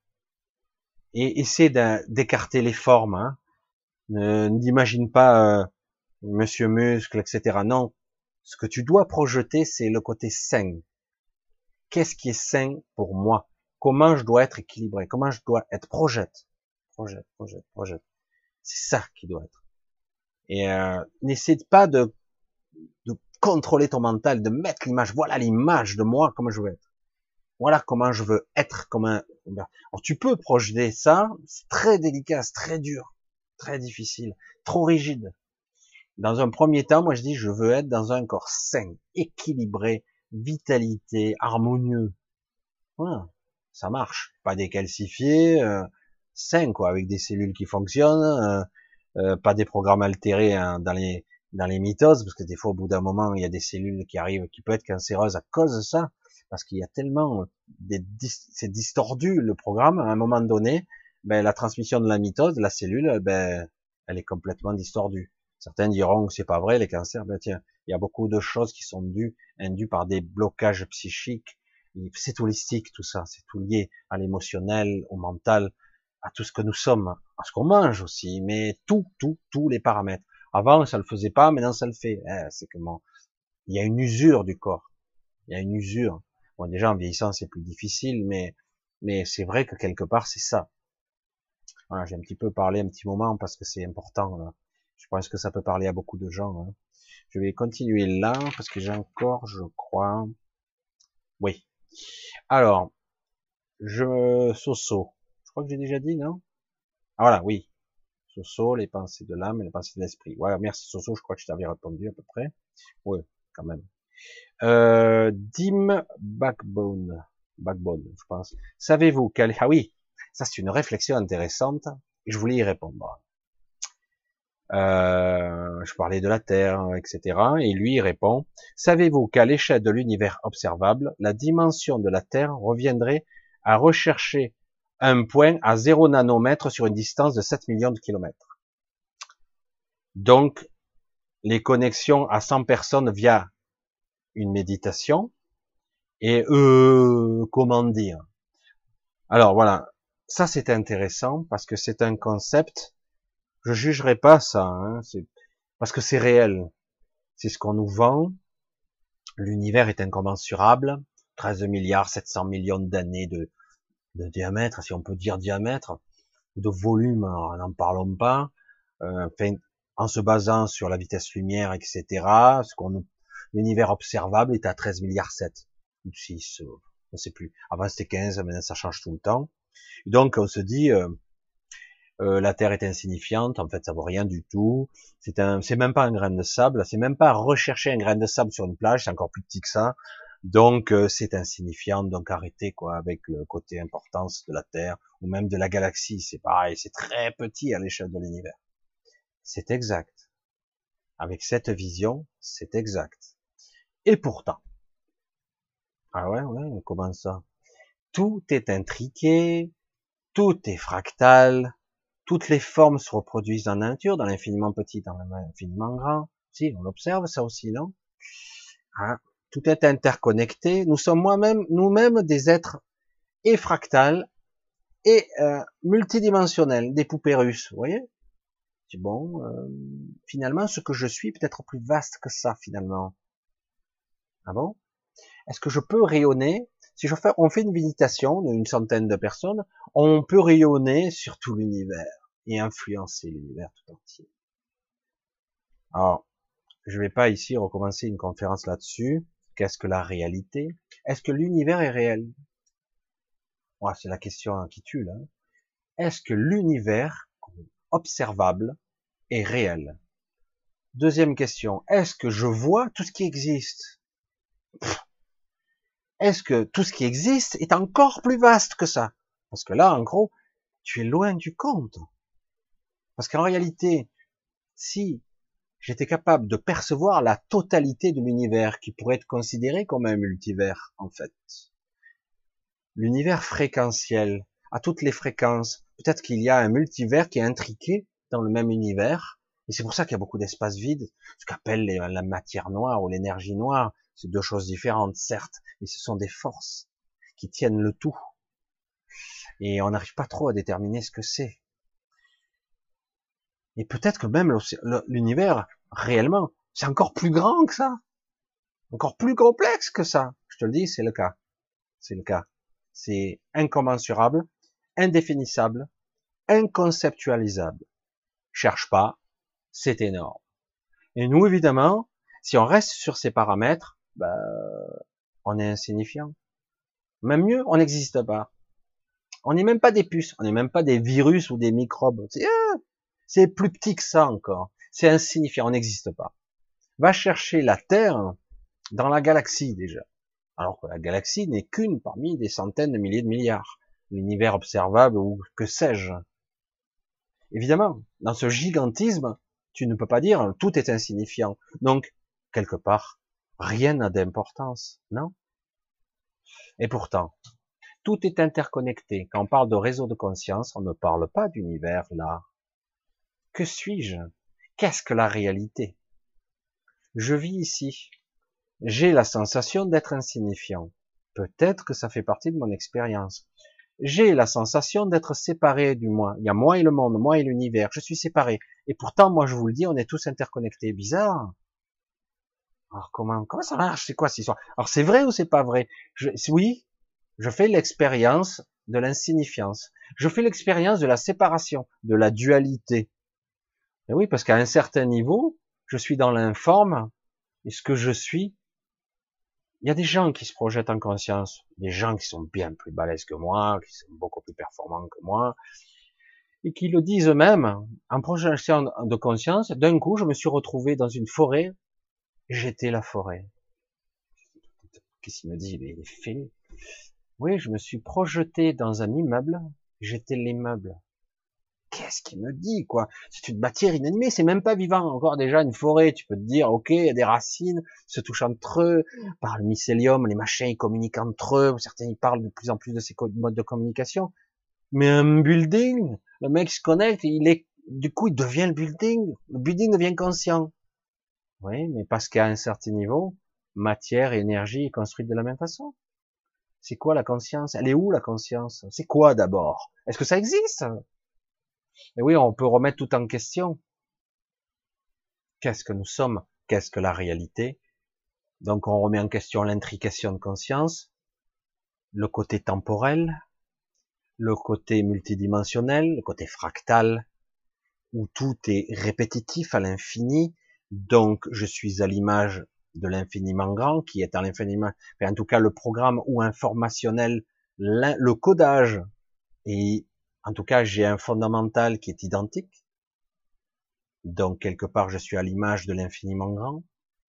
Et essaie d'écarter les formes. Hein. N'imagine pas Monsieur Muscle, etc. Non. Ce que tu dois projeter, c'est le côté sain. Qu'est-ce qui est sain pour moi? Comment je dois être équilibré? Comment je dois être? Projette. C'est ça qui doit être. Et n'essaie pas de contrôler ton mental, de mettre l'image. Voilà l'image de moi, comment je veux être. Voilà comment je veux être. Alors tu peux projeter ça. C'est très délicat, c'est très dur, très difficile, trop rigide. Dans un premier temps, moi je dis, je veux être dans un corps sain, équilibré, vitalité, harmonieux. Voilà, ça marche. Pas décalcifié, sain quoi, avec des cellules qui fonctionnent, pas des programmes altérés hein, dans les mitoses, parce que des fois au bout d'un moment il y a des cellules qui arrivent, qui peuvent être cancéreuses à cause de ça, parce qu'il y a tellement c'est distordu le programme à un moment donné, ben la transmission de la mitose, de la cellule, ben elle est complètement distordue. Certains diront que c'est pas vrai les cancers, ben tiens, il y a beaucoup de choses qui sont indues par des blocages psychiques. C'est holistique tout ça, c'est tout lié à l'émotionnel, au mental, à tout ce que nous sommes, à ce qu'on mange aussi, mais tous les paramètres. Avant, ça le faisait pas, maintenant ça le fait. C'est comment il y a une usure du corps. Il y a une usure. Bon, déjà en vieillissant, c'est plus difficile, mais c'est vrai que quelque part c'est ça. Voilà, j'ai un petit peu parlé un petit moment parce que c'est important. Là. Je pense que ça peut parler à beaucoup de gens. Hein. Je vais continuer là parce que j'ai encore, je crois. Oui. Alors, Soso. Je crois que j'ai déjà dit, non? Ah, voilà, oui. Soso, les pensées de l'âme et les pensées de l'esprit. Voilà, merci Soso, je crois que je t'avais répondu à peu près. Oui, quand même. Dim Backbone, je pense. Savez-vous quel... Ah oui, ça c'est une réflexion intéressante, et je voulais y répondre. Je parlais de la Terre, etc. Et lui, il répond, savez-vous qu'à l'échelle de l'univers observable, la dimension de la Terre reviendrait à rechercher un point à 0 nanomètre sur une distance de 7 millions de kilomètres. Donc, les connexions à 100 personnes via une méditation, et comment dire? Alors voilà, ça c'est intéressant parce que c'est un concept, je jugerai pas ça, hein, parce que c'est réel, c'est ce qu'on nous vend. L'univers est incommensurable, 13 milliards 700 millions d'années de diamètre, si on peut dire diamètre, de volume, n'en parlons pas, enfin, en se basant sur la vitesse lumière, etc. L'univers observable est à 13 milliards 7 ou 6, on sait plus. Avant c'était 15, maintenant ça change tout le temps. Et donc on se dit, la Terre est insignifiante, en fait ça vaut rien du tout. C'est même pas un grain de sable, c'est même pas rechercher un grain de sable sur une plage, c'est encore plus petit que ça. Donc c'est insignifiant, donc arrêtez quoi avec le côté importance de la Terre ou même de la galaxie, c'est pareil, c'est très petit à l'échelle de l'univers. C'est exact. Avec cette vision, c'est exact. Et pourtant, ah ouais, comment ça? Tout est intriqué, tout est fractal, toutes les formes se reproduisent dans la nature, dans l'infiniment petit, dans l'infiniment grand. Si, on observe ça aussi, non? Hein, tout est interconnecté. Nous sommes nous-mêmes des êtres et fractals et multidimensionnels, des poupées russes. Vous voyez? C'est bon. Finalement, ce que je suis peut être plus vaste que ça, finalement. Ah bon? Est-ce que je peux rayonner? Si on fait une méditation d'une centaine de personnes, on peut rayonner sur tout l'univers et influencer l'univers tout entier. Alors, je vais pas ici recommencer une conférence là-dessus. Qu'est-ce que la réalité? Est-ce que l'univers est réel? Ouais, c'est la question qui tue là. Est-ce que l'univers observable est réel? Deuxième question. Est-ce que je vois tout ce qui existe? Est-ce que tout ce qui existe est encore plus vaste que ça? Parce que là, en gros, tu es loin du compte. Parce qu'en réalité, si j'étais capable de percevoir la totalité de l'univers qui pourrait être considéré comme un multivers, en fait, l'univers fréquentiel, à toutes les fréquences, peut-être qu'il y a un multivers qui est intriqué dans le même univers, et c'est pour ça qu'il y a beaucoup d'espace vide, ce qu'appelle la matière noire ou l'énergie noire, c'est deux choses différentes, certes, mais ce sont des forces qui tiennent le tout, et on n'arrive pas trop à déterminer ce que c'est. Et peut-être que même l'univers réellement. C'est encore plus grand que ça, encore plus complexe que ça. Je te le dis, c'est le cas. C'est le cas. C'est incommensurable, indéfinissable, inconceptualisable. Cherche pas, c'est énorme. Et nous, évidemment, si on reste sur ces paramètres, ben, on est insignifiant. Même mieux, on n'existe pas. On n'est même pas des puces, on n'est même pas des virus ou des microbes. C'est plus petit que ça encore. C'est insignifiant, on n'existe pas. Va chercher la Terre dans la galaxie déjà. Alors que la galaxie n'est qu'une parmi des centaines de milliers de milliards. L'univers observable ou que sais-je. Évidemment, dans ce gigantisme, tu ne peux pas dire tout est insignifiant. Donc, quelque part, rien n'a d'importance, non? Et pourtant, tout est interconnecté. Quand on parle de réseau de conscience, on ne parle pas d'univers là. Que suis-je? Qu'est-ce que la réalité? Je vis ici. J'ai la sensation d'être insignifiant. Peut-être que ça fait partie de mon expérience. J'ai la sensation d'être séparé du moi. Il y a moi et le monde, moi et l'univers. Je suis séparé. Et pourtant, moi, je vous le dis, on est tous interconnectés. Bizarre. Alors comment ça marche? C'est quoi cette histoire? Alors c'est vrai ou c'est pas vrai? Oui, je fais l'expérience de l'insignifiance. Je fais l'expérience de la séparation, de la dualité. Et oui, parce qu'à un certain niveau, je suis dans l'informe, et ce que je suis, il y a des gens qui se projettent en conscience, des gens qui sont bien plus balèzes que moi, qui sont beaucoup plus performants que moi, et qui le disent eux-mêmes, en projection de conscience, d'un coup, je me suis retrouvé dans une forêt, j'étais la forêt. Qu'est-ce qu'il me dit? Il est fêlé. Oui, je me suis projeté dans un immeuble, j'étais l'immeuble. Qu'est-ce qu'il me dit, quoi? C'est une matière inanimée, c'est même pas vivant. Encore déjà, une forêt, tu peux te dire, ok, il y a des racines, se touchent entre eux, par le mycélium, les machins, ils communiquent entre eux, certains, ils parlent de plus en plus de ces modes de communication. Mais un building, le mec se connecte, du coup, il devient le building devient conscient. Oui, mais parce qu'à un certain niveau, matière et énergie est construite de la même façon. C'est quoi la conscience? Elle est où la conscience? C'est quoi d'abord? Est-ce que ça existe? Et oui, on peut remettre tout en question. Qu'est-ce que nous sommes? Qu'est-ce que la réalité? Donc on remet en question l'intrication de conscience, le côté temporel, le côté multidimensionnel, le côté fractal, où tout est répétitif à l'infini. Donc je suis à l'image de l'infiniment grand, qui est à l'infiniment, enfin, en tout cas le programme ou informationnel, le codage, et en tout cas j'ai un fondamental qui est identique. Donc quelque part je suis à l'image de l'infiniment grand.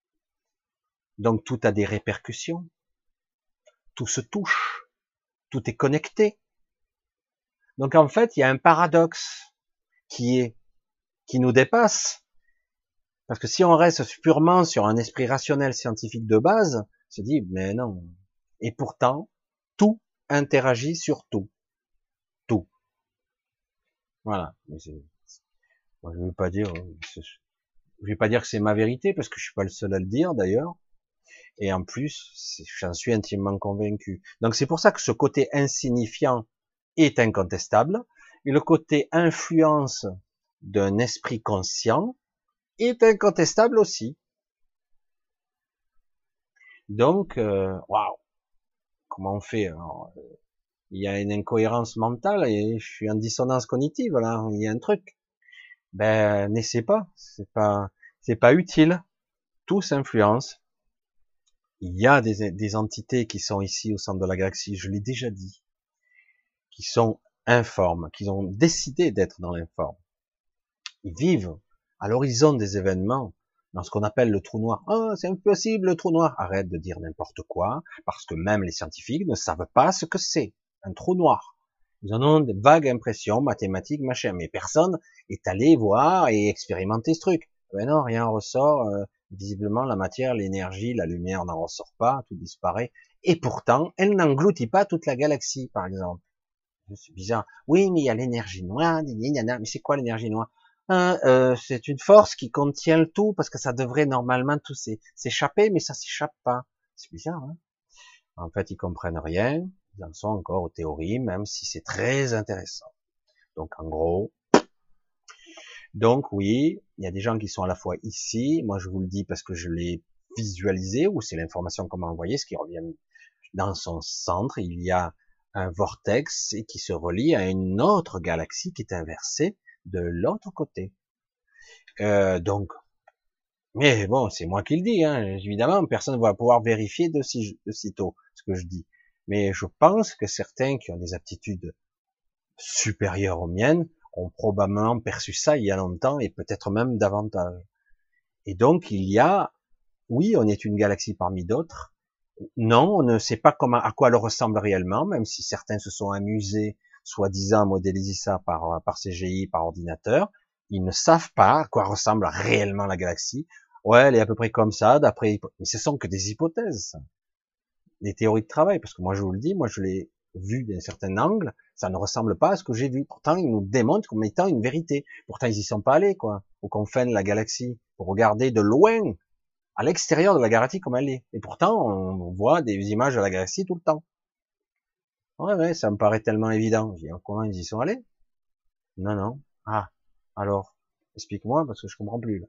Donc tout a des répercussions, tout se touche, tout est connecté. Donc en fait, il y a un paradoxe qui nous dépasse, parce que si on reste purement sur un esprit rationnel scientifique de base, on se dit mais non. Et pourtant, tout interagit sur tout, tout. Voilà. Moi, je vais pas dire que c'est ma vérité parce que je suis pas le seul à le dire d'ailleurs. Et en plus, j'en suis intimement convaincu. Donc c'est pour ça que ce côté insignifiant est incontestable, et le côté influence d'un esprit conscient est incontestable aussi. Donc, waouh, comment on fait? Alors, il y a une incohérence mentale et je suis en dissonance cognitive là. Il y a un truc. Ben, n'essaie pas. C'est pas utile. Tout s'influence. Il y a des entités qui sont ici au centre de la galaxie. Je l'ai déjà dit. Qui sont informes, qui ont décidé d'être dans l'informe. Ils vivent à l'horizon des événements, dans ce qu'on appelle le trou noir. Ah, c'est impossible le trou noir. Arrête de dire n'importe quoi, parce que même les scientifiques ne savent pas ce que c'est, un trou noir. Ils en ont des vagues impressions, mathématiques, machin, mais personne est allé voir et expérimenter ce truc. Ben non, rien ressort, visiblement la matière, l'énergie, la lumière n'en ressort pas, tout disparaît, et pourtant, elle n'engloutit pas toute la galaxie, par exemple. C'est bizarre. Oui, mais il y a l'énergie noire, mais c'est quoi l'énergie noire? C'est une force qui contient le tout, parce que ça devrait normalement tout s'échapper, mais ça s'échappe pas. C'est bizarre, hein? En fait, ils comprennent rien, ils en sont encore aux théories, même si c'est très intéressant. Donc, en gros, Donc oui, il y a des gens qui sont à la fois ici, moi je vous le dis parce que je l'ai visualisé, ou c'est l'information qu'on m'a envoyée, ce qui revient dans son centre, il y a un vortex et qui se relie à une autre galaxie qui est inversée de l'autre côté. Donc, mais bon, c'est moi qui le dis, hein, évidemment, personne ne va pouvoir vérifier de sitôt ce que je dis. Mais je pense que certains qui ont des aptitudes supérieures aux miennes ont probablement perçu ça il y a longtemps et peut-être même davantage. Et donc, il y a, oui, on est une galaxie parmi d'autres. Non, on ne sait pas comment, à quoi elle ressemble réellement, même si certains se sont amusés, soi-disant, à modéliser ça par CGI, par ordinateur. Ils ne savent pas à quoi ressemble réellement la galaxie. Ouais, elle est à peu près comme ça, mais ce sont que des hypothèses, ça. Des théories de travail, parce que moi, je vous le dis, moi, je l'ai vu d'un certain angle, ça ne ressemble pas à ce que j'ai vu. Pourtant, ils nous démontrent comme étant une vérité. Pourtant, ils y sont pas allés, quoi, aux confins de la galaxie, pour regarder de loin à l'extérieur de la galaxie comme elle est. Et pourtant, on voit des images de la galaxie tout le temps. Ouais, ouais, ça me paraît tellement évident. Je dis, comment ils y sont allés? Non, non. Ah, alors, explique-moi, parce que je comprends plus, là.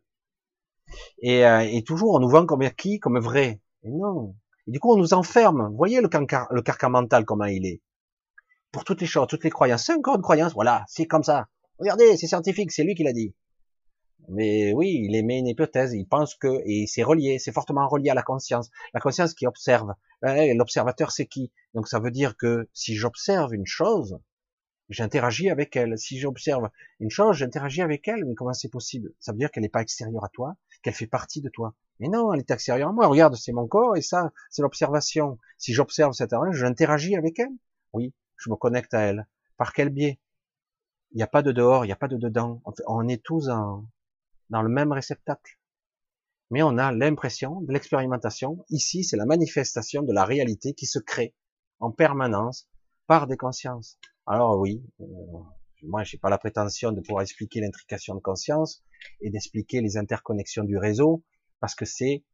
Et toujours, on nous vend comme acquis, comme vrai. Et non. Et du coup, on nous enferme. Vous voyez le carcan mental, comment il est. Pour toutes les choses, toutes les croyances. C'est encore une croyance, voilà, c'est comme ça. Regardez, c'est scientifique, c'est lui qui l'a dit. Mais oui, il émet une hypothèse, il pense que, et c'est relié, c'est fortement relié à la conscience. La conscience qui observe. L'observateur, c'est qui? Donc ça veut dire que si j'observe une chose, j'interagis avec elle. Si j'observe une chose, j'interagis avec elle. Mais comment c'est possible? Ça veut dire qu'elle n'est pas extérieure à toi, qu'elle fait partie de toi. Mais non, elle est extérieure à moi. Regarde, c'est mon corps et ça, c'est l'observation. Si j'observe cette image, j'interagis avec elle. Oui, je me connecte à elle. Par quel biais? Il n'y a pas de dehors, il n'y a pas de dedans. En fait, on est tous dans le même réceptacle. Mais on a l'impression de l'expérimentation. Ici, c'est la manifestation de la réalité qui se crée en permanence par des consciences. Alors oui, moi, j'ai pas la prétention de pouvoir expliquer l'intrication de conscience et d'expliquer les interconnexions du réseau, parce que c'est,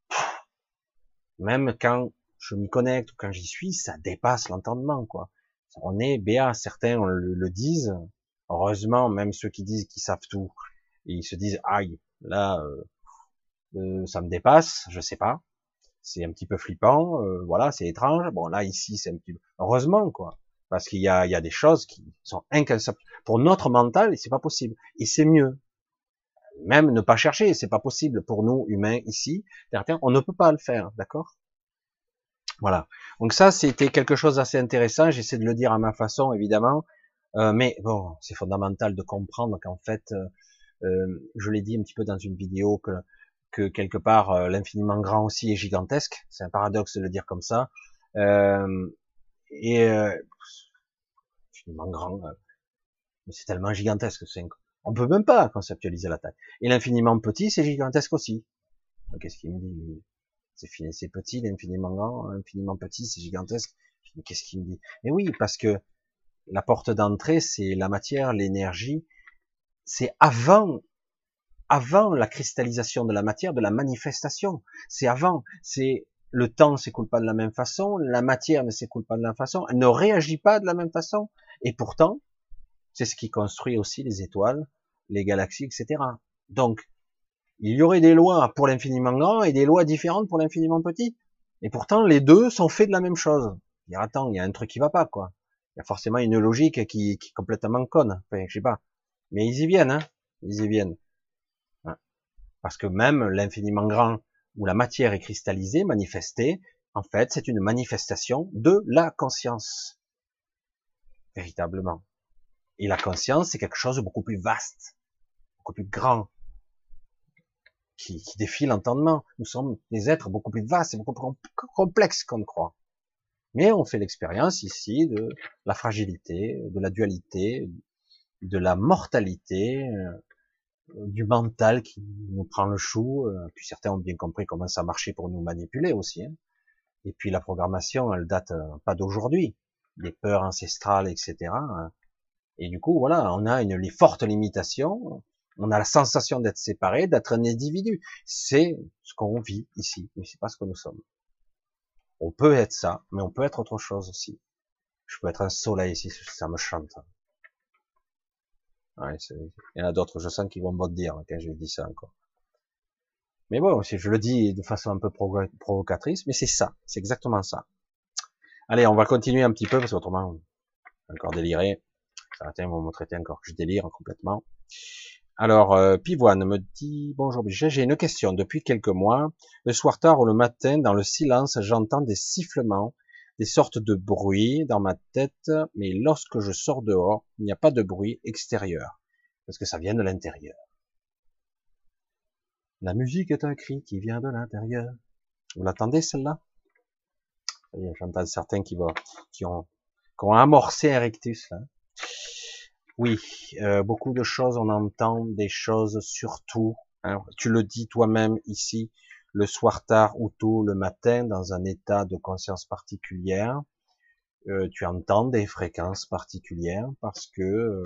même quand je m'y connecte ou quand j'y suis, ça dépasse l'entendement, quoi. On est béat, certains le disent. Heureusement, même ceux qui disent qu'ils savent tout, ils se disent, aïe, là, ça me dépasse, je sais pas. C'est un petit peu flippant, voilà, c'est étrange. Bon, là, ici, c'est un petit peu, heureusement, quoi. Parce il y a des choses qui sont incansables. Pour notre mental, c'est pas possible. Et c'est mieux. Même ne pas chercher, c'est pas possible pour nous, humains, ici. On ne peut pas le faire, d'accord? Voilà. Donc ça, c'était quelque chose d'assez intéressant. J'essaie de le dire à ma façon, évidemment. Mais bon, c'est fondamental de comprendre qu'en fait, je l'ai dit un petit peu dans une vidéo que quelque part l'infiniment grand aussi est gigantesque. C'est un paradoxe de le dire comme ça. Euh, et Infiniment grand, mais c'est tellement gigantesque. On peut même pas conceptualiser la taille. Et l'infiniment petit, c'est gigantesque aussi. Qu'est-ce qu'il me dit lui? C'est petit, l'infiniment grand, l'infiniment petit, c'est gigantesque. Qu'est-ce qu'il me dit? Et oui, parce que la porte d'entrée, c'est la matière, l'énergie. C'est avant la cristallisation de la matière, de la manifestation. C'est avant. C'est le temps s'écoule pas de la même façon, la matière ne s'écoule pas de la même façon, elle ne réagit pas de la même façon. Et pourtant, c'est ce qui construit aussi les étoiles, les galaxies, etc. Donc, il y aurait des lois pour l'infiniment grand et des lois différentes pour l'infiniment petit. Et pourtant, les deux sont faits de la même chose. Attends, il y a un truc qui va pas, quoi. Il y a forcément une logique qui est complètement conne. Enfin, je sais pas. Mais ils y viennent, hein. Ils y viennent. Hein. Parce que même l'infiniment grand, où la matière est cristallisée, manifestée, en fait, c'est une manifestation de la conscience. Véritablement. Et la conscience, c'est quelque chose de beaucoup plus vaste, beaucoup plus grand, qui défie l'entendement. Nous sommes des êtres beaucoup plus vastes et beaucoup plus complexes qu'on ne croit. Mais on fait l'expérience ici de la fragilité, de la dualité, de la mortalité, du mental qui nous prend le chou. Puis certains ont bien compris comment ça marchait pour nous manipuler aussi. Hein. Et puis la programmation, elle date pas d'aujourd'hui. Les peurs ancestrales, etc. Hein. Et du coup, voilà, on a une forte limitation. On a la sensation d'être séparé, d'être un individu. C'est ce qu'on vit ici, mais c'est pas ce que nous sommes. On peut être ça, mais on peut être autre chose aussi. Je peux être un soleil si ça me chante. Ouais, il y en a d'autres, je sens qu'ils vont me dire quand je dis ça encore. Mais bon, si je le dis de façon un peu provocatrice, mais c'est ça, c'est exactement ça. Allez, on va continuer un petit peu, parce qu'autrement, encore déliré. Certains vont me traiter encore que je délire complètement. Alors, Pivoine me dit, bonjour Brigitte, j'ai une question. Depuis quelques mois, le soir tard ou le matin, dans le silence, j'entends des sifflements, des sortes de bruits dans ma tête, mais lorsque je sors dehors, il n'y a pas de bruit extérieur, parce que ça vient de l'intérieur. La musique est un cri qui vient de l'intérieur. Vous l'attendez celle-là? J'entends certains qui ont amorcé un rictus là. Oui, beaucoup de choses, on entend des choses surtout. Hein, tu le dis toi-même ici, le soir tard ou tôt le matin, dans un état de conscience particulière, tu entends des fréquences particulières parce que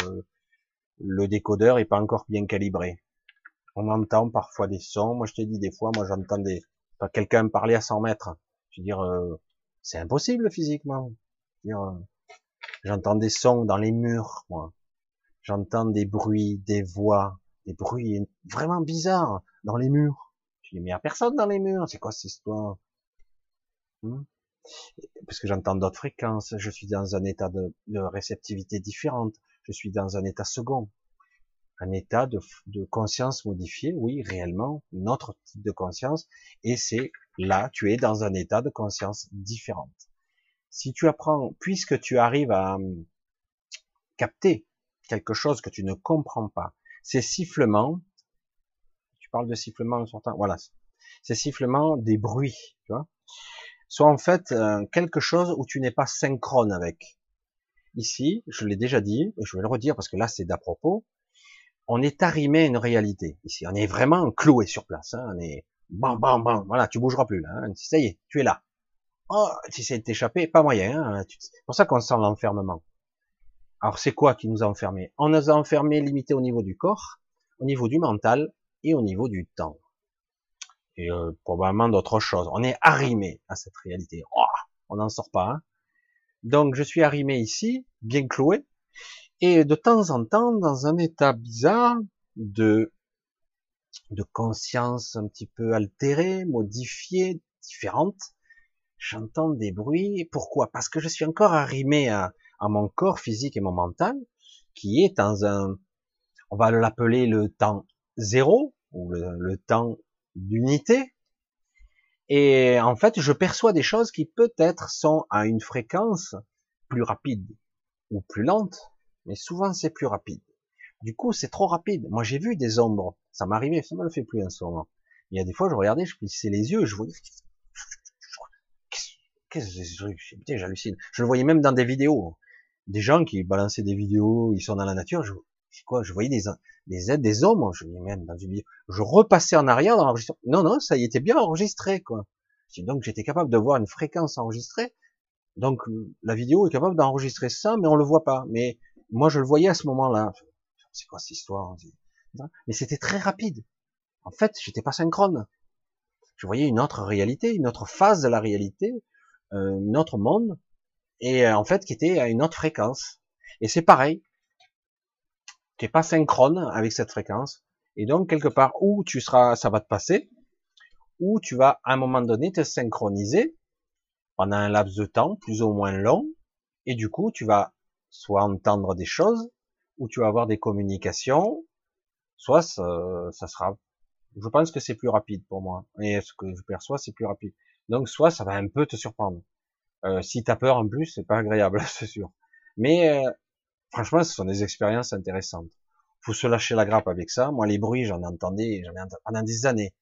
le décodeur est pas encore bien calibré. On entend parfois des sons. Moi, je t'ai dit des fois, moi j'entends quelqu'un parler à 100 mètres. Je veux dire, c'est impossible physiquement. Je veux dire, j'entends des sons dans les murs, moi. J'entends des bruits, des voix, des bruits vraiment bizarres dans les murs. Je dis, mais il n'y a personne dans les murs, c'est quoi cette histoire? Hmm. Parce que j'entends d'autres fréquences, je suis dans un état de réceptivité différente, je suis dans un état second, un état de conscience modifié, oui, réellement, notre type de conscience, et c'est là, tu es dans un état de conscience différente. Si tu apprends, puisque tu arrives à capter quelque chose que tu ne comprends pas, ces sifflements, tu parles de sifflements en sortant, voilà, ces sifflements, des bruits, tu vois, soit en fait quelque chose où tu n'es pas synchrone avec. Ici, je l'ai déjà dit, et je vais le redire parce que là c'est d'à propos, on est arrimé à une réalité. Ici, on est vraiment cloué sur place. Hein, on est bam bam bam, voilà, tu bougeras plus là. Hein, ça y est, tu es là. Oh, tu essaies de t'échapper, pas moyen. Hein, c'est pour ça qu'on sent l'enfermement. Alors c'est quoi qui nous a enfermés? On nous a enfermés, limités au niveau du corps, au niveau du mental et au niveau du temps. Et probablement d'autres choses. On est arrimé à cette réalité. Oh, on n'en sort pas. Hein. Donc je suis arrimé ici, bien cloué, et de temps en temps dans un état bizarre de conscience un petit peu altérée, modifiée, différente. J'entends des bruits. Pourquoi? Parce que je suis encore arrimé à mon corps physique et mon mental, qui est dans un, on va l'appeler le temps zéro, ou le temps d'unité. Et en fait, je perçois des choses qui peut-être sont à une fréquence plus rapide ou plus lente, mais souvent c'est plus rapide. Du coup, c'est trop rapide. Moi, j'ai vu des ombres. Ça m'arrivait, ça me le fait plus en ce moment. Il y a des fois, je regardais, je plissais les yeux, je voyais, qu'est-ce que c'est ce truc? Putain, j'hallucine. Je le voyais même dans des vidéos. Des gens qui balançaient des vidéos, ils sont dans la nature, je voyais des ombres, je dis même dans une vidéo. Je repassais en arrière dans l'enregistrement. Non, non, ça y était bien enregistré, quoi. Donc, j'étais capable de voir une fréquence enregistrée. Donc, la vidéo est capable d'enregistrer ça, mais on le voit pas. Mais moi, je le voyais à ce moment-là. C'est quoi cette histoire? Mais c'était très rapide. En fait, j'étais pas synchrone. Je voyais une autre réalité, une autre phase de la réalité, un autre monde, et en fait, qui était à une autre fréquence. Et c'est pareil. Tu n'es pas synchrone avec cette fréquence. Et donc, quelque part, où tu seras, ça va te passer, ou tu vas, à un moment donné, te synchroniser pendant un laps de temps, plus ou moins long, et du coup, tu vas soit entendre des choses, ou tu vas avoir des communications, soit ça sera, je pense que c'est plus rapide pour moi. Et ce que je perçois, c'est plus rapide. Donc, soit ça va un peu te surprendre. Si t'as peur en plus, c'est pas agréable, c'est sûr. Mais franchement, ce sont des expériences intéressantes. Faut se lâcher la grappe avec ça. Moi, les bruits, j'en ai entendu pendant des années.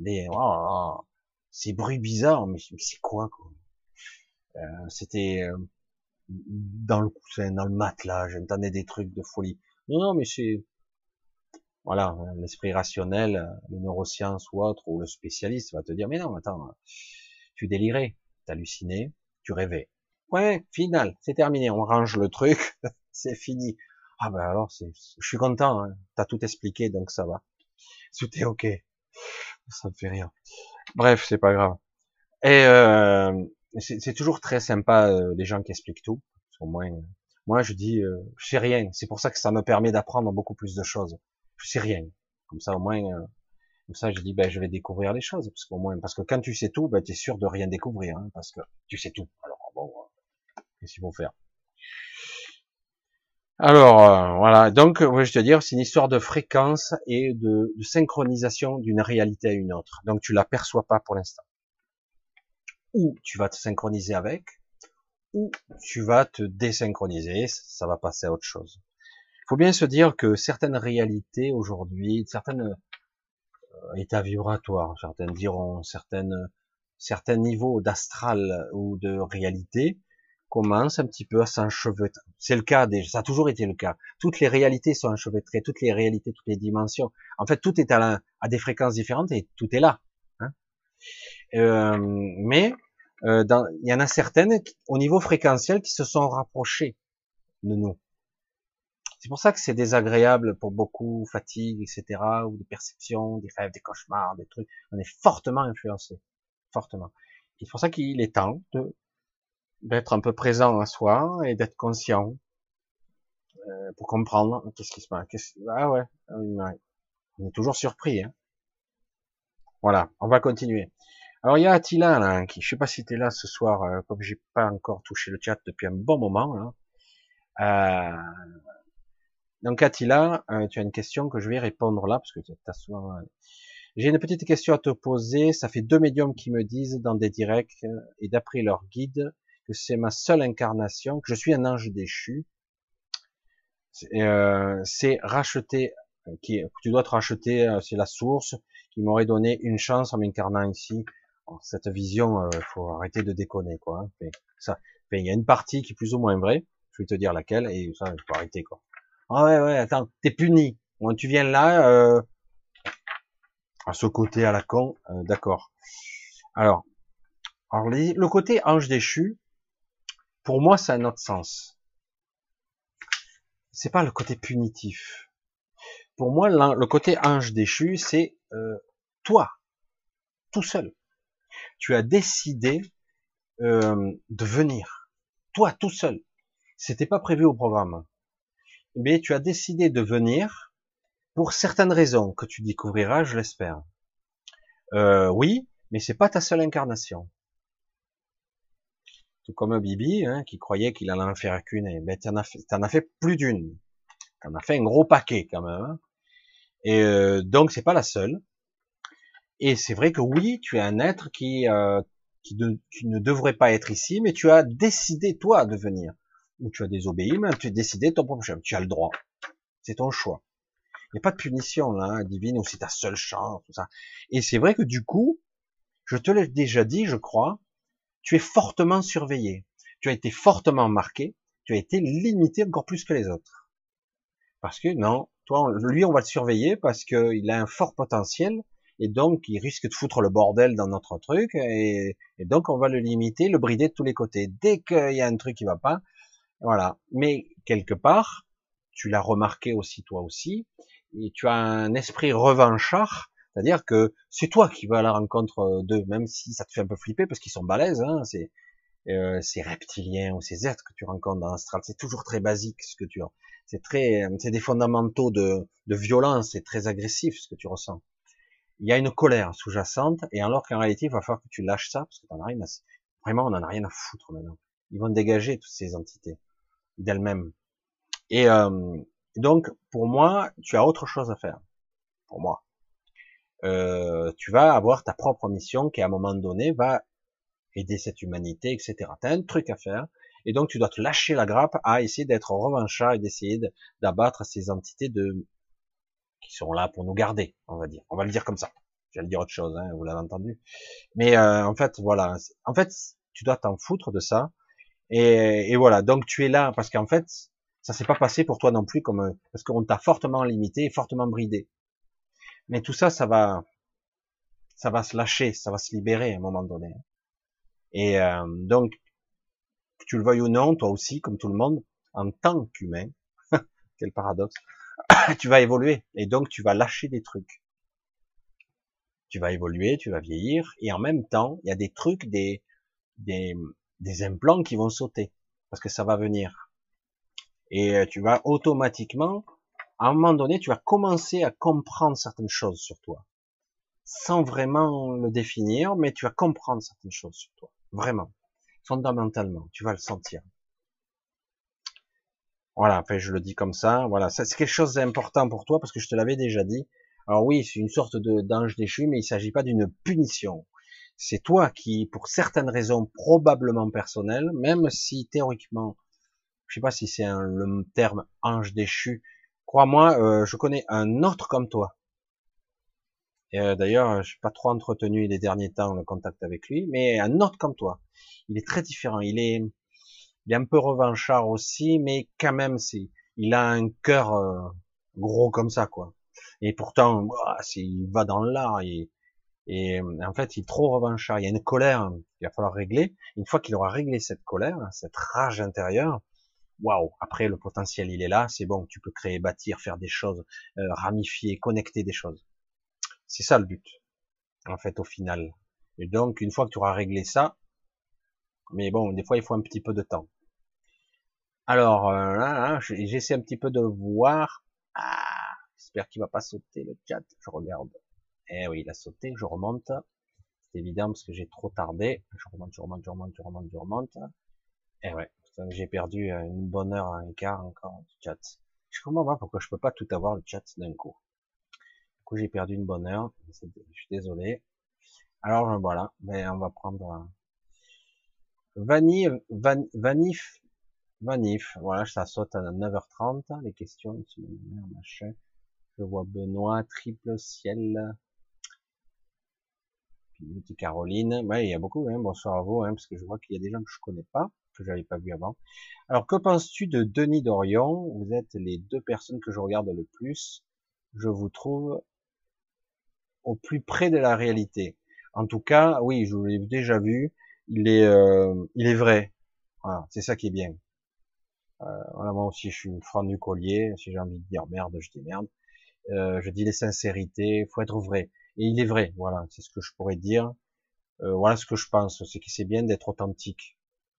Ces bruits bizarres, mais c'est quoi? C'était dans le coussin, dans le matelas, j'entendais des trucs de folie. Non, non, mais c'est, voilà, hein, l'esprit rationnel, les neurosciences ou autre, ou le spécialiste va te dire, mais non, attends, tu délirais, t'hallucinais, tu rêvais. Ouais, final, c'est terminé, on range le truc, c'est fini. Ah ben alors, je suis content, hein, t'as tout expliqué, donc ça va. Tout est ok, ça me fait rire. Bref, c'est pas grave. Et c'est toujours très sympa les gens qui expliquent tout, au moins Moi, je dis, je sais rien. C'est pour ça que ça me permet d'apprendre beaucoup plus de choses. Je sais rien. Comme ça, au moins, comme ça, je dis, ben, je vais découvrir les choses, parce qu'au moins, parce que quand tu sais tout, ben, tu es sûr de rien découvrir, hein, parce que tu sais tout. Alors, bon, qu'est-ce qu'il faut faire? Alors, voilà. Donc, ouais, je te dire, c'est une histoire de fréquence et de synchronisation d'une réalité à une autre. Donc, tu l'aperçois pas pour l'instant. Ou tu vas te synchroniser avec, ou tu vas te désynchroniser, ça va passer à autre chose. Il faut bien se dire que certaines réalités aujourd'hui, certains états vibratoires, certains diront, certains niveaux d'astral ou de réalité commencent un petit peu à s'enchevêtrer. C'est le cas, ça a toujours été le cas. Toutes les réalités sont enchevêtrées, toutes les réalités, toutes les dimensions. En fait, tout est à des fréquences différentes et tout est là. Hein. Mais il y en a certaines au niveau fréquentiel qui se sont rapprochées de nous. C'est pour ça que c'est désagréable pour beaucoup, fatigue, etc., ou des perceptions, des rêves, des cauchemars, des trucs. On est fortement influencé, fortement. Et c'est pour ça qu'il est temps d'être un peu présent à soi et d'être conscient pour comprendre qu'est-ce qui se passe. Ah ouais, ah oui, ouais. On est toujours surpris. Hein. Voilà, on va continuer. Alors il y a Attila là, qui, je sais pas si tu es là ce soir, comme j'ai pas encore touché le chat depuis un bon moment. Là. Donc Attila, tu as une question que je vais répondre là, parce que tu as souvent... J'ai une petite question à te poser. Ça fait 2 médiums qui me disent dans des directs, et d'après leur guide, que c'est ma seule incarnation, que je suis un ange déchu. C'est racheter, tu dois te racheter, c'est la source, qui m'aurait donné une chance en m'incarnant ici. Alors, cette vision, faut arrêter de déconner, quoi. Hein. Il y a une partie qui est plus ou moins vraie, je vais te dire laquelle, et ça, il faut arrêter, quoi. Ah ouais, ouais, attends, t'es puni. Bon, tu viens là, à ce côté à la con, d'accord. Alors, le côté ange déchu, pour moi, ça a un autre sens. C'est pas le côté punitif. Pour moi, le côté ange déchu, c'est toi, tout seul. Tu as décidé de venir, toi, tout seul. C'était pas prévu au programme, mais tu as décidé de venir pour certaines raisons que tu découvriras, je l'espère. Oui, mais c'est pas ta seule incarnation. Tout comme Bibi, hein, qui croyait qu'il allait en faire qu'une, et ben t'en as fait plus d'une. T'en as fait un gros paquet quand même. Hein. Et donc c'est pas la seule. Et c'est vrai que oui, tu es un être qui ne devrait pas être ici, mais tu as décidé toi de venir. Ou tu as désobéi, mais tu as décidé ton propre chemin. Tu as le droit. C'est ton choix. Il n'y a pas de punition là, hein, divine, ou c'est ta seule chance, tout ça. Et c'est vrai que du coup, je te l'ai déjà dit, je crois, tu es fortement surveillé. Tu as été fortement marqué. Tu as été limité encore plus que les autres. Parce que non, toi, lui, on va le surveiller parce qu'il a un fort potentiel et donc il risque de foutre le bordel dans notre truc et donc on va le limiter, le brider de tous les côtés. Dès qu'il y a un truc qui va pas, voilà. Mais quelque part, tu l'as remarqué aussi toi aussi, et tu as un esprit revanchard, c'est-à-dire que c'est toi qui vas à la rencontre d'eux, même si ça te fait un peu flipper parce qu'ils sont balèzes, hein, ces reptiliens ou ces êtres que tu rencontres dans l'astral, c'est toujours très basique ce que tu as. C'est des fondamentaux de violence, c'est très agressif ce que tu ressens. Il y a une colère sous-jacente, et alors qu'en réalité, il va falloir que tu lâches ça, parce que t'en as rien à, vraiment, on en a rien à foutre maintenant. Ils vont dégager toutes ces entités d'elles-mêmes. Et donc, pour moi, tu as autre chose à faire. Pour moi, tu vas avoir ta propre mission qui, à un moment donné, va aider cette humanité, etc. Tu as un truc à faire, et donc tu dois te lâcher la grappe à essayer d'être revanchard et d'essayer d'abattre ces entités qui sont là pour nous garder, on va dire. On va le dire comme ça. Je vais le dire autre chose, hein, vous l'avez entendu. Mais en fait, voilà. En fait, tu dois t'en foutre de ça. Et voilà. Donc tu es là parce qu'en fait, ça s'est pas passé pour toi non plus comme parce qu'on t'a fortement limité et fortement bridé. Mais tout ça, ça va se lâcher, ça va se libérer à un moment donné. Et donc, que tu le veuilles ou non, toi aussi, comme tout le monde, en tant qu'humain, quel paradoxe, tu vas évoluer. Et donc, tu vas lâcher des trucs. Tu vas évoluer, tu vas vieillir, et en même temps, il y a des trucs, des implants qui vont sauter, parce que ça va venir. Et tu vas automatiquement, à un moment donné, tu vas commencer à comprendre certaines choses sur toi, sans vraiment le définir, mais tu vas comprendre certaines choses sur toi, vraiment, fondamentalement, tu vas le sentir. Voilà, enfin, je le dis comme ça, voilà, ça c'est quelque chose d'important pour toi, parce que je te l'avais déjà dit. Alors oui, c'est une sorte d'ange déchu, mais il s'agit pas d'une punition. C'est toi qui, pour certaines raisons probablement personnelles, même si théoriquement, je sais pas si c'est le terme ange déchu, crois-moi, je connais un autre comme toi. Et d'ailleurs, je suis pas trop entretenu les derniers temps le contact avec lui, mais un autre comme toi. Il est très différent. Il est un peu revanchard aussi, mais quand même, il a un cœur gros comme ça, quoi. Et pourtant, ouah, il va dans l'art et en fait, il est trop revanchard. Il y a une colère qu'il va falloir régler. Une fois qu'il aura réglé cette colère, cette rage intérieure, waouh, après le potentiel il est là, c'est bon, tu peux créer, bâtir, faire des choses, ramifier, connecter des choses. C'est ça le but, en fait, au final. Et donc, une fois que tu auras réglé ça, mais bon, des fois il faut un petit peu de temps. Alors, là, j'essaie un petit peu de voir. Ah, j'espère qu'il va pas sauter le chat. Je regarde. Eh oui, il a sauté, je remonte. C'est évident parce que j'ai trop tardé. Je remonte, je remonte, je remonte, je remonte, je remonte. Eh ouais, j'ai perdu une bonne heure, un quart encore de chat. Je comprends pas pourquoi je peux pas tout avoir le chat d'un coup. Du coup, j'ai perdu une bonne heure. Je suis désolé. Alors voilà, mais on va prendre Vanif, Vanif. Voilà, ça saute à 9h30. Les questions, machin. Je vois Benoît, Triple Ciel, puis Caroline. Ouais, il y a beaucoup. Hein. Bonsoir à vous, hein, parce que je vois qu'il y a des gens que je connais pas, que j'avais pas vu avant. Alors, que penses-tu de Denis Dorion? Vous êtes les deux personnes que je regarde le plus. Je vous trouve au plus près de la réalité. En tout cas, oui, je l'ai déjà vu. Il est vrai. Voilà, c'est ça qui est bien. Voilà, moi aussi, je suis franc du collier. Si j'ai envie de dire merde, je dis merde. Je dis les sincérités. Faut être vrai. Et il est vrai. Voilà, c'est ce que je pourrais dire. Voilà ce que je pense. C'est que c'est bien d'être authentique.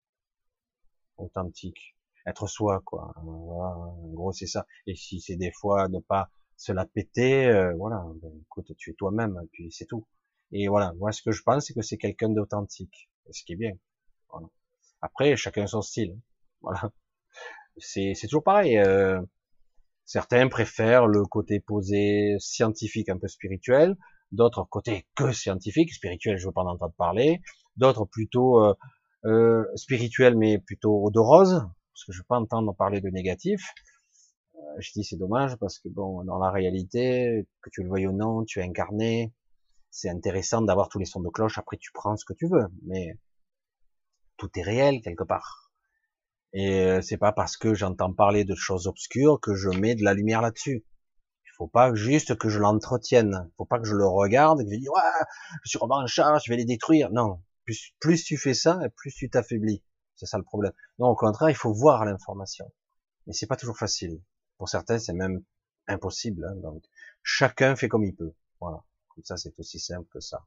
Authentique. Être soi, quoi. Voilà, en gros, c'est ça. Et si c'est des fois ne pas se la péter, voilà, ben, écoute, tu es toi-même, puis c'est tout. Et voilà, moi, ce que je pense, c'est que c'est quelqu'un d'authentique. Ce qui est bien. Voilà. Après, chacun son style. Voilà. C'est toujours pareil. Certains préfèrent le côté posé, scientifique, un peu spirituel. D'autres côté que scientifique, spirituel, je veux pas en entendre parler. D'autres plutôt spirituel, mais plutôt de rose, parce que je veux pas entendre parler de négatif. Je dis c'est dommage parce que bon, dans la réalité, que tu le veuilles ou non, tu es incarné. C'est intéressant d'avoir tous les sons de cloche. Après, tu prends ce que tu veux, mais tout est réel quelque part. Et c'est pas parce que j'entends parler de choses obscures que je mets de la lumière là-dessus. Il faut pas juste que je l'entretienne. Il faut pas que je le regarde et que je dis ouais, je suis revanchard, je vais les détruire. Non. Plus tu fais ça, plus tu t'affaiblis. C'est ça le problème. Non, au contraire, il faut voir l'information. Mais c'est pas toujours facile. Pour certains, c'est même impossible. Hein. Donc, chacun fait comme il peut. Voilà. Comme ça, c'est aussi simple que ça.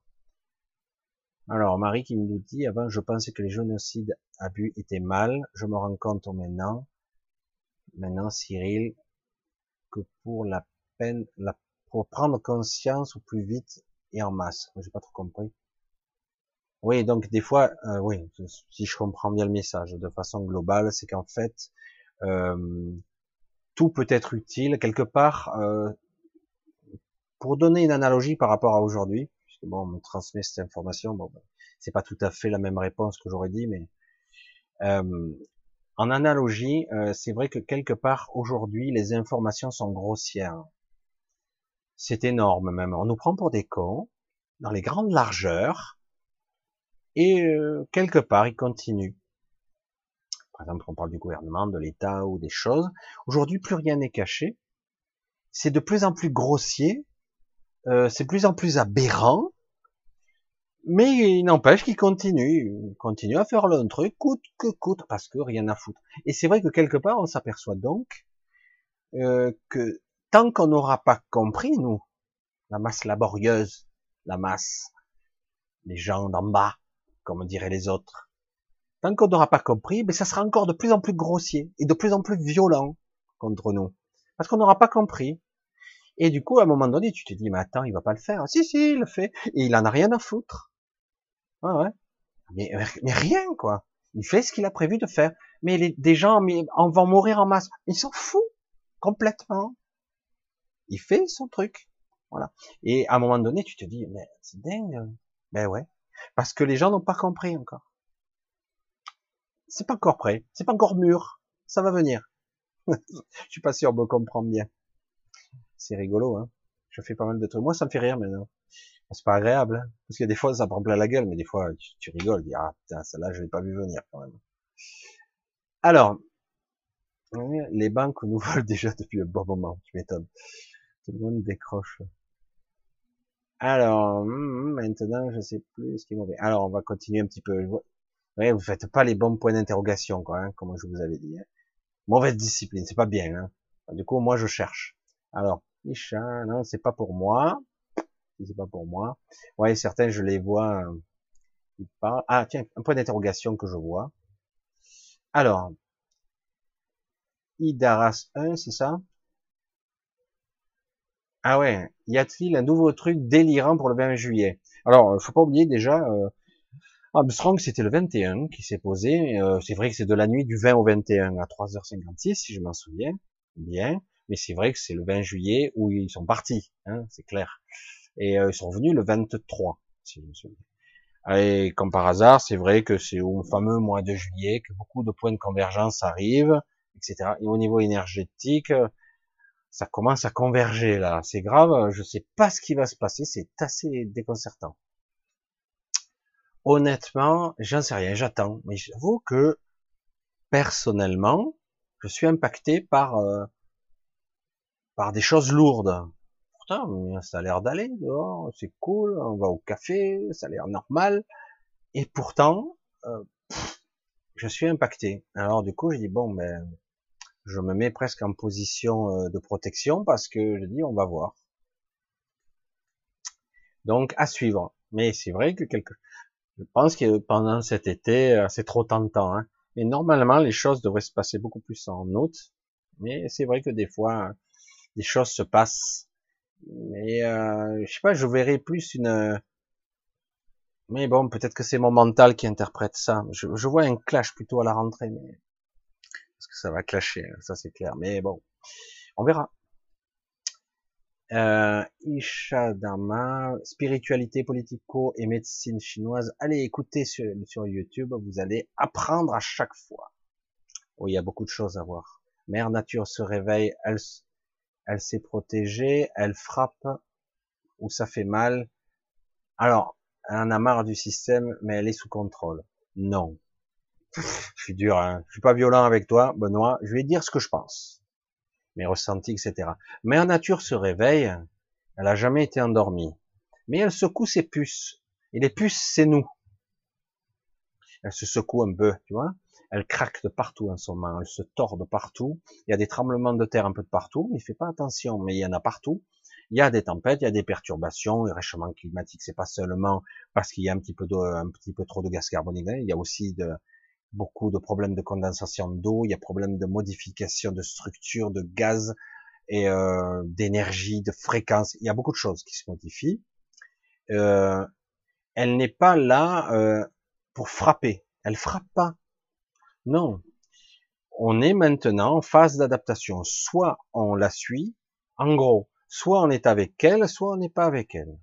Alors, Marie qui nous dit, avant, je pensais que les génocides abus étaient mal. Je me rends compte maintenant, Cyril, que pour la peine, pour prendre conscience au plus vite et en masse. J'ai pas trop compris. Oui, donc des fois, oui, si je comprends bien le message de façon globale, c'est qu'en fait, euh, tout peut être utile quelque part. Pour donner une analogie par rapport à aujourd'hui, puisque bon, on me transmet cette information, bon, ben, c'est pas tout à fait la même réponse que j'aurais dit, mais euh, en analogie, c'est vrai que quelque part aujourd'hui, les informations sont grossières. C'est énorme même. On nous prend pour des cons dans les grandes largeurs et quelque part, ils continuent. Par exemple, on parle du gouvernement, de l'État ou des choses. Aujourd'hui, plus rien n'est caché. C'est de plus en plus grossier, c'est de plus en plus aberrant, mais il n'empêche qu'ils continuent à faire le truc coûte que coûte, parce que rien à foutre. Et c'est vrai que quelque part, on s'aperçoit donc que tant qu'on n'aura pas compris, nous, la masse laborieuse, la masse, les gens d'en bas, comme diraient les autres, Tant qu'on n'aura pas compris, ça sera encore de plus en plus grossier et de plus en plus violent contre nous. Parce qu'on n'aura pas compris. Et du coup, à un moment donné, tu te dis, mais attends, il va pas le faire. Si, si, il le fait. Et il en a rien à foutre. Ouais, ouais. Mais rien, quoi. Il fait ce qu'il a prévu de faire. Mais des gens en vont mourir en masse. Il s'en fout. Complètement. Il fait son truc. Voilà. Et à un moment donné, tu te dis, mais c'est dingue. Ben ouais. Parce que les gens n'ont pas compris encore. C'est pas encore prêt. C'est pas encore mûr. Ça va venir. Je suis pas sûr, on me comprend bien. C'est rigolo, hein. Je fais pas mal de trucs. Moi, ça me fait rire maintenant. C'est pas agréable, hein. Parce que des fois, ça prend plein la gueule, mais des fois, tu rigoles, tu dis, ah, putain, celle-là, je l'ai pas vu venir, quand même. Alors, les banques nous volent déjà depuis un bon moment, tu m'étonnes. Tout le monde décroche. Alors, maintenant, je sais plus ce qui est mauvais. Alors, on va continuer un petit peu. Ouais, vous faites pas les bons points d'interrogation, quoi, hein, comme je vous avais dit, hein. Mauvaise discipline, c'est pas bien, hein. Du coup, moi, je cherche. Alors, Isha, non, c'est pas pour moi. C'est pas pour moi. Ouais, certains, je les vois, ils parlent. Ah, tiens, un point d'interrogation que je vois. Alors, Idaras 1, c'est ça? Ah ouais, y a-t-il un nouveau truc délirant pour le 20 juillet? Alors, faut pas oublier déjà, Armstrong, c'était le 21 qui s'est posé. C'est vrai que c'est de la nuit du 20 au 21 à 3h56, si je m'en souviens bien. Mais c'est vrai que c'est le 20 juillet où ils sont partis, hein, c'est clair. Et ils sont revenus le 23, si je me souviens. Et comme par hasard, c'est vrai que c'est au fameux mois de juillet que beaucoup de points de convergence arrivent, etc. Et au niveau énergétique, ça commence à converger là. C'est grave, je sais pas ce qui va se passer, c'est assez déconcertant. Honnêtement, j'en sais rien, j'attends. Mais j'avoue que personnellement, je suis impacté par des choses lourdes. Pourtant, ça a l'air d'aller dehors, c'est cool, on va au café, ça a l'air normal. Et pourtant, je suis impacté. Alors du coup, je dis bon, ben, je me mets presque en position de protection parce que je dis on va voir. Donc à suivre. Mais c'est vrai que je pense que pendant cet été, c'est trop tentant, hein. Et normalement, les choses devraient se passer beaucoup plus en août. Mais c'est vrai que des fois, des choses se passent. Mais je sais pas, je verrais plus une. Mais bon, peut-être que c'est mon mental qui interprète ça. Je vois un clash plutôt à la rentrée, mais parce que ça va clasher, hein, ça c'est clair. Mais bon, on verra. Ishadama, spiritualité politico et médecine chinoise. Allez écoutez sur YouTube, vous allez apprendre à chaque fois. Oh, il y a beaucoup de choses à voir. Mère Nature se réveille, elle s'est protégée, elle frappe où ça fait mal. Alors, elle en a marre du système, mais elle est sous contrôle. Non. Je suis dur, hein. Je suis pas violent avec toi, Benoît. Je vais dire ce que je pense. Mes ressentis, etc. Mère Nature se réveille, elle a jamais été endormie. Mais elle secoue ses puces. Et les puces, c'est nous. Elle se secoue un peu, tu vois. Elle craque de partout en ce moment. Elle se tord de partout. Il y a des tremblements de terre un peu de partout. Il fait pas attention, mais il y en a partout. Il y a des tempêtes, il y a des perturbations. Le réchauffement climatique, c'est pas seulement parce qu'il y a un petit peu trop de gaz carbonique. Il y a aussi beaucoup de problèmes de condensation d'eau. Il y a problèmes de modification de structure, de gaz et d'énergie, de fréquence. Il y a beaucoup de choses qui se modifient. Euh, Elle n'est pas là pour frapper. Elle frappe pas. Non. On est maintenant en phase d'adaptation. Soit on la suit, en gros, soit on est avec elle, soit on n'est pas avec elle.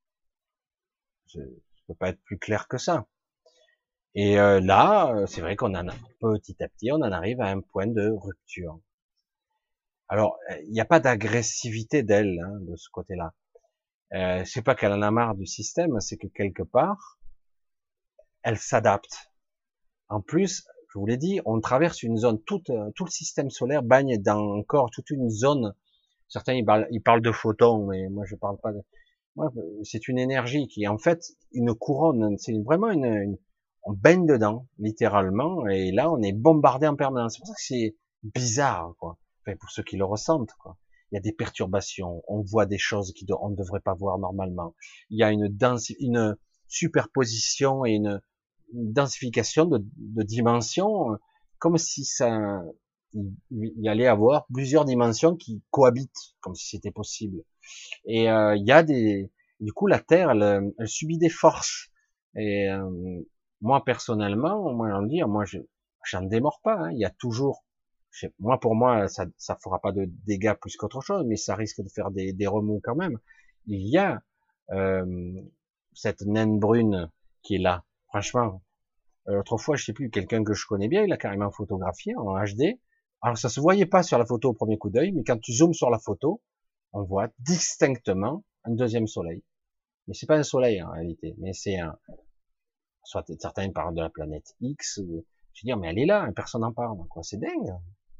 Je peux pas être plus clair que ça. Et là, c'est vrai qu'on en a petit à petit, on en arrive à un point de rupture. Alors, il n'y a pas d'agressivité d'elle, hein, de ce côté-là. C'est pas qu'elle en a marre du système, c'est que quelque part, elle s'adapte. En plus, je vous l'ai dit, on traverse une zone, tout le système solaire baigne dans encore toute une zone. Certains ils parlent de photons, mais moi je parle pas de. Moi, c'est une énergie qui est en fait une couronne. C'est vraiment on baigne dedans, littéralement, et là on est bombardé en permanence. C'est pour ça que c'est bizarre, quoi. Enfin, pour ceux qui le ressentent, quoi. Il y a des perturbations, on voit des choses on ne devrait pas voir normalement. Il y a une superposition et une densification de dimensions, comme si ça, il y allait avoir plusieurs dimensions qui cohabitent, comme si c'était possible. Et il y a du coup, la Terre, elle subit des forces. Et moi personnellement, moi j'en dire, j'en démords pas. Hein. Il y a toujours, moi pour moi, ça fera pas de dégâts plus qu'autre chose, mais ça risque de faire des remous quand même. Il y a euh, cette naine brune qui est là. Franchement, autrefois, je sais plus, quelqu'un que je connais bien, il a carrément photographié en HD. Alors ça se voyait pas sur la photo au premier coup d'œil, mais quand tu zoomes sur la photo, on voit distinctement un deuxième soleil. Mais c'est pas un soleil en réalité, mais c'est un, soit certains parlent de la planète X, je veux dire, mais elle est là, personne n'en parle, quoi, c'est dingue.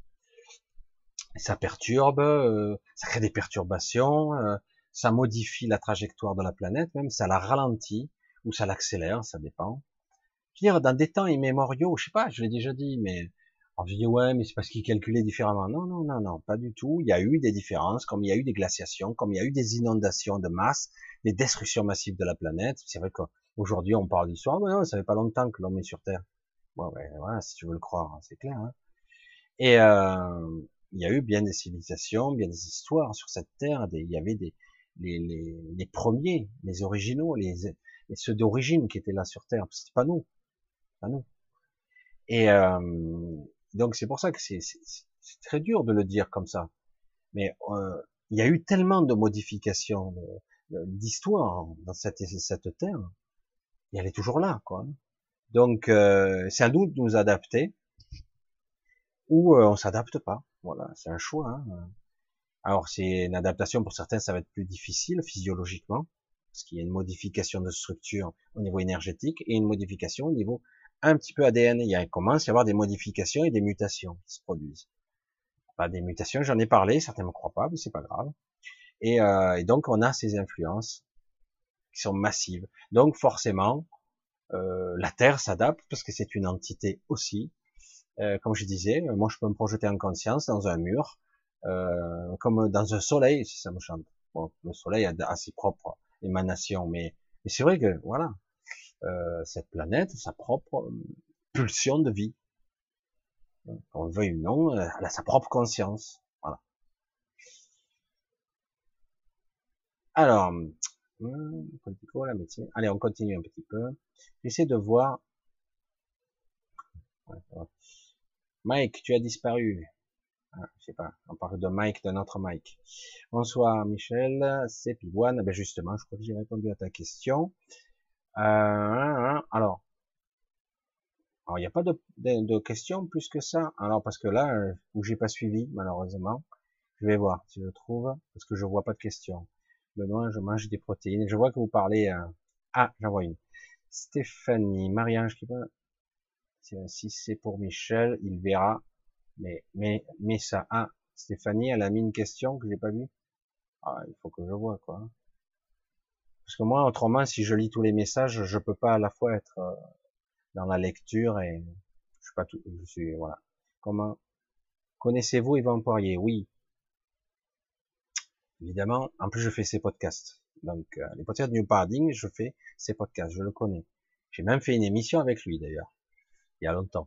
Ça perturbe, ça crée des perturbations, ça modifie la trajectoire de la planète, même ça la ralentit ou ça l'accélère, ça dépend. Je veux dire, dans des temps immémoriaux, je sais pas, je l'ai déjà dit, mais alors je dis ouais, mais c'est parce qu'ils calculaient différemment. Non, non, non, non, pas du tout. Il y a eu des différences, comme il y a eu des glaciations, comme il y a eu des inondations de masse, des destructions massives de la planète. C'est vrai qu'aujourd'hui on parle d'histoire, mais non, ça fait pas longtemps que l'homme est sur Terre. Ouais, ouais, voilà, si tu veux le croire, hein, c'est clair. Hein. Et il y a eu bien des civilisations, bien des histoires sur cette Terre. Il y avait les premiers, les originaux, ceux d'origine qui étaient là sur Terre. C'était pas nous. Et donc c'est pour ça que c'est très dur de le dire comme ça. Mais il y a eu tellement de modifications d'histoire dans cette terre, et elle est toujours là, quoi. Donc c'est à nous de nous adapter ou on s'adapte pas. Voilà, c'est un choix. Hein. Alors c'est une adaptation pour certains, ça va être plus difficile physiologiquement parce qu'il y a une modification de structure au niveau énergétique et une modification au niveau un petit peu ADN. Il commence à y avoir des modifications et des mutations qui se produisent. Pas des mutations, j'en ai parlé, certains me croient pas, mais c'est pas grave. Et donc on a ces influences qui sont massives. Donc forcément, la Terre s'adapte parce que c'est une entité aussi. Comme je disais, moi je peux me projeter en conscience dans un mur, comme dans un soleil, si ça me chante. Bon, le soleil a ses propres émanations, mais c'est vrai que voilà, cette planète, sa propre pulsion de vie. Qu'on le veuille ou non, elle a sa propre conscience. Voilà. Alors, politico, la médecine. Allez, on continue un petit peu. J'essaie de voir. Ouais, ouais. Mike, tu as disparu. Ah, je sais pas. On parle de Mike, de notre Mike. Bonsoir Michel, c'est Pivoine. Ben justement, je crois que j'ai répondu à ta question. Alors, il n'y a pas de questions plus que ça. Alors, parce que là, où j'ai pas suivi, malheureusement, je vais voir si je trouve, parce que je vois pas de questions. Benoît, je mange des protéines. Je vois que vous parlez. Ah, j'en vois une. Stéphanie, Marie-Ange qui va. Si c'est pour Michel, il verra. Mais ça. Ah, Stéphanie, elle a mis une question que j'ai pas vue. Ah, il faut que je vois quoi. Parce que moi, autrement, si je lis tous les messages, je peux pas à la fois être dans la lecture et je suis pas tout. Je suis voilà. Comment connaissez-vous Yvan Poirier? Oui, évidemment. En plus, je fais ses podcasts. Donc, les podcasts de New Paradigm, je fais ses podcasts. Je le connais. J'ai même fait une émission avec lui d'ailleurs, il y a longtemps.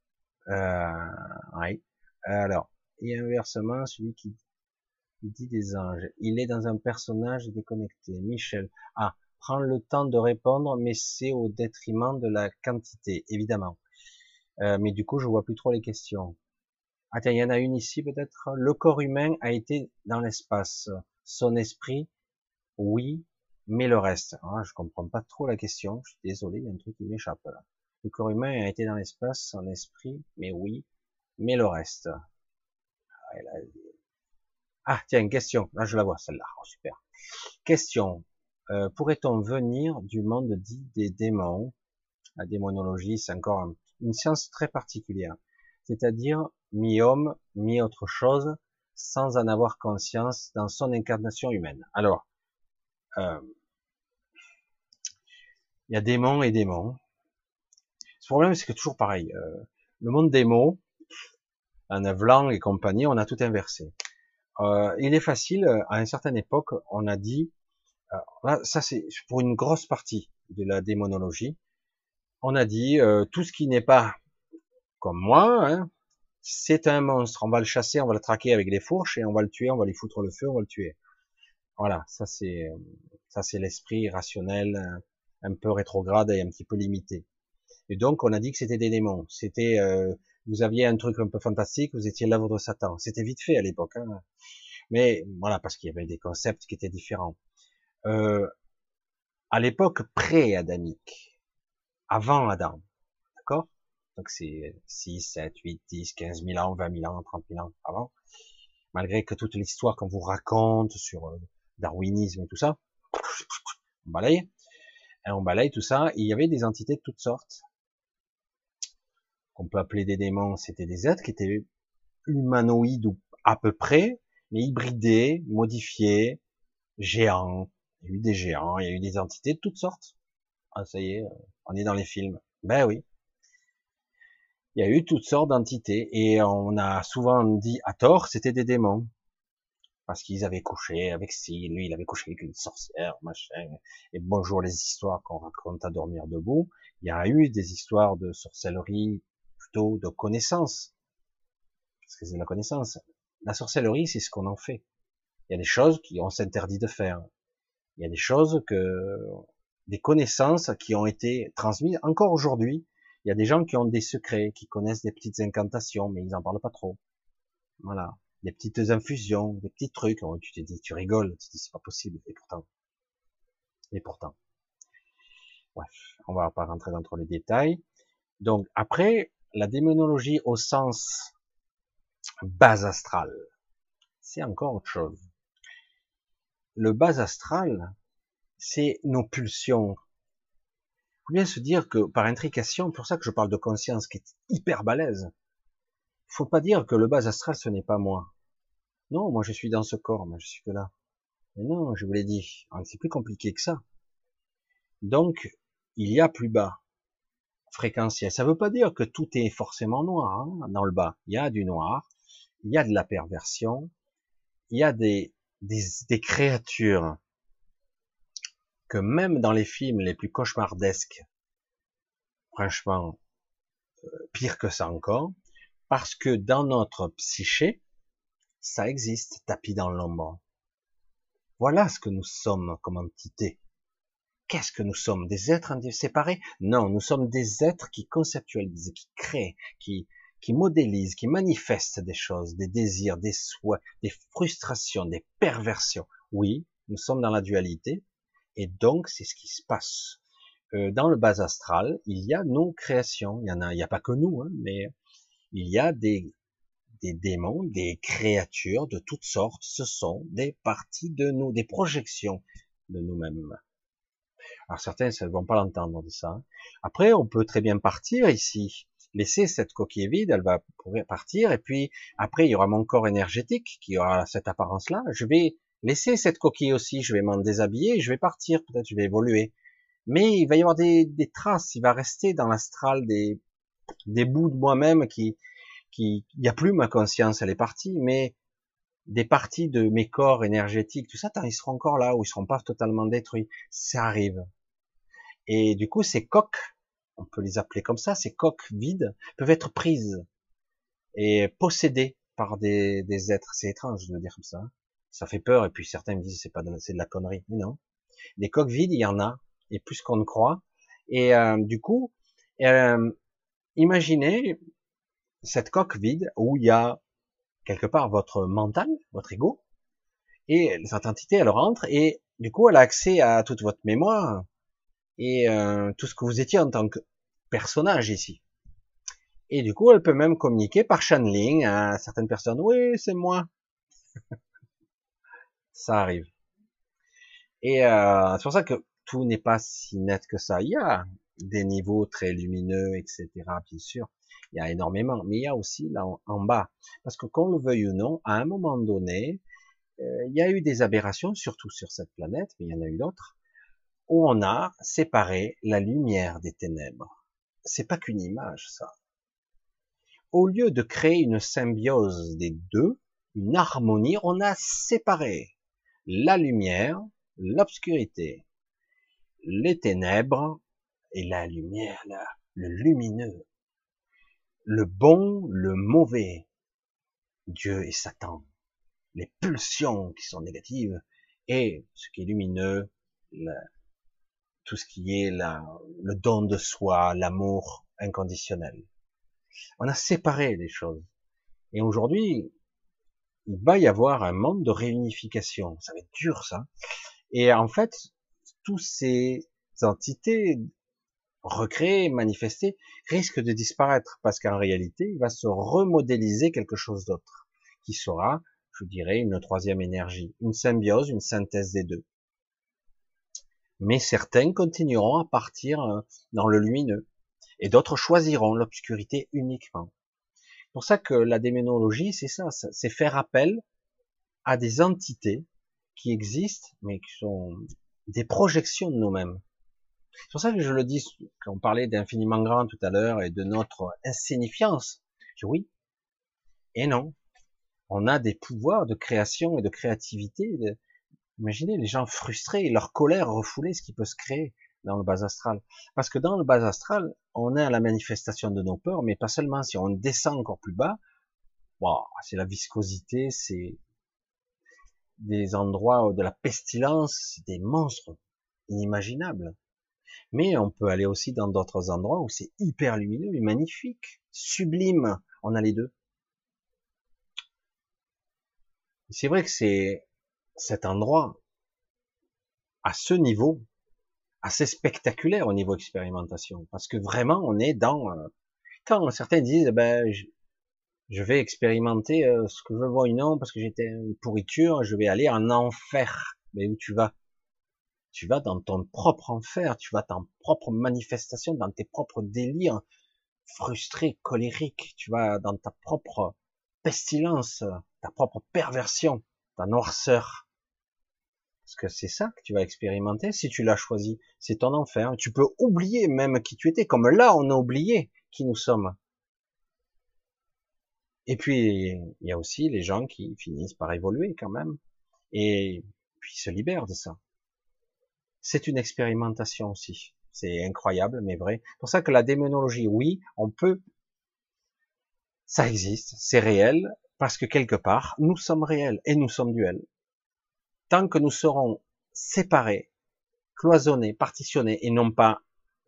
Oui. Alors, et inversement, celui qui dit des anges, il est dans un personnage déconnecté. Michel. Ah, prends le temps de répondre, mais c'est au détriment de la quantité, évidemment. Mais du coup, je vois plus trop les questions. Ah tiens, il y en a une ici peut-être. Le corps humain a été dans l'espace. Son esprit, oui, mais le reste. Ah, je comprends pas trop la question. Je suis désolé, il y a un truc qui m'échappe là. Le corps humain a été dans l'espace, son esprit, mais oui, mais le reste. Ah tiens, une question. Là, je la vois celle-là. Oh, super. Question. Pourrait-on venir du monde dit des démons? La démonologie, c'est encore une science très particulière. C'est-à-dire mi-homme, mi-autre chose, sans en avoir conscience dans son incarnation humaine. Alors, euh, il y a démons et démons. Le problème, c'est que toujours pareil. Le monde des mots, en Vlan et compagnie, on a tout inversé. Il est facile, à une certaine époque, on a dit, là, ça c'est pour une grosse partie de la démonologie, On a dit, tout ce qui n'est pas comme moi, hein, c'est un monstre. On va le chasser, on va le traquer avec les fourches et on va le tuer, on va lui foutre le feu, on va le tuer. Voilà, ça c'est l'esprit rationnel, un peu rétrograde et un petit peu limité. Et donc on a dit que c'était des démons. C'était, vous aviez un truc un peu fantastique, vous étiez l'œuvre de Satan. C'était vite fait à l'époque, hein. Mais voilà, parce qu'il y avait des concepts qui étaient différents. Euh, à l'époque pré-adamique, avant Adam, d'accord? Donc c'est 6, 7, 8, 10, 15 000 ans, 20 000 ans, 30 000 ans avant. Malgré que toute l'histoire qu'on vous raconte sur darwinisme et tout ça, on balaye, et on balaye tout ça, il y avait des entités de toutes sortes, qu'on peut appeler des démons, c'était des êtres qui étaient humanoïdes ou à peu près, mais hybridés, modifiés, géants. Il y a eu des géants, il y a eu des entités de toutes sortes. Ah, ça y est, on est dans les films. Ben oui, il y a eu toutes sortes d'entités, et on a souvent dit à tort, c'était des démons. Parce qu'ils avaient couché avec ci, lui il avait couché avec une sorcière, machin, et bonjour les histoires qu'on raconte à dormir debout. Il y a eu des histoires de sorcellerie, plutôt de connaissance, parce que c'est de la connaissance. La sorcellerie, c'est ce qu'on en fait. Il y a des choses qu'on s'interdit de faire. Il y a des choses des connaissances qui ont été transmises. Encore aujourd'hui, il y a des gens qui ont des secrets, qui connaissent des petites incantations, mais ils en parlent pas trop. Voilà. Des petites infusions, des petits trucs. Oh, tu t'es dit, tu rigoles, tu te dis c'est pas possible. Et pourtant. Bref, on va pas rentrer dans trop les détails. Donc après, la démonologie au sens base astrale, c'est encore autre chose. Le base astral, c'est nos pulsions. Il faut bien se dire que par intrication, pour ça que je parle de conscience qui est hyper balèze, il faut pas dire que le base astral ce n'est pas moi. Non, moi je suis dans ce corps, moi je suis que là. Mais non, je vous l'ai dit, c'est plus compliqué que ça. Donc, il y a plus bas, fréquentiel. Ça ne veut pas dire que tout est forcément noir, hein, dans le bas. Il y a du noir, il y a de la perversion, il y a des créatures que même dans les films les plus cauchemardesques, franchement, pire que ça encore, parce que dans notre psyché, ça existe, tapis dans l'ombre. Voilà ce que nous sommes comme entité. Qu'est-ce que nous sommes? Des êtres séparés? Non, nous sommes des êtres qui conceptualisent, qui créent, qui modélisent, qui manifestent des choses, des désirs, des souhaits, des frustrations, des perversions. Oui, nous sommes dans la dualité, et donc c'est ce qui se passe. Dans le bas astral, il y a nos créations. Il y a pas que nous, hein, mais il y a des démons, des créatures de toutes sortes. Ce sont des parties de nous, des projections de nous-mêmes. Alors certains ne vont pas l'entendre de ça. Après, on peut très bien partir ici, laisser cette coquille vide, elle va pouvoir partir, et puis après, il y aura mon corps énergétique qui aura cette apparence-là. Je vais laisser cette coquille aussi, je vais m'en déshabiller, je vais partir, peut-être je vais évoluer. Mais il va y avoir des traces, il va rester dans l'astral des bouts de moi-même il n'y a plus ma conscience, elle est partie, mais des parties de mes corps énergétiques, tout ça, ils seront encore là, ou ils seront pas totalement détruits. Ça arrive. Et du coup, ces coques, on peut les appeler comme ça, ces coques vides, peuvent être prises et possédées par des êtres. C'est étrange de le dire comme ça. Ça fait peur, et puis certains me disent c'est de la connerie. Mais non. Des coques vides, il y en a, et plus qu'on ne croit. Et du coup, euh, imaginez cette coque vide où il y a quelque part votre mental, votre ego, et cette entité, elle rentre, et du coup, elle a accès à toute votre mémoire, et tout ce que vous étiez en tant que personnage ici. Et du coup, elle peut même communiquer par channeling à certaines personnes. Oui, c'est moi. Ça arrive. Et c'est pour ça que tout n'est pas si net que ça. Il y a des niveaux très lumineux, etc. Bien sûr, il y a énormément. Mais il y a aussi là en bas. Parce que qu'on le veuille ou non, à un moment donné, il y a eu des aberrations, surtout sur cette planète, mais il y en a eu d'autres, où on a séparé la lumière des ténèbres. C'est pas qu'une image, ça. Au lieu de créer une symbiose des deux, une harmonie, on a séparé la lumière, l'obscurité, les ténèbres, Et la lumière, là, le lumineux, le bon, le mauvais, Dieu et Satan, les pulsions qui sont négatives, et ce qui est lumineux, tout ce qui est le don de soi, l'amour inconditionnel. On a séparé les choses. Et aujourd'hui, il va y avoir un monde de réunification. Ça va être dur, ça. Et en fait, tous ces entités recréées, manifestées, risquent de disparaître parce qu'en réalité, il va se remodéliser quelque chose d'autre, qui sera, je dirais, une troisième énergie, une symbiose, une synthèse des deux. Mais certains continueront à partir dans le lumineux, et d'autres choisiront l'obscurité uniquement. C'est pour ça que la démonologie, c'est ça, c'est faire appel à des entités qui existent, mais qui sont des projections de nous-mêmes. C'est pour ça que je le dis, quand on parlait d'infiniment grand tout à l'heure et de notre insignifiance. Je dis oui et non. On a des pouvoirs de création et de créativité. Imaginez les gens frustrés, leur colère refoulée, ce qui peut se créer dans le bas astral. Parce que dans le bas astral, on est à la manifestation de nos peurs, mais pas seulement. Si on descend encore plus bas, wow, c'est la viscosité, c'est des endroits de la pestilence, des monstres inimaginables. Mais on peut aller aussi dans d'autres endroits où c'est hyper lumineux et magnifique, sublime. On a les deux. C'est vrai que c'est cet endroit, à ce niveau, assez spectaculaire au niveau expérimentation, parce que vraiment on est dans, quand certains disent, ben, je vais expérimenter ce que je veux non, parce que j'étais une pourriture, je vais aller en enfer. Mais où tu vas? Tu vas dans ton propre enfer, tu vas dans ta propre manifestation, dans tes propres délires, frustré, colérique, tu vas dans ta propre pestilence, ta propre perversion, ta noirceur. Parce que c'est ça que tu vas expérimenter si tu l'as choisi. C'est ton enfer. Tu peux oublier même qui tu étais, comme là on a oublié qui nous sommes. Et puis, il y a aussi les gens qui finissent par évoluer quand même, et puis se libèrent de ça. C'est une expérimentation aussi. C'est incroyable, mais vrai. C'est pour ça que la démonologie, oui, on peut, ça existe, c'est réel, parce que quelque part, nous sommes réels, et nous sommes duels. Tant que nous serons séparés, cloisonnés, partitionnés, et non pas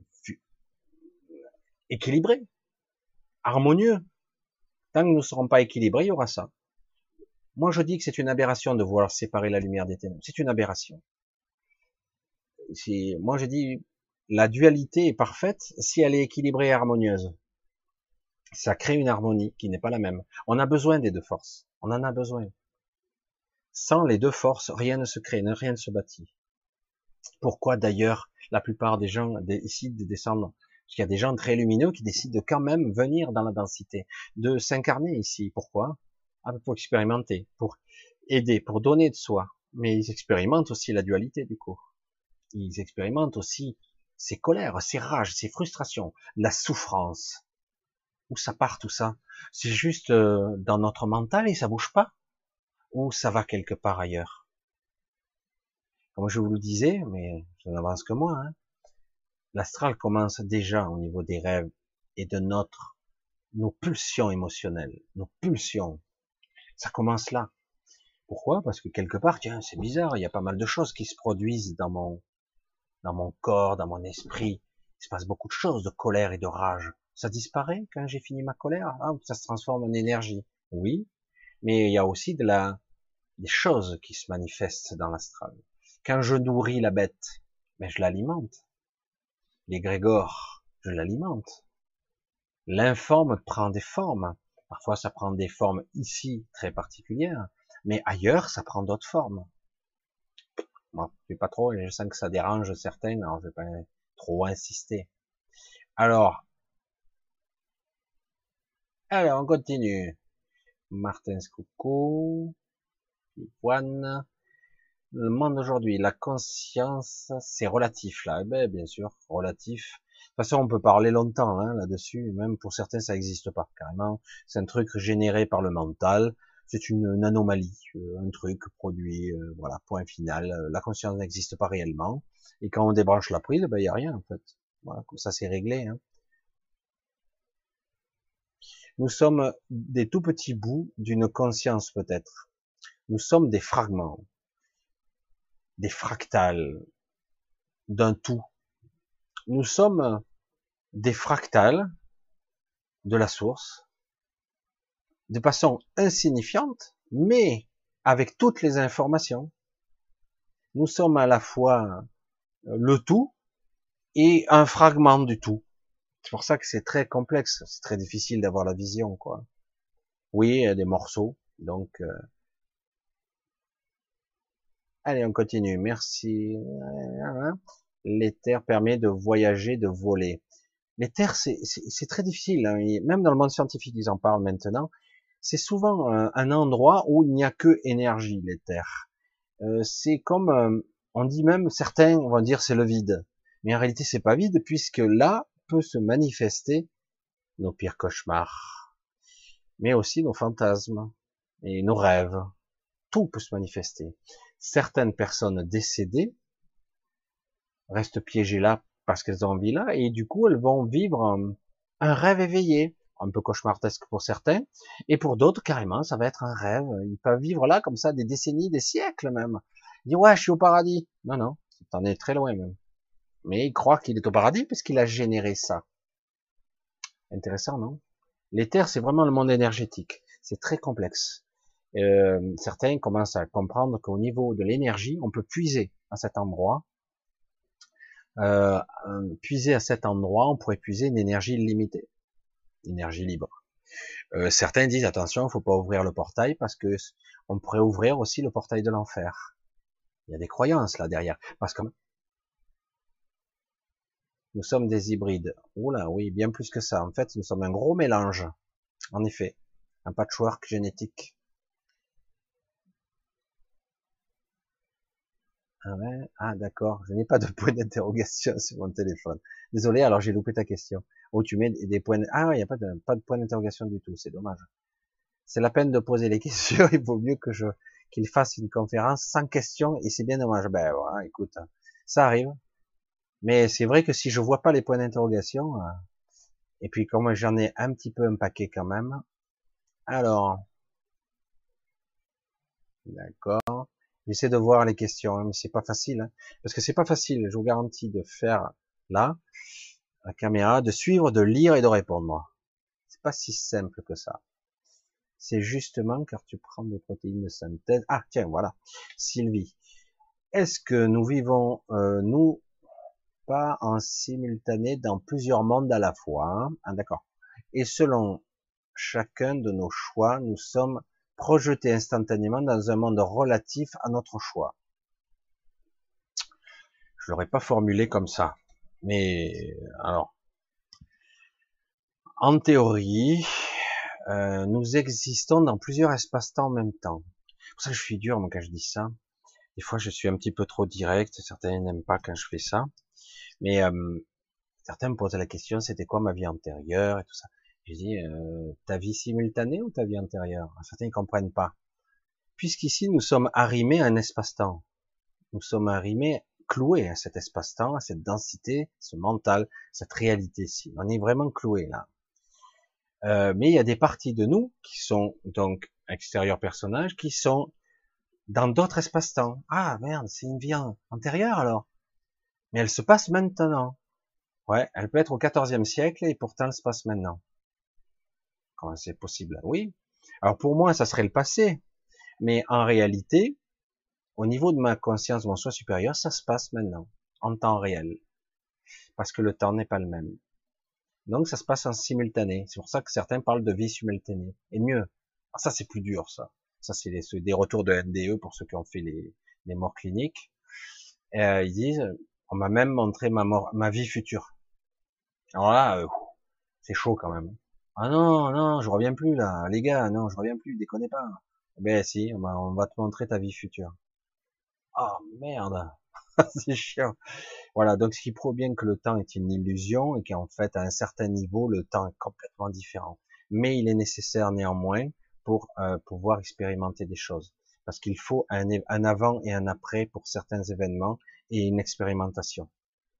équilibrés, harmonieux, tant que nous ne serons pas équilibrés, il y aura ça. Moi, je dis que c'est une aberration de vouloir séparer la lumière des ténèbres. C'est une aberration. Moi, je dis, la dualité est parfaite si elle est équilibrée et harmonieuse. Ça crée une harmonie qui n'est pas la même. On a besoin des deux forces. On en a besoin. Sans les deux forces, rien ne se crée, rien ne se bâtit. Pourquoi d'ailleurs la plupart des gens ici descendent? Parce qu'il y a des gens très lumineux qui décident de quand même venir dans la densité, de s'incarner ici. Pourquoi? Pour expérimenter, pour aider, pour donner de soi. Mais ils expérimentent aussi la dualité du coup. Ils expérimentent aussi ces colères, ces rages, ces frustrations, la souffrance. Où ça part tout ça? C'est juste dans notre mental et ça bouge pas? Ou ça va quelque part ailleurs? Comme je vous le disais, mais je n'avance que moi, hein, l'astral commence déjà au niveau des rêves et de nos pulsions émotionnelles, nos pulsions. Ça commence là. Pourquoi? Parce que quelque part, tiens, c'est bizarre, il y a pas mal de choses qui se produisent dans mon corps, dans mon esprit. Il se passe beaucoup de choses, de colère et de rage. Ça disparaît quand j'ai fini ma colère? Ah, ça se transforme en énergie. Oui, mais il y a aussi des choses qui se manifestent dans l'astral. Quand je nourris la bête, ben je l'alimente. L'égrégore, je l'alimente. L'informe prend des formes. Parfois, ça prend des formes ici très particulières, mais ailleurs, ça prend d'autres formes. Moi, je sais pas trop, et je sens que ça dérange certains, alors je vais pas trop insister. Alors, on continue. Martin Scoucou, Pipoine. Le monde d'aujourd'hui, la conscience, c'est relatif là. Eh ben, bien sûr, relatif. De toute façon, on peut parler longtemps hein, là-dessus. Même pour certains, ça n'existe pas carrément. C'est un truc généré par le mental. C'est une anomalie, un truc produit. Voilà, point final. La conscience n'existe pas réellement. Et quand on débranche la prise, ben il y a rien en fait. Voilà, comme ça c'est réglé. Hein. Nous sommes des tout petits bouts d'une conscience peut-être. Nous sommes des fragments, des fractales d'un tout. Nous sommes des fractales de la source, de façon insignifiante, mais avec toutes les informations. Nous sommes à la fois le tout et un fragment du tout. C'est pour ça que c'est très complexe, c'est très difficile d'avoir la vision, quoi. Oui, il y a des morceaux, donc allez, on continue. Merci. L'éther permet de voyager, de voler. L'éther, c'est très difficile. Hein. Même dans le monde scientifique, ils en parlent maintenant. C'est souvent un endroit où il n'y a que énergie, l'éther. C'est comme, on dit même, certains vont dire c'est le vide. Mais en réalité, c'est pas vide, puisque là peut se manifester nos pires cauchemars, mais aussi nos fantasmes et nos rêves. Tout peut se manifester. Certaines personnes décédées restent piégées là parce qu'elles ont envie là, et du coup, elles vont vivre un rêve éveillé, un peu cauchemardesque pour certains, et pour d'autres, carrément, ça va être un rêve. Ils peuvent vivre là, comme ça, des décennies, des siècles même. Ils disent, ouais, je suis au paradis. Non, non, t'en es très loin même. Mais il croit qu'il est au paradis parce qu'il a généré ça. Intéressant, non? L'éther, c'est vraiment le monde énergétique. C'est très complexe. Certains commencent à comprendre qu'au niveau de l'énergie, on peut puiser à cet endroit. Puiser à cet endroit, on pourrait puiser une énergie illimitée, énergie libre. Certains disent attention, il faut pas ouvrir le portail parce que on pourrait ouvrir aussi le portail de l'enfer. Il y a des croyances là derrière, parce que nous sommes des hybrides. Oula, oui, bien plus que ça. En fait, nous sommes un gros mélange. En effet, un patchwork génétique. Ah ouais, ah d'accord, je n'ai pas de point d'interrogation sur mon téléphone. Désolé, alors j'ai loupé ta question. Oh, tu mets des points. Ah ouais, il n'y a pas de point d'interrogation du tout, c'est dommage. C'est la peine de poser les questions, il vaut mieux que qu'il fasse une conférence sans questions, et c'est bien dommage. Ben voilà, écoute, ça arrive. Mais c'est vrai que si je vois pas les points d'interrogation, et puis comme j'en ai un petit peu un paquet quand même, alors, d'accord, j'essaie de voir les questions, hein, mais c'est pas facile, hein, parce que c'est pas facile, je vous garantis de faire là, la caméra, de suivre, de lire et de répondre, moi. C'est pas si simple que ça. C'est justement car tu prends des protéines de synthèse. Ah, tiens, voilà. Sylvie. Est-ce que nous vivons, nous, pas en simultané dans plusieurs mondes à la fois, hein? Ah, d'accord. Et selon chacun de nos choix, nous sommes projetés instantanément dans un monde relatif à notre choix. Je l'aurais pas formulé comme ça. Mais, alors, en théorie, nous existons dans plusieurs espaces-temps en même temps. C'est pour ça que je suis dur, moi, quand je dis ça. Des fois, je suis un petit peu trop direct. Certains n'aiment pas quand je fais ça. Mais certains me posaient la question, c'était quoi ma vie antérieure et tout ça. J'ai dit, ta vie simultanée ou ta vie antérieure? Certains ne comprennent pas. Puisqu'ici, nous sommes arrimés à un espace-temps. Nous sommes arrimés, cloués à cet espace-temps, à cette densité, ce mental, cette réalité-ci. On est vraiment cloués là. Mais il y a des parties de nous qui sont donc extérieurs personnages, qui sont dans d'autres espaces-temps. Ah merde, c'est une vie antérieure alors. Mais elle se passe maintenant. Ouais, elle peut être au XIVe siècle et pourtant elle se passe maintenant. Comment c'est possible? Oui. Alors pour moi, ça serait le passé. Mais en réalité, au niveau de ma conscience, de mon soi supérieur, ça se passe maintenant, en temps réel. Parce que le temps n'est pas le même. Donc ça se passe en simultané. C'est pour ça que certains parlent de vie simultanée. Et mieux. Alors ça, c'est plus dur, ça. Ça, c'est des retours de NDE pour ceux qui ont fait les morts cliniques. Ils disent, on m'a même montré ma vie future. Alors là, c'est chaud quand même. Ah non, non, je reviens plus là, les gars, non, je reviens plus, déconnez pas. Ben si, on va te montrer ta vie future. Ah merde, c'est chiant. Voilà, donc ce qui prouve bien que le temps est une illusion et qu'en fait, à un certain niveau, le temps est complètement différent. Mais il est nécessaire néanmoins pour pouvoir expérimenter des choses. Parce qu'il faut un avant et un après pour certains événements et une expérimentation.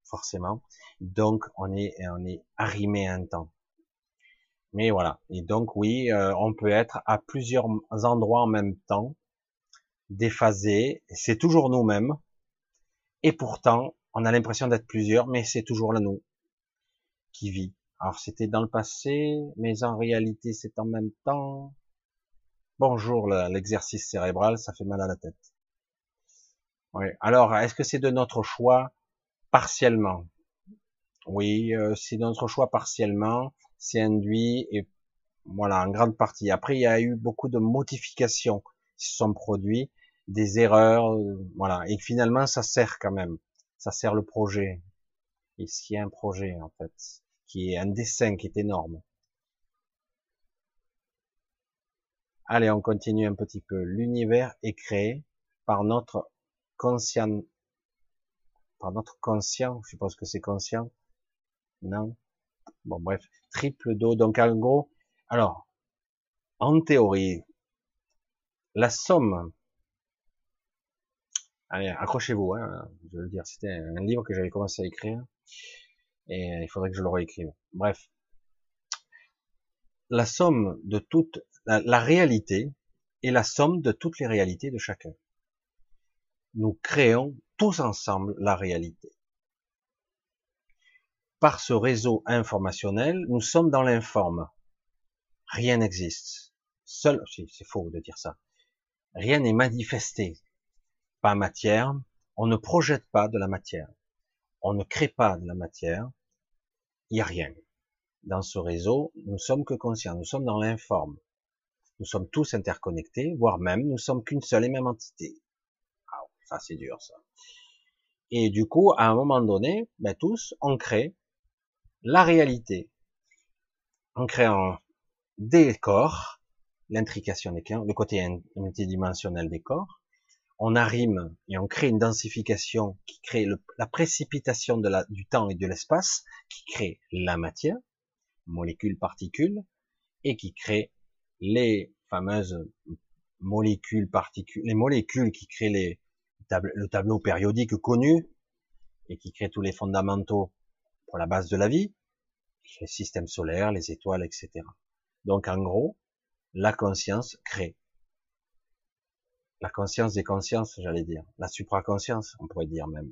forcément. Donc, on est arrimé à un temps. Mais voilà. Et donc, oui, on peut être à plusieurs endroits en même temps, déphasé. C'est toujours nous-mêmes. Et pourtant, on a l'impression d'être plusieurs, mais c'est toujours là nous qui vit. Alors, c'était dans le passé, mais en réalité, c'est en même temps. Bonjour, l'exercice cérébral, ça fait mal à la tête. Oui. Alors, est-ce que c'est de notre choix? Partiellement. Oui, c'est de notre choix partiellement. C'est induit et voilà, en grande partie. Après, il y a eu beaucoup de modifications qui se sont produites, des erreurs, voilà. Et finalement, ça sert quand même. Ça sert le projet. Ici, il y a un projet, en fait, qui est un dessin qui est énorme. Allez, on continue un petit peu. L'univers est créé par notre conscient, je suppose que c'est conscient, non? Bon, bref, triple do. Donc, en gros, alors, en théorie, la somme, allez, accrochez-vous, hein, je veux le dire, c'était un livre que j'avais commencé à écrire, et il faudrait que je le réécrive. Bref, la somme de toute, la réalité est la somme de toutes les réalités de chacun. Nous créons tous ensemble la réalité. Par ce réseau informationnel, nous sommes dans l'informe. Rien n'existe. Seul, c'est faux de dire ça. Rien n'est manifesté. Pas matière. On ne projette pas de la matière. On ne crée pas de la matière. Il n'y a rien. Dans ce réseau, nous sommes que conscients. Nous sommes dans l'informe. Nous sommes tous interconnectés, voire même, nous sommes qu'une seule et même entité. Ah, ça, c'est dur, ça. Et du coup, à un moment donné, ben, tous, on crée la réalité. On crée des corps, l'intrication des corps, le côté multidimensionnel des corps. On arrime et on crée une densification qui crée la précipitation du temps et de l'espace, qui crée la matière, molécules, particules, et qui crée les fameuses molécules, particules, les molécules qui créent le tableau périodique connu et qui créent tous les fondamentaux pour la base de la vie, les systèmes solaires, les étoiles, etc. Donc en gros, la conscience crée. La conscience des consciences, j'allais dire. La supraconscience, on pourrait dire même.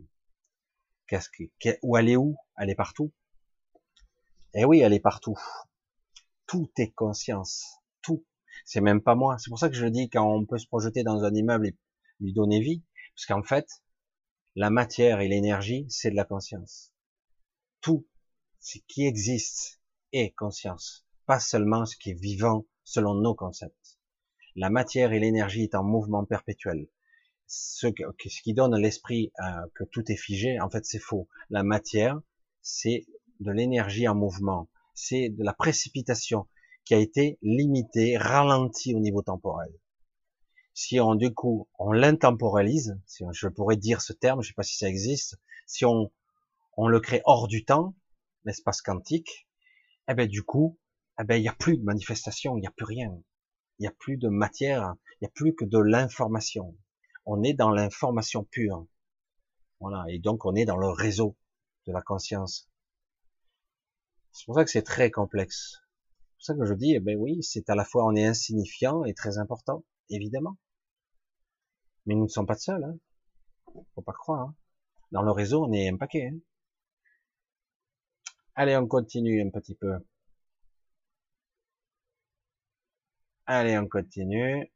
Où elle est où? Elle est partout. Eh oui, elle est partout. Tout est conscience. Tout. C'est même pas moi. C'est pour ça que je dis quand on peut se projeter dans un immeuble et lui donner vie. Parce qu'en fait, la matière et l'énergie, c'est de la conscience. Tout ce qui existe est conscience. Pas seulement ce qui est vivant selon nos concepts. La matière et l'énergie est en mouvement perpétuel. Ce qui donne l'esprit que tout est figé, en fait, c'est faux. La matière, c'est de l'énergie en mouvement. C'est de la précipitation qui a été limitée, ralentie au niveau temporel. Si on, du coup, on l'intemporalise, si je pourrais dire ce terme, je sais pas si ça existe, si on le crée hors du temps, l'espace quantique, eh ben, du coup, eh ben, il n'y a plus de manifestation, il n'y a plus rien. Il n'y a plus de matière, il n'y a plus que de l'information. On est dans l'information pure. Voilà. Et donc, on est dans le réseau de la conscience. C'est pour ça que c'est très complexe. C'est pour ça que je dis, eh ben oui, c'est à la fois, on est insignifiant et très important, évidemment. Mais nous ne sommes pas seuls, hein. Faut pas croire, hein. Dans le réseau, on est un paquet, hein. Allez, on continue un petit peu. Allez, on continue.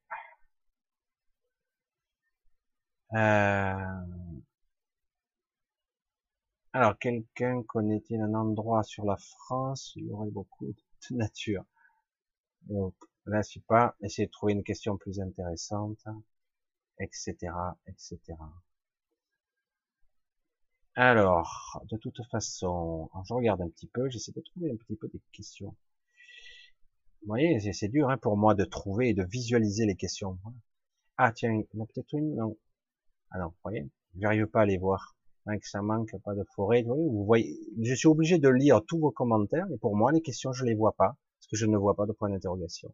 Alors, quelqu'un connaît-il un endroit sur la France où il y aurait beaucoup de nature? Donc, là, je sais pas. Essayez de trouver une question plus intéressante, etc., etc. Alors, de toute façon, je regarde un petit peu, j'essaie de trouver un petit peu des questions. Vous voyez, c'est dur hein, pour moi de trouver et de visualiser les questions. Ah tiens, il y en a peut-être une, non. Ah non, vous voyez, j'arrive pas à les voir. Hein, que ça manque pas de forêt. Vous voyez, je suis obligé de lire tous vos commentaires et pour moi, les questions, je les vois pas parce que je ne vois pas de point d'interrogation.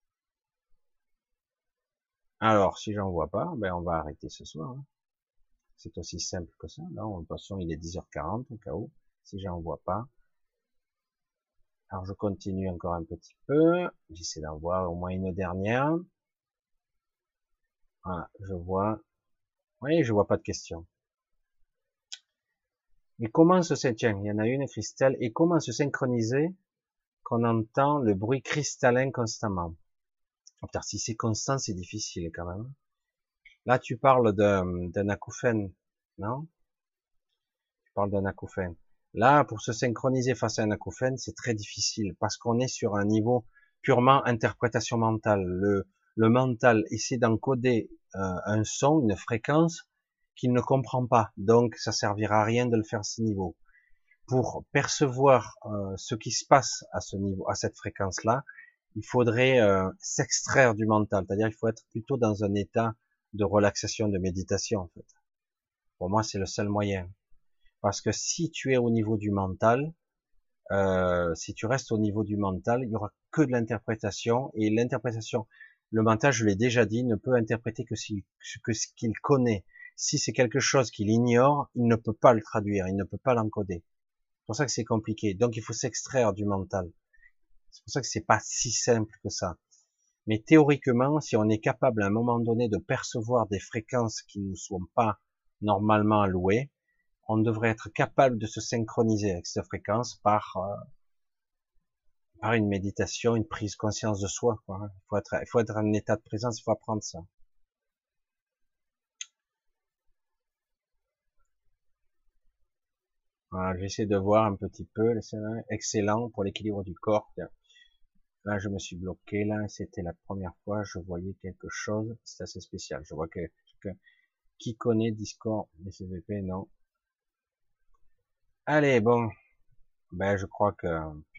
Alors, si j'en vois pas, ben on va arrêter ce soir. Hein. C'est aussi simple que ça. Là, de toute façon, il est 10h40 au cas où, si j'en vois pas. Alors, je continue encore un petit peu. J'essaie d'en voir au moins une dernière. Voilà, je vois. Oui, je vois pas de questions. Et comment se tiens, il y en a une, Christelle. Et comment se synchroniser qu'on entend le bruit cristallin constamment? Oh, putain, si c'est constant, c'est difficile quand même. Là, tu parles d'un acouphène, non? Tu parles d'un acouphène. Là, pour se synchroniser face à un acouphène, c'est très difficile parce qu'on est sur un niveau purement interprétation mentale. Le mental essaie d'encoder un son, une fréquence qu'il ne comprend pas. Donc, ça servira à rien de le faire à ce niveau. Pour percevoir ce qui se passe à ce niveau, à cette fréquence-là, il faudrait s'extraire du mental. C'est-à-dire, il faut être plutôt dans un état de relaxation, de méditation, en fait. Pour moi, c'est le seul moyen. Parce que si tu es au niveau du mental, si tu restes au niveau du mental, il y aura que de l'interprétation, et l'interprétation, le mental, je l'ai déjà dit, ne peut interpréter que ce qu'il connaît. Si c'est quelque chose qu'il ignore, il ne peut pas le traduire, il ne peut pas l'encoder. C'est pour ça que c'est compliqué. Donc il faut s'extraire du mental. C'est pour ça que c'est pas si simple que ça. Mais théoriquement, si on est capable à un moment donné de percevoir des fréquences qui ne sont pas normalement allouées, on devrait être capable de se synchroniser avec ces fréquences par une méditation, une prise de conscience de soi, quoi. Il faut être en état de présence, il faut apprendre ça. Voilà, j'essaie de voir un petit peu, c'est excellent pour l'équilibre du corps. Là, je me suis bloqué, là, c'était la première fois, je voyais quelque chose, c'est assez spécial. Je vois que qui connaît Discord, les CVP, non. Allez, bon, ben, je crois que,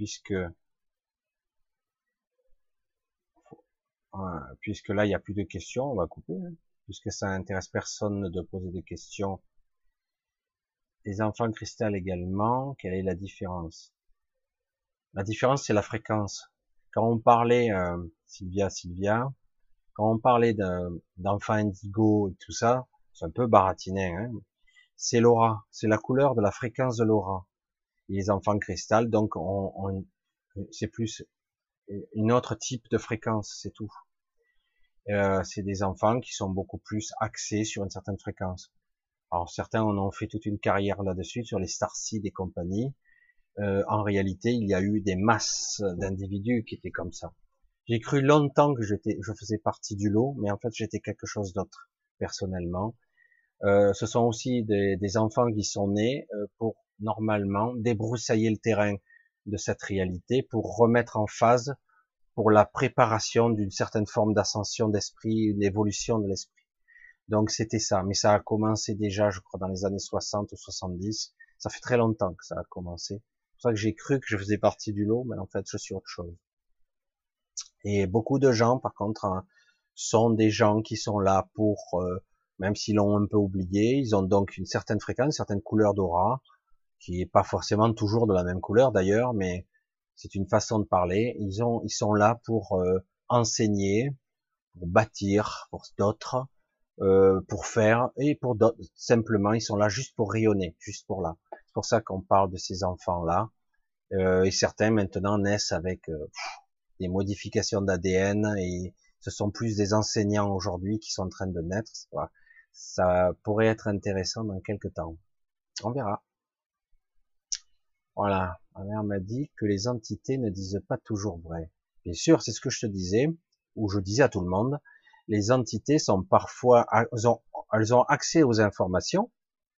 puisque là, il n'y a plus de questions, on va couper, hein. Puisque ça intéresse personne de poser des questions. Les enfants cristal également, quelle est la différence? La différence, c'est la fréquence. Quand on parlait, Sylvia, quand on parlait d'enfants indigo et tout ça, c'est un peu baratiné, hein. C'est l'aura, c'est la couleur de la fréquence de l'aura. Et les enfants cristal, donc, c'est plus une autre type de fréquence, c'est tout. C'est des enfants qui sont beaucoup plus axés sur une certaine fréquence. Alors certains en ont fait toute une carrière là-dessus, sur les starseeds et compagnie. En réalité, il y a eu des masses d'individus qui étaient comme ça. J'ai cru longtemps que je faisais partie du lot, mais en fait j'étais quelque chose d'autre, personnellement. Ce sont aussi des enfants qui sont nés pour normalement débroussailler le terrain de cette réalité, pour remettre en phase, pour la préparation d'une certaine forme d'ascension d'esprit, une évolution de l'esprit. Donc c'était ça, mais ça a commencé déjà, je crois, dans les années 60 ou 70. Ça fait très longtemps que ça a commencé. C'est pour ça que j'ai cru que je faisais partie du lot, mais en fait je suis autre chose. Et beaucoup de gens, par contre, hein, sont des gens qui sont là pour, même s'ils l'ont un peu oublié, ils ont donc une certaine fréquence, une certaine couleur d'aura, qui est pas forcément toujours de la même couleur d'ailleurs, mais c'est une façon de parler. Ils sont là pour enseigner, pour bâtir, pour d'autres, pour faire, et pour d'autres, simplement, ils sont là juste pour rayonner, juste pour là. C'est pour ça qu'on parle de ces enfants-là. Et certains maintenant naissent avec des modifications d'ADN, et ce sont plus des enseignants aujourd'hui qui sont en train de naître. Voilà. Ça pourrait être intéressant dans quelques temps. On verra. Voilà. Ma mère m'a dit que les entités ne disent pas toujours vrai. Bien sûr, c'est ce que je te disais, ou je disais à tout le monde. Les entités sont parfois, elles ont accès aux informations,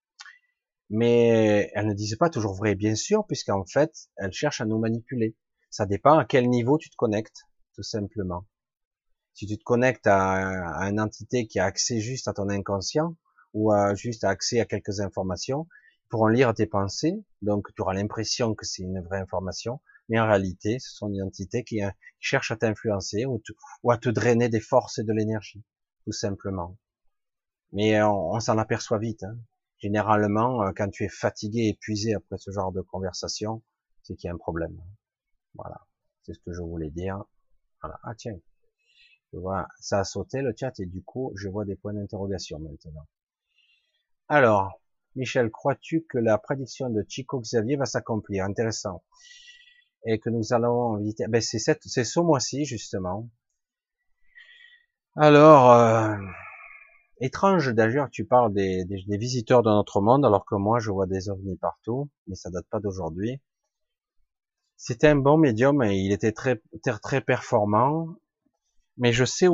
mais elles ne disent pas toujours vrai, bien sûr, puisqu'en fait, elles cherchent à nous manipuler. Ça dépend à quel niveau tu te connectes, tout simplement. Si tu te connectes à une entité qui a accès juste à ton inconscient, ou juste à accès à quelques informations, ils pourront lire tes pensées, donc tu auras l'impression que c'est une vraie information, mais en réalité, ce sont des entités qui cherchent à t'influencer ou à te drainer des forces et de l'énergie, tout simplement. Mais on s'en aperçoit vite, hein. Généralement, quand tu es fatigué, épuisé après ce genre de conversation, c'est qu'il y a un problème. Voilà, c'est ce que je voulais dire. Voilà. Ah tiens, je vois, ça a sauté le chat et du coup, je vois des points d'interrogation maintenant. Alors, Michel, crois-tu que la prédiction de Chico Xavier va s'accomplir? Intéressant. Et que nous allons visiter. Ben, c'est ce mois-ci, justement. Alors, étrange d'ailleurs, tu parles des visiteurs de notre monde, alors que moi, je vois des ovnis partout, mais ça date pas d'aujourd'hui. C'était un bon médium et il était très performant. Mais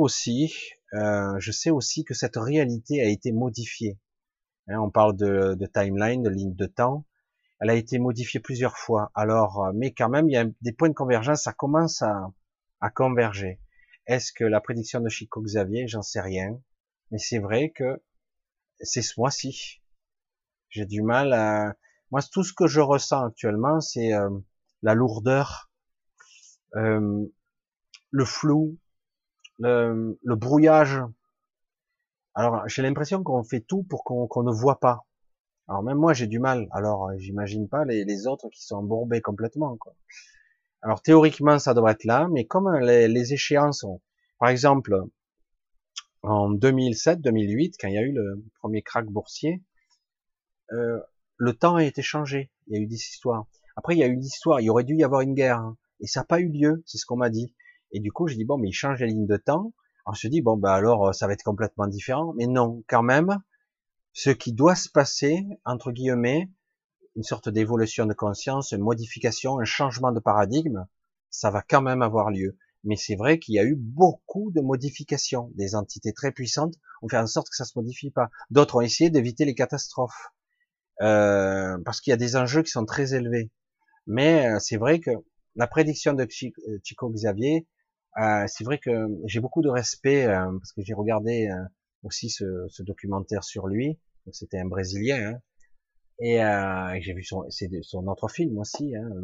je sais aussi que cette réalité a été modifiée. Hein, on parle de timeline, de ligne de temps. Elle a été modifiée plusieurs fois. Alors, mais quand même, il y a des points de convergence. Ça commence à converger. Est-ce que la prédiction de Chico Xavier, j'en sais rien. Mais c'est vrai que c'est ce mois-ci. J'ai du mal à... Moi, tout ce que je ressens actuellement, c'est la lourdeur, euh, le flou, le brouillage. Alors, j'ai l'impression qu'on fait tout pour qu'on ne voit pas. Alors même moi, j'ai du mal. Alors, j'imagine pas les autres qui sont embourbés complètement, quoi. Alors théoriquement, ça devrait être là, mais comme les échéances sont, par exemple, en 2007-2008, quand il y a eu le premier krach boursier, euh, le temps a été changé. Il y a eu des histoires. Après, il y a eu une histoire. Il aurait dû y avoir une guerre, hein. Et ça n'a pas eu lieu. C'est ce qu'on m'a dit. Et du coup, j'ai dit bon, mais il change les lignes de temps. Alors je me dis bon, bah alors ça va être complètement différent. Mais non, quand même, ce qui doit se passer entre guillemets, une sorte d'évolution de conscience, une modification, un changement de paradigme, ça va quand même avoir lieu. Mais c'est vrai qu'il y a eu beaucoup de modifications. Des entités très puissantes ont fait en sorte que ça se modifie pas. D'autres ont essayé d'éviter les catastrophes. Parce qu'il y a des enjeux qui sont très élevés. Mais c'est vrai que la prédiction de Chico Xavier, c'est vrai que j'ai beaucoup de respect, parce que j'ai regardé aussi ce documentaire sur lui. C'était un Brésilien, hein, et j'ai vu son autre film aussi, hein,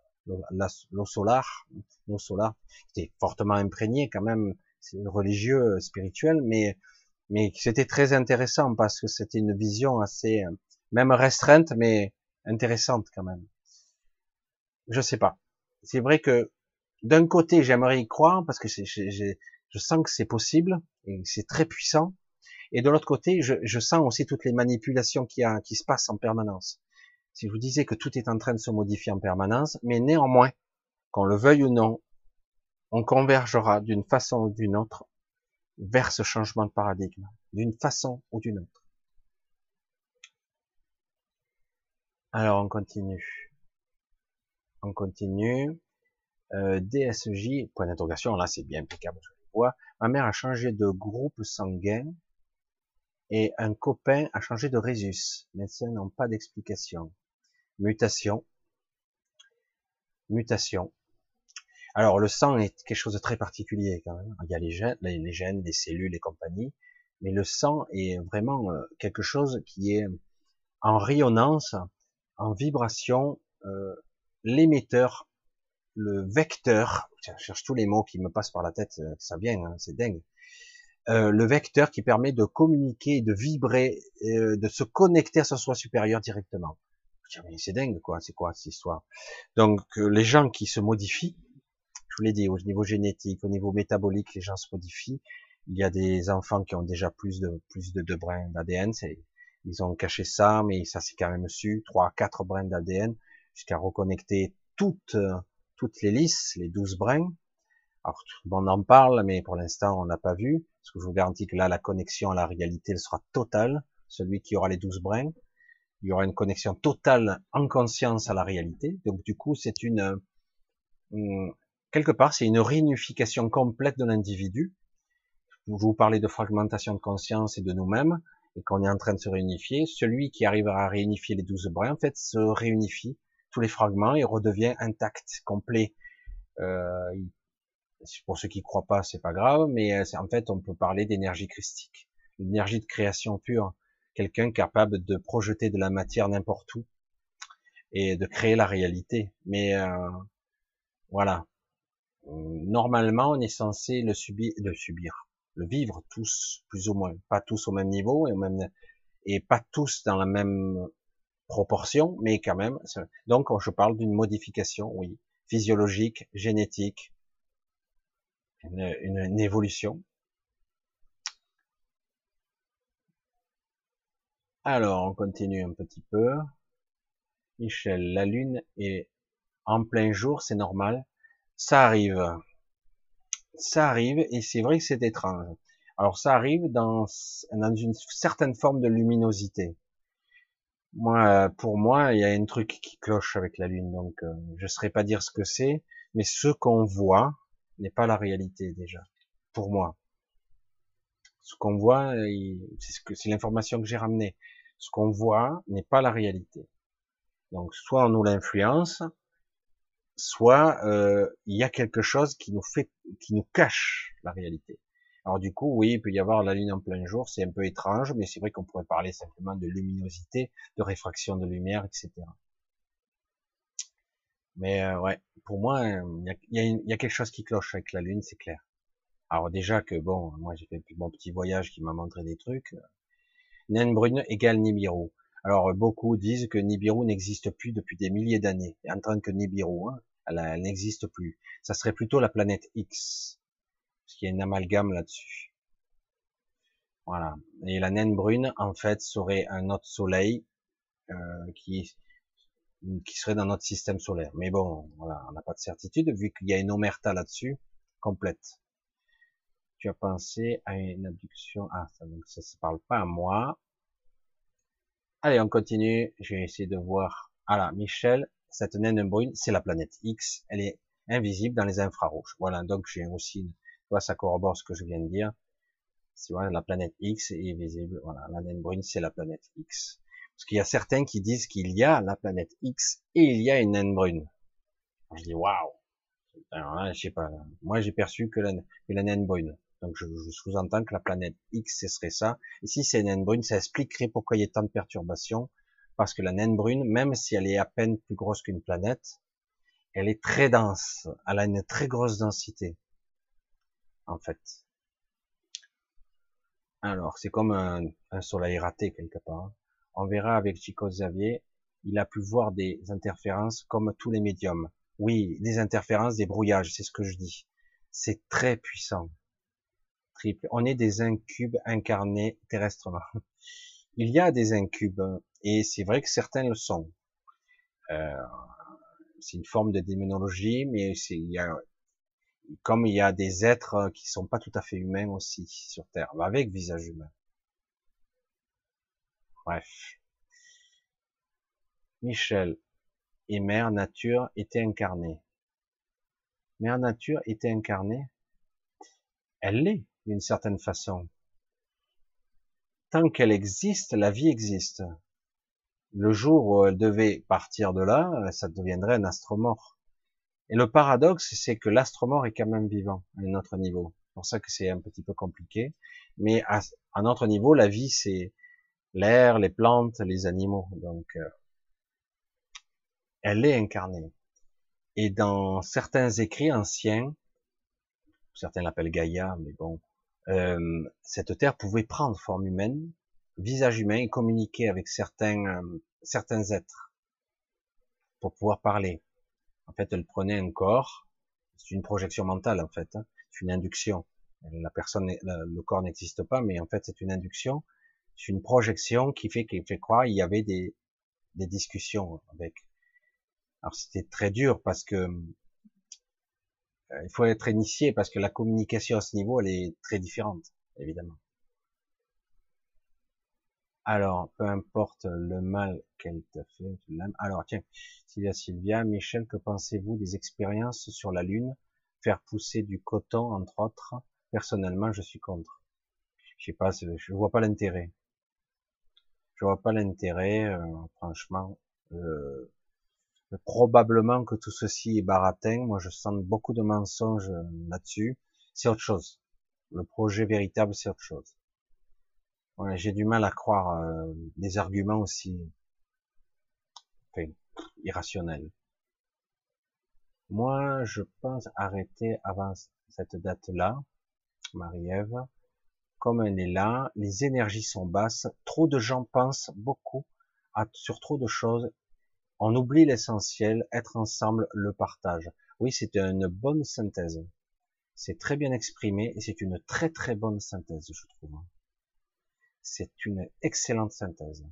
Lo Solar, Lo Solar. J'étais fortement imprégné quand même, c'est religieux, spirituel, mais c'était très intéressant parce que c'était une vision assez, même restreinte, mais intéressante quand même. Je sais pas. C'est vrai que d'un côté, j'aimerais y croire parce que je sens que c'est possible et que c'est très puissant. Et de l'autre côté, je sens aussi toutes les manipulations qui se passent en permanence. Si je vous disais que tout est en train de se modifier en permanence, mais néanmoins, qu'on le veuille ou non, on convergera d'une façon ou d'une autre vers ce changement de paradigme, d'une façon ou d'une autre. Alors on continue. On continue. DSJ, point d'interrogation, là c'est bien impeccable, je le vois. Ma mère a changé de groupe sanguin et un copain a changé de Rhésus. Les médecins n'ont pas d'explication. Mutation, mutation. Alors le sang est quelque chose de très particulier quand même. Il y a les gènes, les cellules les compagnies, mais le sang est vraiment quelque chose qui est en rayonnance, en vibration, l'émetteur, le vecteur. Tiens, je cherche tous les mots qui me passent par la tête, ça vient, hein, c'est dingue. Le vecteur qui permet de communiquer, de vibrer, de se connecter à son soi supérieur directement. Tiens, mais c'est dingue quoi, c'est quoi cette histoire? Donc les gens qui se modifient, je vous l'ai dit, au niveau génétique, au niveau métabolique, les gens se modifient. Il y a des enfants qui ont déjà plus de 2 brins d'ADN. Ils ont caché ça, mais ça c'est quand même su, 3 à 4 brins d'ADN, jusqu'à reconnecter toutes les lisses, les 12 brins. Alors tout le monde en parle, mais pour l'instant on n'a pas vu, parce que je vous garantis que là la connexion à la réalité elle sera totale. Celui qui aura les 12 brins, il y aura une connexion totale en conscience à la réalité. Donc du coup c'est quelque part, c'est une réunification complète de l'individu. Vous parlez de fragmentation de conscience et de nous-mêmes, et qu'on est en train de se réunifier. Celui qui arrivera à réunifier les 12 brins, en fait, se réunifie tous les fragments et redevient intact, complet. Euh, pour ceux qui croient pas, c'est pas grave, mais en fait, on peut parler d'énergie christique, l'énergie de création pure, quelqu'un capable de projeter de la matière n'importe où et de créer la réalité. Mais voilà, normalement, on est censé le vivre tous, plus ou moins, pas tous au même niveau et pas tous dans la même proportion, mais quand même. Donc, je parle d'une modification, oui, physiologique, génétique, une évolution. Alors, on continue un petit peu. Michel, la Lune est en plein jour, c'est normal. Ça arrive. Ça arrive, et c'est vrai que c'est étrange. Alors, ça arrive dans une certaine forme de luminosité. Moi, pour moi, il y a un truc qui cloche avec la Lune, donc je ne saurais pas dire ce que c'est, mais ce qu'on voit n'est pas la réalité déjà. Pour moi, ce qu'on voit, c'est l'information que j'ai ramenée. Ce qu'on voit n'est pas la réalité. Donc, soit on nous l'influence, soit il y a quelque chose qui nous cache la réalité. Alors du coup, oui, il peut y avoir la Lune en plein jour, c'est un peu étrange, mais c'est vrai qu'on pourrait parler simplement de luminosité, de réfraction de lumière, etc. Mais ouais, pour moi, il y a quelque chose qui cloche avec la Lune, c'est clair. Alors déjà que bon, moi j'ai fait mon petit voyage qui m'a montré des trucs. Naine brune égale Nibiru. Alors beaucoup disent que Nibiru n'existe plus depuis des milliers d'années. Et en tant que Nibiru, hein, elle n'existe plus. Ça serait plutôt la planète X, parce qu'il y a une amalgame là-dessus. Voilà. Et la naine brune, en fait, serait un autre soleil euh, qui serait dans notre système solaire. Mais bon, voilà, on n'a pas de certitude vu qu'il y a une omerta là-dessus complète. Tu as pensé à une abduction? Ah, donc ça se parle pas à moi. Allez, on continue. Je vais essayer de voir. Ah là, Michel, cette naine brune, c'est la planète X. Elle est invisible dans les infrarouges. Voilà, donc j'ai aussi, tu vois, ça corrobore ce que je viens de dire. Tu vois, la planète X est visible. Voilà, la naine brune, c'est la planète X. Parce qu'il y a certains qui disent qu'il y a la planète X et il y a une naine brune. Alors, je dis waouh. Alors là, je sais pas. Moi, j'ai perçu que la naine brune. Donc, je sous-entends que la planète X, ce serait ça. Et si c'est une naine brune, ça expliquerait pourquoi il y a tant de perturbations. Parce que la naine brune, même si elle est à peine plus grosse qu'une planète, elle est très dense. Elle a une très grosse densité, en fait. Alors, c'est comme un soleil raté quelque part. On verra avec Chico Xavier, il a pu voir des interférences comme tous les médiums. Oui, des interférences, des brouillages, c'est ce que je dis. C'est très puissant. Triple. On est des incubes incarnés terrestrement. Il y a des incubes, et c'est vrai que certains le sont. Euh, c'est une forme de démonologie, mais comme il y a des êtres qui sont pas tout à fait humains aussi sur Terre, avec visage humain. Bref. Michel et Mère Nature étaient incarnées. Mère Nature était incarnée. Elle l'est, d'une certaine façon. Tant qu'elle existe, la vie existe. Le jour où elle devait partir de là, ça deviendrait un astre mort. Et le paradoxe, c'est que l'astre mort est quand même vivant à un autre niveau. C'est pour ça que c'est un petit peu compliqué. Mais à un autre niveau, la vie, c'est l'air, les plantes, les animaux. Donc, elle est incarnée. Et dans certains écrits anciens, certains l'appellent Gaïa, mais bon, cette terre pouvait prendre forme humaine, visage humain, et communiquer avec certains êtres pour pouvoir parler. En fait, elle prenait un corps, c'est une projection mentale en fait, hein, c'est une induction. La personne, le corps n'existe pas, mais en fait c'est une induction, c'est une projection qui fait croire il y avait des discussions avec. Alors c'était très dur parce que il faut être initié parce que la communication à ce niveau elle est très différente, évidemment. Alors, peu importe le mal qu'elle t'a fait, tu l'aimes. Alors, tiens, Sylvia, Michel, que pensez-vous des expériences sur la Lune? Faire pousser du coton, entre autres. Personnellement, je suis contre. Je sais pas, je vois pas l'intérêt. Je vois pas l'intérêt, franchement. Euh, Probablement que tout ceci est baratin. Moi, je sens beaucoup de mensonges là-dessus. C'est autre chose. Le projet véritable, c'est autre chose. Voilà, j'ai du mal à croire des arguments aussi, enfin, irrationnels. Moi, je pense arrêter avant cette date-là, Marie-Ève. Comme elle est là, les énergies sont basses, trop de gens pensent beaucoup sur trop de choses. On oublie l'essentiel, être ensemble, le partage. Oui, c'est une bonne synthèse. C'est très bien exprimé et c'est une très très bonne synthèse, je trouve. C'est une excellente synthèse.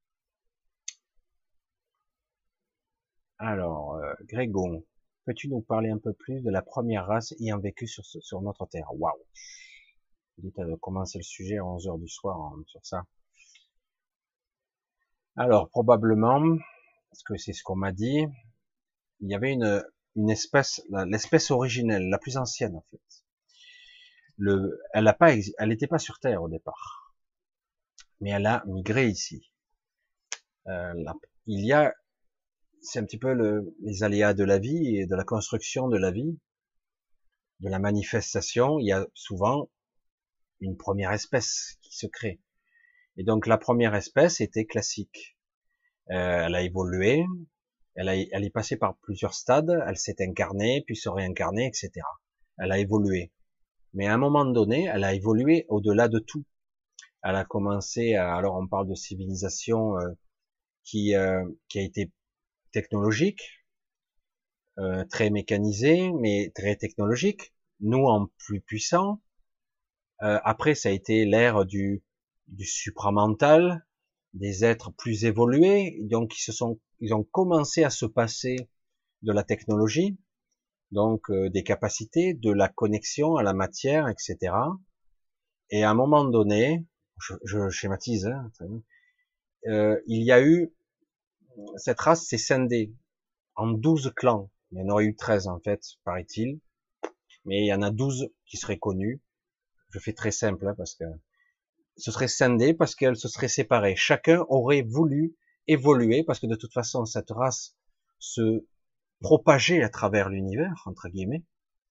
Alors, Grégon, peux-tu nous parler un peu plus de la première race ayant vécu sur notre Terre? Waouh! Dites commencer le sujet à 11 heures du soir sur ça. Alors, probablement, parce que c'est ce qu'on m'a dit, il y avait une espèce, l'espèce originelle, la plus ancienne en fait. Elle n'était pas sur Terre au départ, mais elle a migré ici. Il y a, c'est un petit peu les aléas de la vie et de la construction de la vie, de la manifestation. Il y a souvent une première espèce qui se crée. Et donc la première espèce était classique. Elle a évolué, elle est passée par plusieurs stades, elle s'est incarnée, puis se réincarnée, etc. Elle a évolué. Mais à un moment donné, elle a évolué au-delà de tout. Elle a commencé alors on parle de civilisation qui a été technologique, très mécanisée, mais très technologique. Nous en plus puissant. Après, ça a été l'ère du supramental, des êtres plus évolués, donc ils ont commencé à se passer de la technologie, donc des capacités, de la connexion à la matière, etc. Et à un moment donné, je schématise, hein, il y a eu, cette race s'est scindée en 12 clans. Il y en aurait eu 13 en fait, paraît-il, mais il y en a 12 qui seraient connus. Je fais très simple hein, parce que ce serait scindé parce qu'elle se serait séparée. Chacun aurait voulu évoluer parce que de toute façon cette race se propageait à travers l'univers entre guillemets.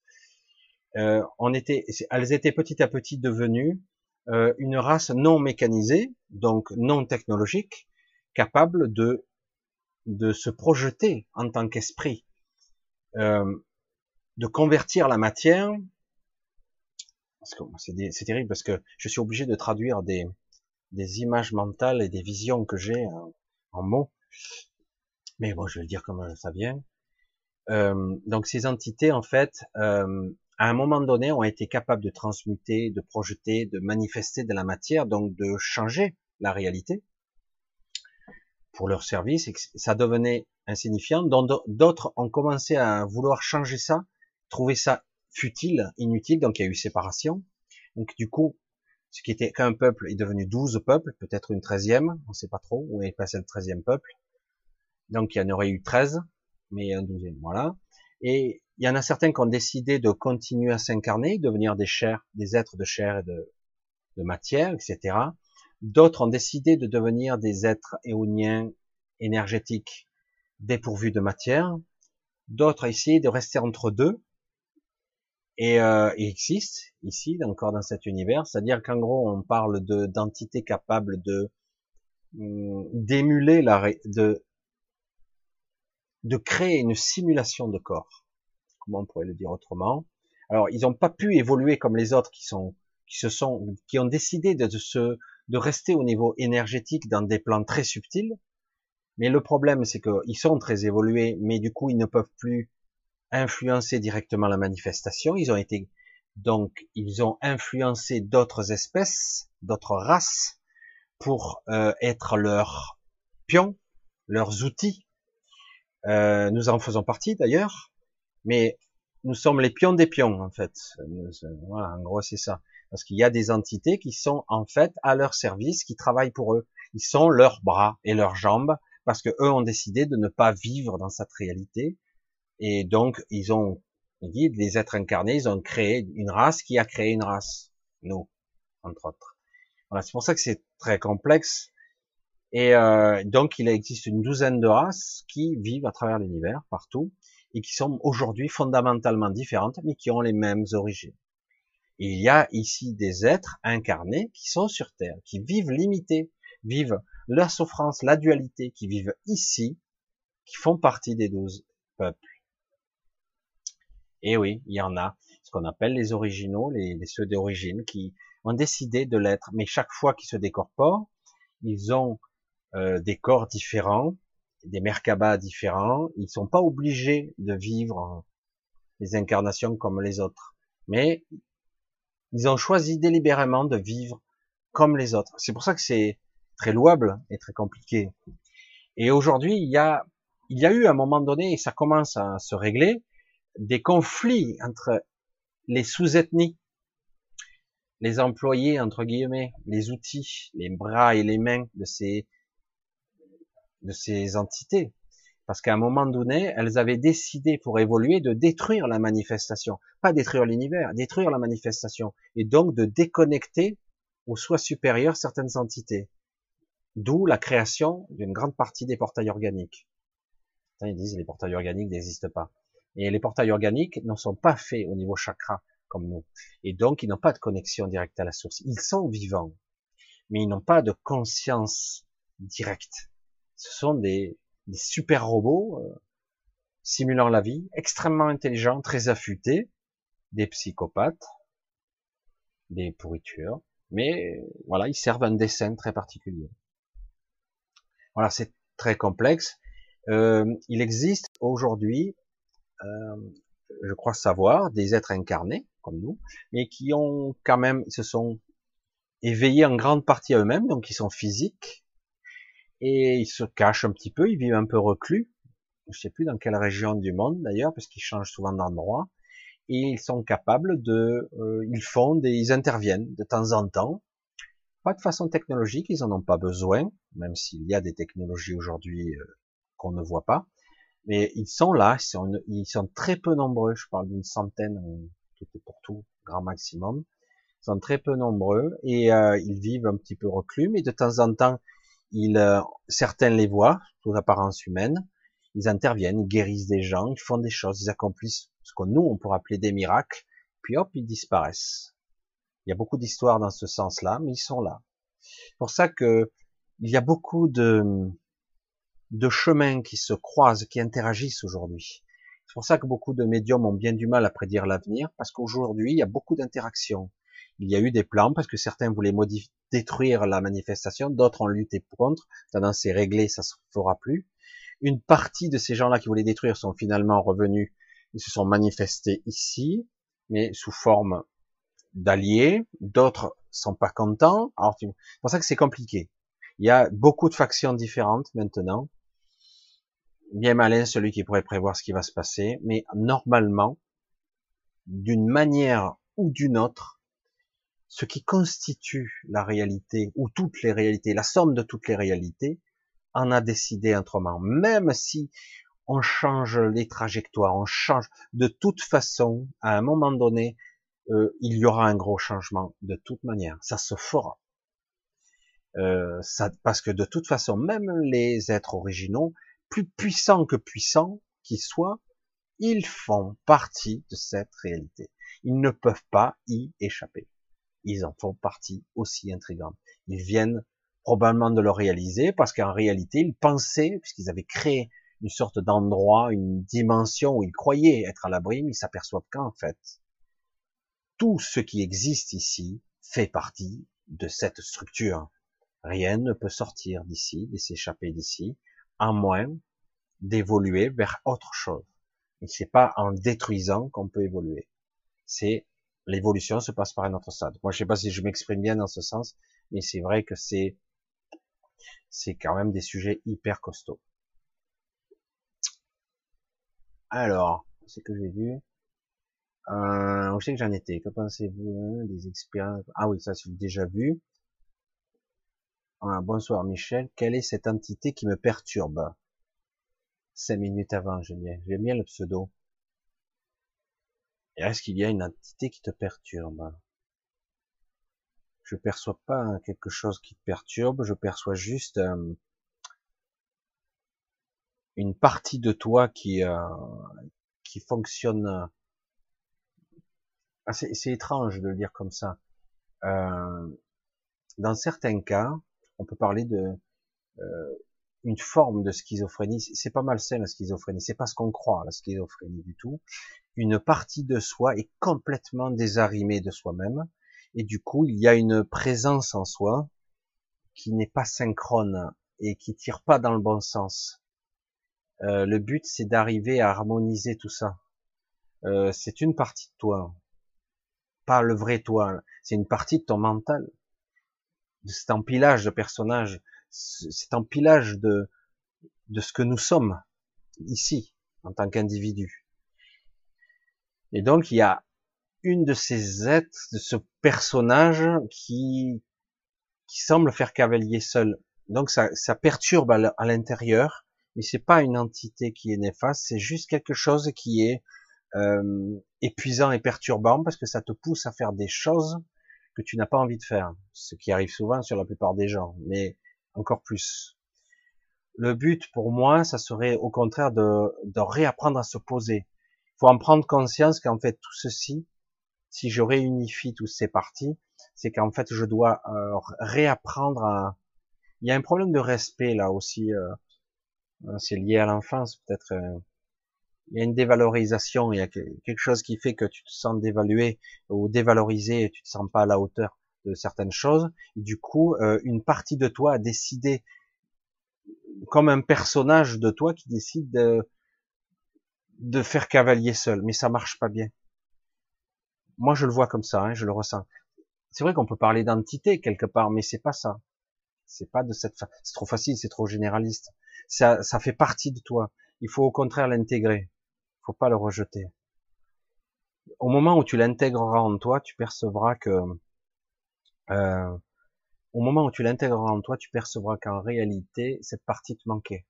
Elles étaient petit à petit devenues une race non mécanisée, donc non technologique, capable de se projeter en tant qu'esprit, de convertir la matière. C'est terrible parce que je suis obligé de traduire des images mentales et des visions que j'ai en mots. Mais bon, je vais le dire comme ça vient. Donc ces entités, en fait, à un moment donné, ont été capables de transmuter, de projeter, de manifester de la matière, donc de changer la réalité pour leur service. Et que ça devenait insignifiant. D'autres ont commencé à vouloir changer ça, trouver ça futile, inutile. Donc il y a eu séparation. Donc du coup, ce qui était qu'un peuple est devenu 12 peuples, peut-être une 13e, on ne sait pas trop où est passé le 13e peuple. Donc il y en aurait eu 13, mais un 12e, voilà. Et il y en a certains qui ont décidé de continuer à s'incarner, devenir des êtres de chair et de matière, etc. D'autres ont décidé de devenir des êtres éoniens, énergétiques, dépourvus de matière. D'autres ont essayé de rester entre deux. Et il existe ici, encore dans cet univers, c'est-à-dire qu'en gros, on parle d'entités capables d'émuler de créer une simulation de corps. Comment on pourrait le dire autrement? Alors, ils n'ont pas pu évoluer comme les autres qui ont décidé de rester au niveau énergétique dans des plans très subtils. Mais le problème, c'est qu'ils sont très évolués, mais du coup, ils ne peuvent plus influencer directement la manifestation. Ils ont influencé d'autres espèces, d'autres races, pour être leurs pions, leurs outils. Nous en faisons partie d'ailleurs, mais nous sommes les pions des pions en fait. Voilà, en gros c'est ça. Parce qu'il y a des entités qui sont en fait à leur service, qui travaillent pour eux. Ils sont leurs bras et leurs jambes, parce que eux ont décidé de ne pas vivre dans cette réalité. Et donc ils dit les êtres incarnés, ils ont créé une race qui a créé une race. Nous, entre autres. Voilà, c'est pour ça que c'est très complexe. Et donc, il existe une douzaine de races qui vivent à travers l'univers, partout, et qui sont aujourd'hui fondamentalement différentes, mais qui ont les mêmes origines. Et il y a ici des êtres incarnés qui sont sur Terre, qui vivent limités, vivent la souffrance, la dualité, qui vivent ici, qui font partie des 12 peuples. Et oui, il y en a, ce qu'on appelle les originaux, ceux d'origine, qui ont décidé de l'être, mais chaque fois qu'ils se décorporent, ils ont des corps différents, des merkabas différents. Ils sont pas obligés de vivre les incarnations comme les autres, mais ils ont choisi délibérément de vivre comme les autres. C'est pour ça que c'est très louable et très compliqué. Et aujourd'hui, il y a eu à un moment donné, et ça commence à se régler, des conflits entre les sous-ethnies, les employés, entre guillemets, les outils, les bras et les mains de ces entités. Parce qu'à un moment donné, elles avaient décidé pour évoluer de détruire la manifestation. Pas détruire l'univers, détruire la manifestation. Et donc de déconnecter au soi supérieur certaines entités. D'où la création d'une grande partie des portails organiques. Ils disent les portails organiques n'existent pas. Et les portails organiques ne sont pas faits au niveau chakra comme nous. Et donc ils n'ont pas de connexion directe à la source. Ils sont vivants, mais ils n'ont pas de conscience directe. Ce sont des super robots simulant la vie, extrêmement intelligents, très affûtés, des psychopathes, des pourritures, mais voilà, ils servent un dessein très particulier. Voilà, c'est très complexe. Il existe aujourd'hui, euh, je crois savoir, des êtres incarnés comme nous, mais qui ont quand même, se sont éveillés en grande partie à eux-mêmes, donc ils sont physiques et ils se cachent un petit peu, ils vivent un peu reclus. Je sais plus dans quelle région du monde d'ailleurs, parce qu'ils changent souvent d'endroit. Et ils sont capables ils interviennent de temps en temps, pas de façon technologique, ils en ont pas besoin, même s'il y a des technologies aujourd'hui qu'on ne voit pas, mais ils sont là, ils sont très peu nombreux, je parle d'une centaine, tout et pour tout, grand maximum, ils sont très peu nombreux, et ils vivent un petit peu reclus, mais de temps en temps, certains les voient, sous apparence humaine, ils interviennent, ils guérissent des gens, ils font des choses, ils accomplissent ce que nous, on pourrait appeler des miracles, puis hop, ils disparaissent. Il y a beaucoup d'histoires dans ce sens-là, mais ils sont là. C'est pour ça que il y a beaucoup de chemins qui se croisent, qui interagissent aujourd'hui. C'est pour ça que beaucoup de médiums ont bien du mal à prédire l'avenir, parce qu'aujourd'hui, il y a beaucoup d'interactions. Il y a eu des plans, parce que certains voulaient détruire la manifestation, d'autres ont lutté contre, maintenant c'est réglé, ça se fera plus. Une partie de ces gens-là qui voulaient détruire sont finalement revenus, ils se sont manifestés ici, mais sous forme d'alliés, d'autres sont pas contents, alors c'est pour ça que c'est compliqué. Il y a beaucoup de factions différentes maintenant, bien malin celui qui pourrait prévoir ce qui va se passer, mais normalement, d'une manière ou d'une autre, ce qui constitue la réalité, ou toutes les réalités, la somme de toutes les réalités, en a décidé autrement. Même si on change les trajectoires, on change, de toute façon, à un moment donné, il y aura un gros changement, de toute manière, ça se fera. Parce que de toute façon, même les êtres originaux, plus puissants que puissants qu'ils soient, ils font partie de cette réalité. Ils ne peuvent pas y échapper. Ils en font partie aussi intégrante. Ils viennent probablement de le réaliser parce qu'en réalité, ils pensaient, puisqu'ils avaient créé une sorte d'endroit, une dimension où ils croyaient être à l'abri, mais ils s'aperçoivent qu'en fait, tout ce qui existe ici fait partie de cette structure. Rien ne peut sortir d'ici, de s'échapper d'ici, à moins d'évoluer vers autre chose. Et c'est pas en détruisant qu'on peut évoluer. C'est l'évolution se passe par un autre stade. Moi, je sais pas si je m'exprime bien dans ce sens, mais c'est vrai que c'est quand même des sujets hyper costauds. Alors, c'est que j'ai vu. Où c'est que j'en étais? Que pensez-vous des expériences? Ah oui, ça, c'est déjà vu. Ah, bonsoir Michel. Quelle est cette entité qui me perturbe? 5 minutes avant, j'aime bien le pseudo. Et est-ce qu'il y a une entité qui te perturbe? Je perçois pas quelque chose qui te perturbe, je perçois juste une partie de toi qui fonctionne. C'est étrange de le dire comme ça. Euh, dans certains cas, on peut parler de une forme de schizophrénie. C'est pas malsain la schizophrénie, c'est pas ce qu'on croit la schizophrénie du tout. Une partie de soi est complètement désarrimée de soi-même, et du coup, il y a une présence en soi qui n'est pas synchrone et qui tire pas dans le bon sens. Le but, c'est d'arriver à harmoniser tout ça. C'est une partie de toi, pas le vrai toi. C'est une partie de ton mental. de cet empilage de personnages, cet empilage de ce que nous sommes ici en tant qu'individu. Et donc il y a une de ces êtres, de ce personnage qui semble faire cavalier seul. Donc ça perturbe à l'intérieur, mais c'est pas une entité qui est néfaste, c'est juste quelque chose qui est épuisant et perturbant parce que ça te pousse à faire des choses que tu n'as pas envie de faire, ce qui arrive souvent sur la plupart des gens, mais encore plus. Le but pour moi, ça serait au contraire de réapprendre à se poser. Il faut en prendre conscience qu'en fait tout ceci, si je réunifie tous ces parties, c'est qu'en fait je dois réapprendre à... Il y a un problème de respect là aussi, c'est lié à l'enfance peut-être. Il y a une dévalorisation, il y a quelque chose qui fait que tu te sens dévalué ou dévalorisé et tu te sens pas à la hauteur de certaines choses. Et du coup, une partie de toi a décidé, comme un personnage de toi qui décide de faire cavalier seul, mais ça marche pas bien. Moi, je le vois comme ça, hein, je le ressens. C'est vrai qu'on peut parler d'entité quelque part, mais c'est pas ça. C'est pas de cette façon. C'est trop facile, c'est trop généraliste. Ça fait partie de toi. Il faut au contraire l'intégrer. Il faut pas le rejeter. Au moment où tu l'intégreras en toi, tu percevras que, euh, au moment où tu l'intégreras en toi, tu percevras qu'en réalité, cette partie te manquait.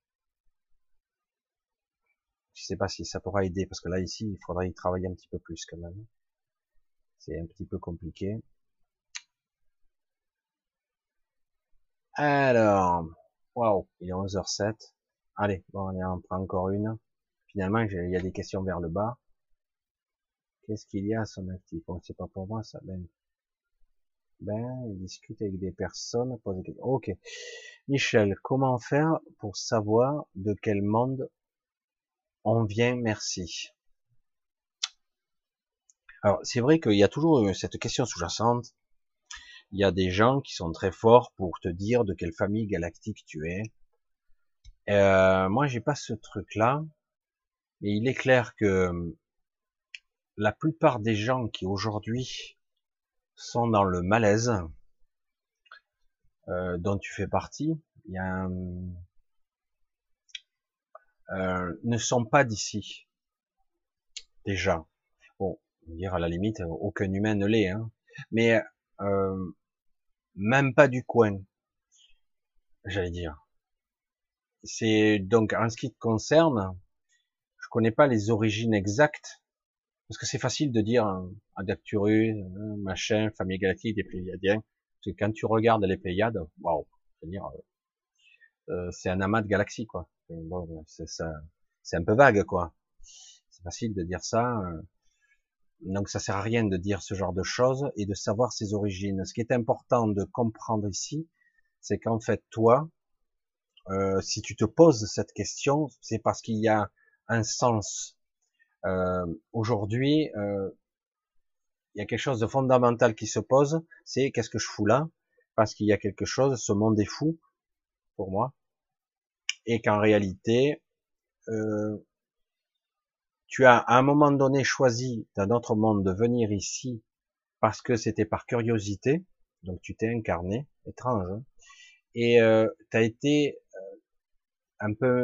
Je sais pas si ça t'aura aidé, parce que là, ici, il faudrait y travailler un petit peu plus quand même. C'est un petit peu compliqué. Alors, waouh, il est 11h07. Allez, bon, allez, on prend encore une. Finalement, il y a des questions vers le bas. Qu'est-ce qu'il y a à son actif? Bon, c'est pas pour moi, ça. Il discute avec des personnes, pose des questions. Ok. Michel, comment faire pour savoir de quel monde on vient? Merci. Alors, c'est vrai qu'il y a toujours cette question sous-jacente. Il y a des gens qui sont très forts pour te dire de quelle famille galactique tu es. Moi, j'ai pas ce truc-là. Et il est clair que la plupart des gens qui aujourd'hui sont dans le malaise, dont tu fais partie, il y a ne sont pas d'ici déjà. Bon, on va dire à la limite, aucun humain ne l'est, hein. Mais même pas du coin, j'allais dire. C'est donc en ce qui te concerne, je connais pas les origines exactes, parce que c'est facile de dire Adapturus, machin, famille galactique des Pléiadiens. Parce que quand tu regardes les Pléiades, waouh, je veux dire, c'est un amas de galaxies, quoi. Bon, c'est un peu vague, quoi. C'est facile de dire ça. Donc ça sert à rien de dire ce genre de choses et de savoir ses origines. Ce qui est important de comprendre ici, c'est qu'en fait toi, si tu te poses cette question, c'est parce qu'il y a un sens. Aujourd'hui, il y a quelque chose de fondamental qui se pose, c'est qu'est-ce que je fous là? Parce qu'il y a quelque chose, ce monde est fou pour moi, et qu'en réalité, euh, tu as à un moment donné choisi d'un autre monde de venir ici parce que c'était par curiosité, donc tu t'es incarné, étrange, hein, et tu as été un peu,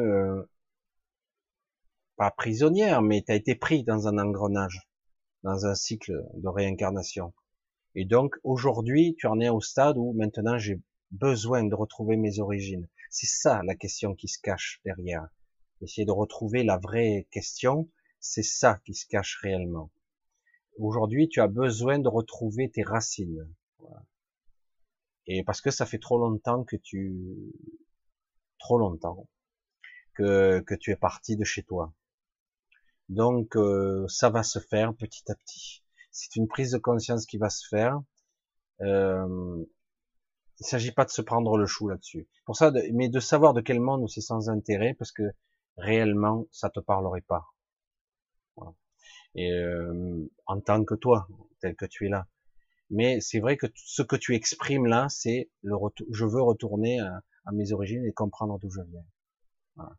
pas prisonnière, mais tu as été pris dans un engrenage, dans un cycle de réincarnation. Et donc aujourd'hui, tu en es au stade où maintenant j'ai besoin de retrouver mes origines. C'est ça la question qui se cache derrière. Essayer de retrouver la vraie question, c'est ça qui se cache réellement. Aujourd'hui, tu as besoin de retrouver tes racines. Voilà. Et parce que ça fait trop longtemps que tu es parti de chez toi. Donc ça va se faire petit à petit. C'est une prise de conscience qui va se faire. Euh, il s'agit pas de se prendre le chou là-dessus. Pour ça, mais de savoir de quel monde c'est sans intérêt, parce que réellement ça te parlerait pas. Voilà. Et en tant que toi, tel que tu es là. Mais c'est vrai que ce que tu exprimes là, c'est le retour. Je veux retourner à mes origines et comprendre d'où je viens. Voilà.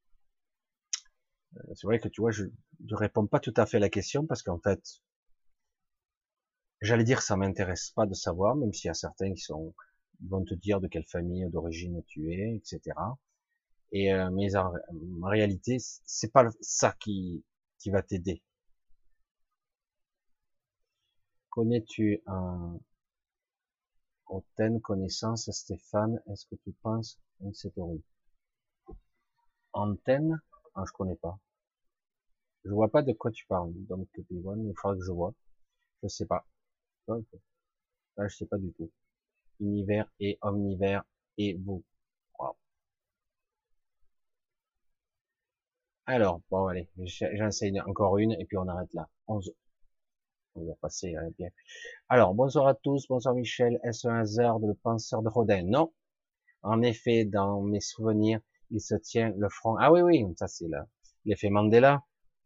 C'est vrai que tu vois, je ne réponds pas tout à fait à la question parce qu'en fait, j'allais dire ça m'intéresse pas de savoir, même s'il y a certains qui sont Ils vont te dire de quelle famille d'origine tu es, etc. Mais en réalité, c'est pas ça qui va t'aider. Connais-tu un hautaine connaissance, Stéphane? Est-ce que tu penses à cette théorie? Antenne? Ah, je connais pas. Je vois pas de quoi tu parles. Donc, il faudra que je vois. Je sais pas. Ok. Là, je sais pas du tout. Univers et omnivers et vous. Wow. Alors, bon, allez, j'enseigne encore une et puis on arrête là. 11. On va passer bien. Alors, bonsoir à tous, bonsoir Michel. Est-ce un hasard de le penseur de Rodin? Non. En effet, dans mes souvenirs, il se tient le front. Ah oui, oui, ça c'est là. L'effet Mandela.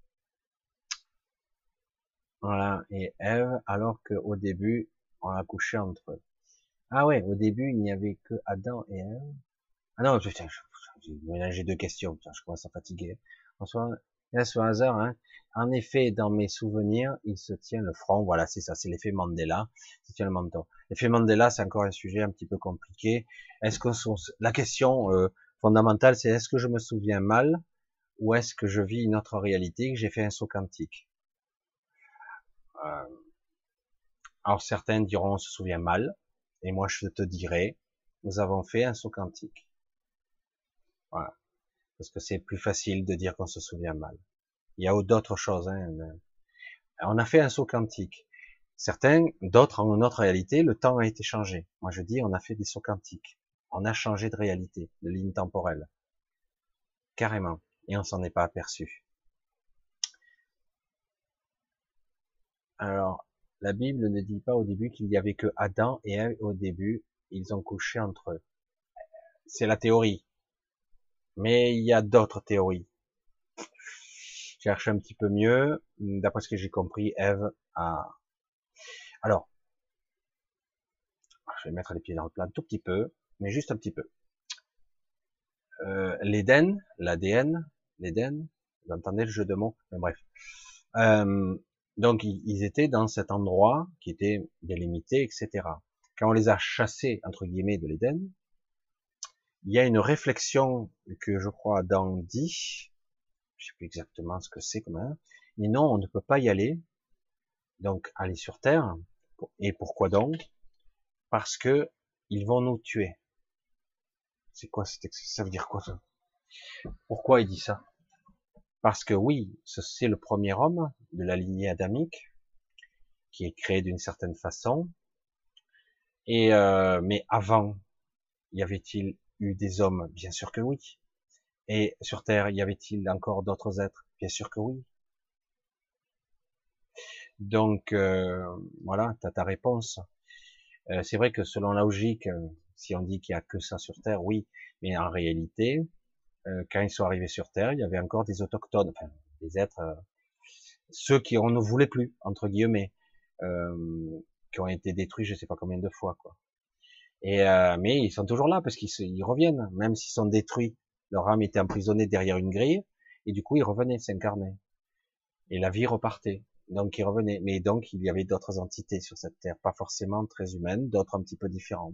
Voilà. Et Ève, alors qu'au début, on a couché entre eux. Ah ouais, au début, il n'y avait que Adam et Ève. Ah non, putain, j'ai mélangé deux questions. Putain, je commence à fatiguer. Bonsoir. Là, sur un hasard, hein. En effet, dans mes souvenirs, il se tient le front. Voilà, c'est ça, c'est l'effet Mandela. Il se tient le menton. L'effet Mandela, c'est encore un sujet un petit peu compliqué. La question fondamentale, c'est est-ce que je me souviens mal ou est-ce que je vis une autre réalité, que j'ai fait un saut quantique? Euh, alors certains diront on se souvient mal, et moi je te dirais nous avons fait un saut quantique. Voilà, parce que c'est plus facile de dire qu'on se souvient mal. Il y a d'autres choses. Hein. On a fait un saut quantique. Certains, d'autres en une autre réalité, le temps a été changé. Moi je dis on a fait des sauts quantiques. On a changé de réalité, de ligne temporelle. Carrément. Et on s'en est pas aperçu. Alors, la Bible ne dit pas au début qu'il y avait que Adam et Ève au début. Ils ont couché entre eux. C'est la théorie. Mais il y a d'autres théories. Je cherche un petit peu mieux. D'après ce que j'ai compris, Ève a... Alors, je vais mettre les pieds dans le plat un tout petit peu, mais juste un petit peu. L'Éden, l'ADN, l'Éden, vous entendez le jeu de mots? Mais bref. Euh, donc, ils étaient dans cet endroit qui était délimité, etc. Quand on les a chassés, entre guillemets, de l'Éden, il y a une réflexion que je crois Adam dit, je sais plus exactement ce que c'est comme un, mais non, on ne peut pas y aller, donc aller sur Terre. Et pourquoi donc? Parce que ils vont nous tuer. C'est quoi ça veut dire quoi ça? Pourquoi il dit ça? Parce que oui, c'est le premier homme de la lignée adamique qui est créé d'une certaine façon. Et mais avant, y avait-il eu des hommes? Bien sûr que oui. Et sur Terre, y avait-il encore d'autres êtres? Bien sûr que oui. Donc voilà, tu as ta réponse. C'est vrai que selon la logique, si on dit qu'il y a que ça sur Terre, oui, mais en réalité, quand ils sont arrivés sur Terre, il y avait encore des autochtones, enfin des êtres, ceux qui on ne voulait plus entre guillemets, qui ont été détruits, je sais pas combien de fois, quoi. Et mais ils sont toujours là parce ils reviennent, même s'ils sont détruits. Leur âme était emprisonnée derrière une grille, et du coup ils revenaient s'incarner, et la vie repartait. Donc ils revenaient, mais donc il y avait d'autres entités sur cette terre, pas forcément très humaines, d'autres un petit peu différentes.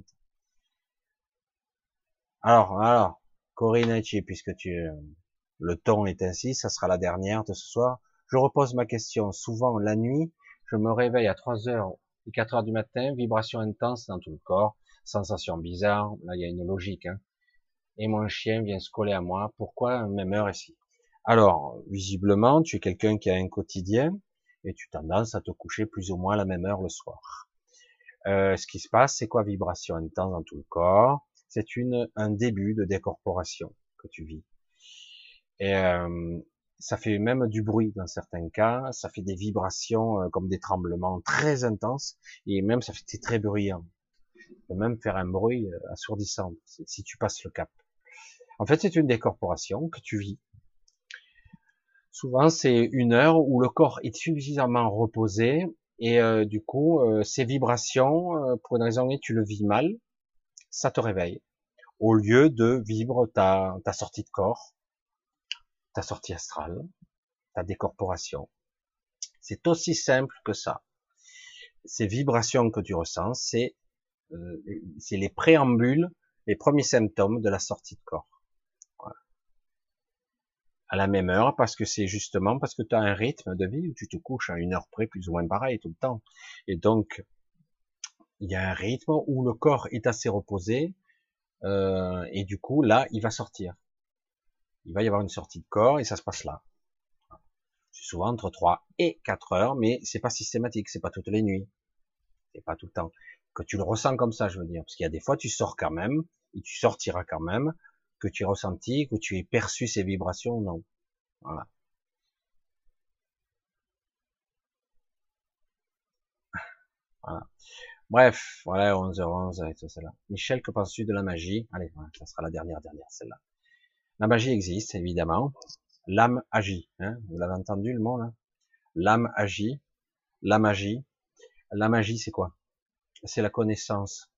Alors, Corinne Etchi, puisque le ton est ainsi, ça sera la dernière de ce soir. Je repose ma question. Souvent la nuit, je me réveille à 3 heures et 4 heures du matin, vibration intense dans tout le corps, sensation bizarre. Là, il y a une logique. Hein. Et mon chien vient se coller à moi. Pourquoi à même heure ici? Alors, visiblement, tu es quelqu'un qui a un quotidien et tu as tendance à te coucher plus ou moins à la même heure le soir. Ce qui se passe, c'est quoi vibration intense dans tout le corps? C'est un début de décorporation que tu vis. Et ça fait même du bruit dans certains cas, ça fait des vibrations comme des tremblements très intenses, et même ça fait très bruyant. Ça peut même faire un bruit assourdissant si tu passes le cap. En fait, c'est une décorporation que tu vis. Souvent, c'est une heure où le corps est suffisamment reposé, et du coup, ces vibrations, pour une raison donnée, tu le vis mal, ça te réveille, au lieu de vivre ta sortie de corps, ta sortie astrale, ta décorporation. C'est aussi simple que ça. Ces vibrations que tu ressens, c'est c'est les préambules, les premiers symptômes de la sortie de corps. Voilà. À la même heure, parce que c'est justement parce que tu as un rythme de vie où tu te couches à une heure près, plus ou moins pareil tout le temps. Et donc, il y a un rythme où le corps est assez reposé, et du coup, là, il va sortir. Il va y avoir une sortie de corps et ça se passe là. C'est souvent entre 3 et 4 heures, mais c'est pas systématique, c'est pas toutes les nuits, c'est pas tout le temps. Que tu le ressens comme ça, je veux dire. Parce qu'il y a des fois, tu sors quand même, et tu sortiras quand même, que tu aies ressenti, que tu aies perçu ces vibrations, non. Voilà. Voilà. Bref, voilà, 11h11 et tout cela. Michel, que penses-tu de la magie? Allez, voilà, ça sera la dernière, celle-là. La magie existe, évidemment. L'âme agit, hein. Vous l'avez entendu, le mot, là? L'âme agit. La magie. La magie, c'est quoi? C'est la connaissance.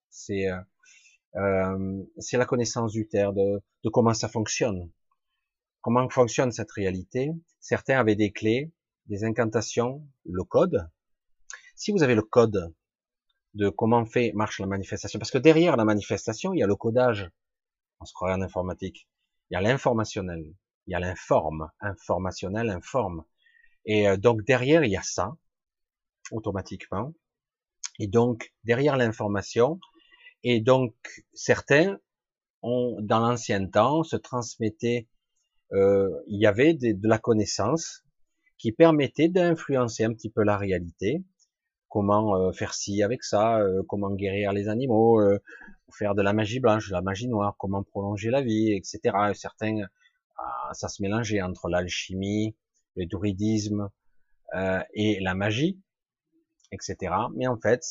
C'est la connaissance du terre, de comment ça fonctionne. Comment fonctionne cette réalité? Certains avaient des clés, des incantations, le code. Si vous avez le code de comment marche la manifestation, parce que derrière la manifestation, il y a le codage. On se croirait en informatique. Il y a l'informationnel, il y a l'informe, informationnel, informe. Et donc derrière, il y a ça, automatiquement. Et donc derrière l'information, et donc certains ont, dans l'ancien temps, se transmettaient, il y avait de la connaissance qui permettait d'influencer un petit peu la réalité. Comment faire ci avec ça, comment guérir les animaux, faire de la magie blanche, de la magie noire, comment prolonger la vie, etc. Certains, ça se mélangeait entre l'alchimie, le druidisme et la magie, etc. Mais en fait,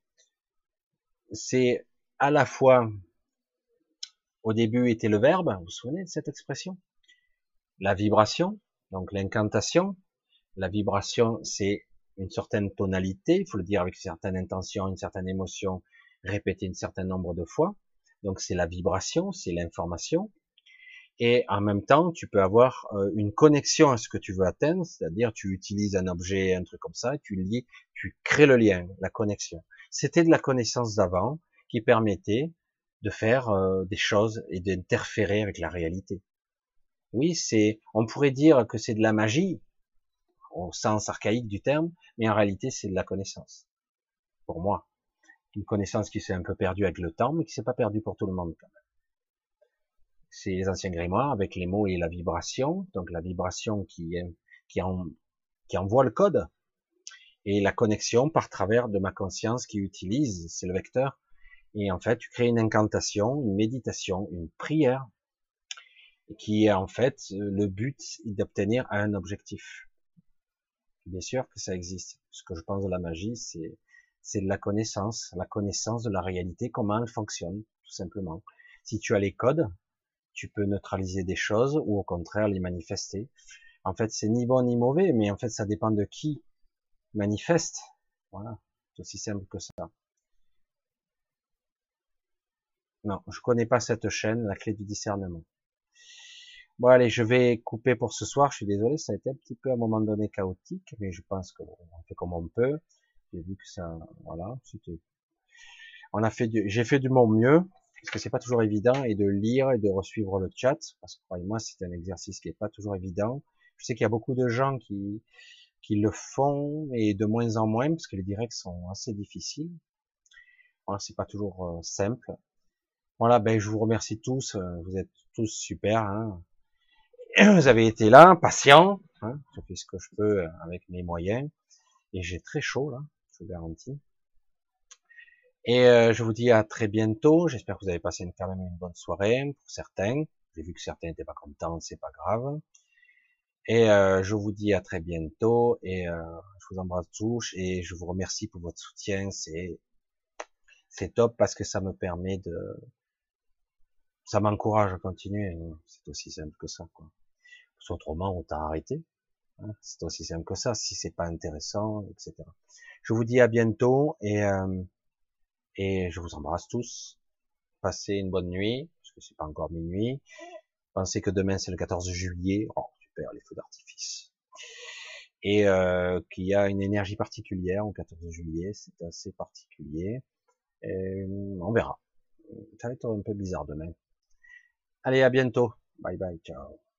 c'est à la fois, au début était le verbe, vous vous souvenez de cette expression? La vibration, donc l'incantation. La vibration, c'est une certaine tonalité, il faut le dire avec une certaine intention, une certaine émotion, répétée un certain nombre de fois. Donc c'est la vibration, c'est l'information. Et en même temps, tu peux avoir une connexion à ce que tu veux atteindre, c'est-à-dire tu utilises un objet, un truc comme ça, tu lies, tu crées le lien, la connexion. C'était de la connaissance d'avant qui permettait de faire des choses et d'interférer avec la réalité. Oui, on pourrait dire que c'est de la magie, au sens archaïque du terme, mais en réalité, c'est de la connaissance. Pour moi. Une connaissance qui s'est un peu perdue avec le temps, mais qui s'est pas perdue pour tout le monde, quand même. C'est les anciens grimoires avec les mots et la vibration. Donc, la vibration qui, en, qui envoie le code et la connexion par travers de ma conscience qui utilise, c'est le vecteur. Et en fait, tu crées une incantation, une méditation, une prière qui est en fait le but d'obtenir un objectif. Bien sûr que ça existe. Ce que je pense de la magie, c'est de la connaissance de la réalité, comment elle fonctionne, tout simplement. Si tu as les codes, tu peux neutraliser des choses ou au contraire les manifester. En fait, c'est ni bon ni mauvais, mais en fait, ça dépend de qui manifeste. Voilà, c'est aussi simple que ça. Non, je connais pas cette chaîne, la clé du discernement. Bon, allez, je vais couper pour ce soir. Je suis désolé, ça a été un petit peu à un moment donné chaotique, mais je pense qu'on fait comme on peut. J'ai vu que ça, voilà, j'ai fait du mon mieux, parce que c'est pas toujours évident, et de lire et de resuivre le chat, parce que croyez-moi, c'est un exercice qui est pas toujours évident. Je sais qu'il y a beaucoup de gens qui le font, et de moins en moins, parce que les directs sont assez difficiles. Voilà, c'est pas toujours simple. Voilà, ben, je vous remercie tous, vous êtes tous super, hein. Vous avez été là, patients, hein. Je fais ce que je peux avec mes moyens, et j'ai très chaud, là, je vous garantis. Et je vous dis à très bientôt. J'espère que vous avez passé quand même une bonne soirée pour certains. J'ai vu que certains n'étaient pas contents, c'est pas grave. Et je vous dis à très bientôt. Et je vous embrasse tous et je vous remercie pour votre soutien. C'est top parce que ça me permet ça m'encourage à continuer. C'est aussi simple que ça, quoi. Parce qu'autrement, on t'a arrêté. Hein. C'est aussi simple que ça. Si c'est pas intéressant, etc. Je vous dis à bientôt et je vous embrasse tous. Passez une bonne nuit, parce que c'est pas encore minuit. Pensez que demain c'est le 14 juillet. Oh, super, les feux d'artifice. Et qu'il y a une énergie particulière au 14 juillet, c'est assez particulier. Et on verra. Ça va être un peu bizarre demain. Allez, à bientôt. Bye bye, ciao.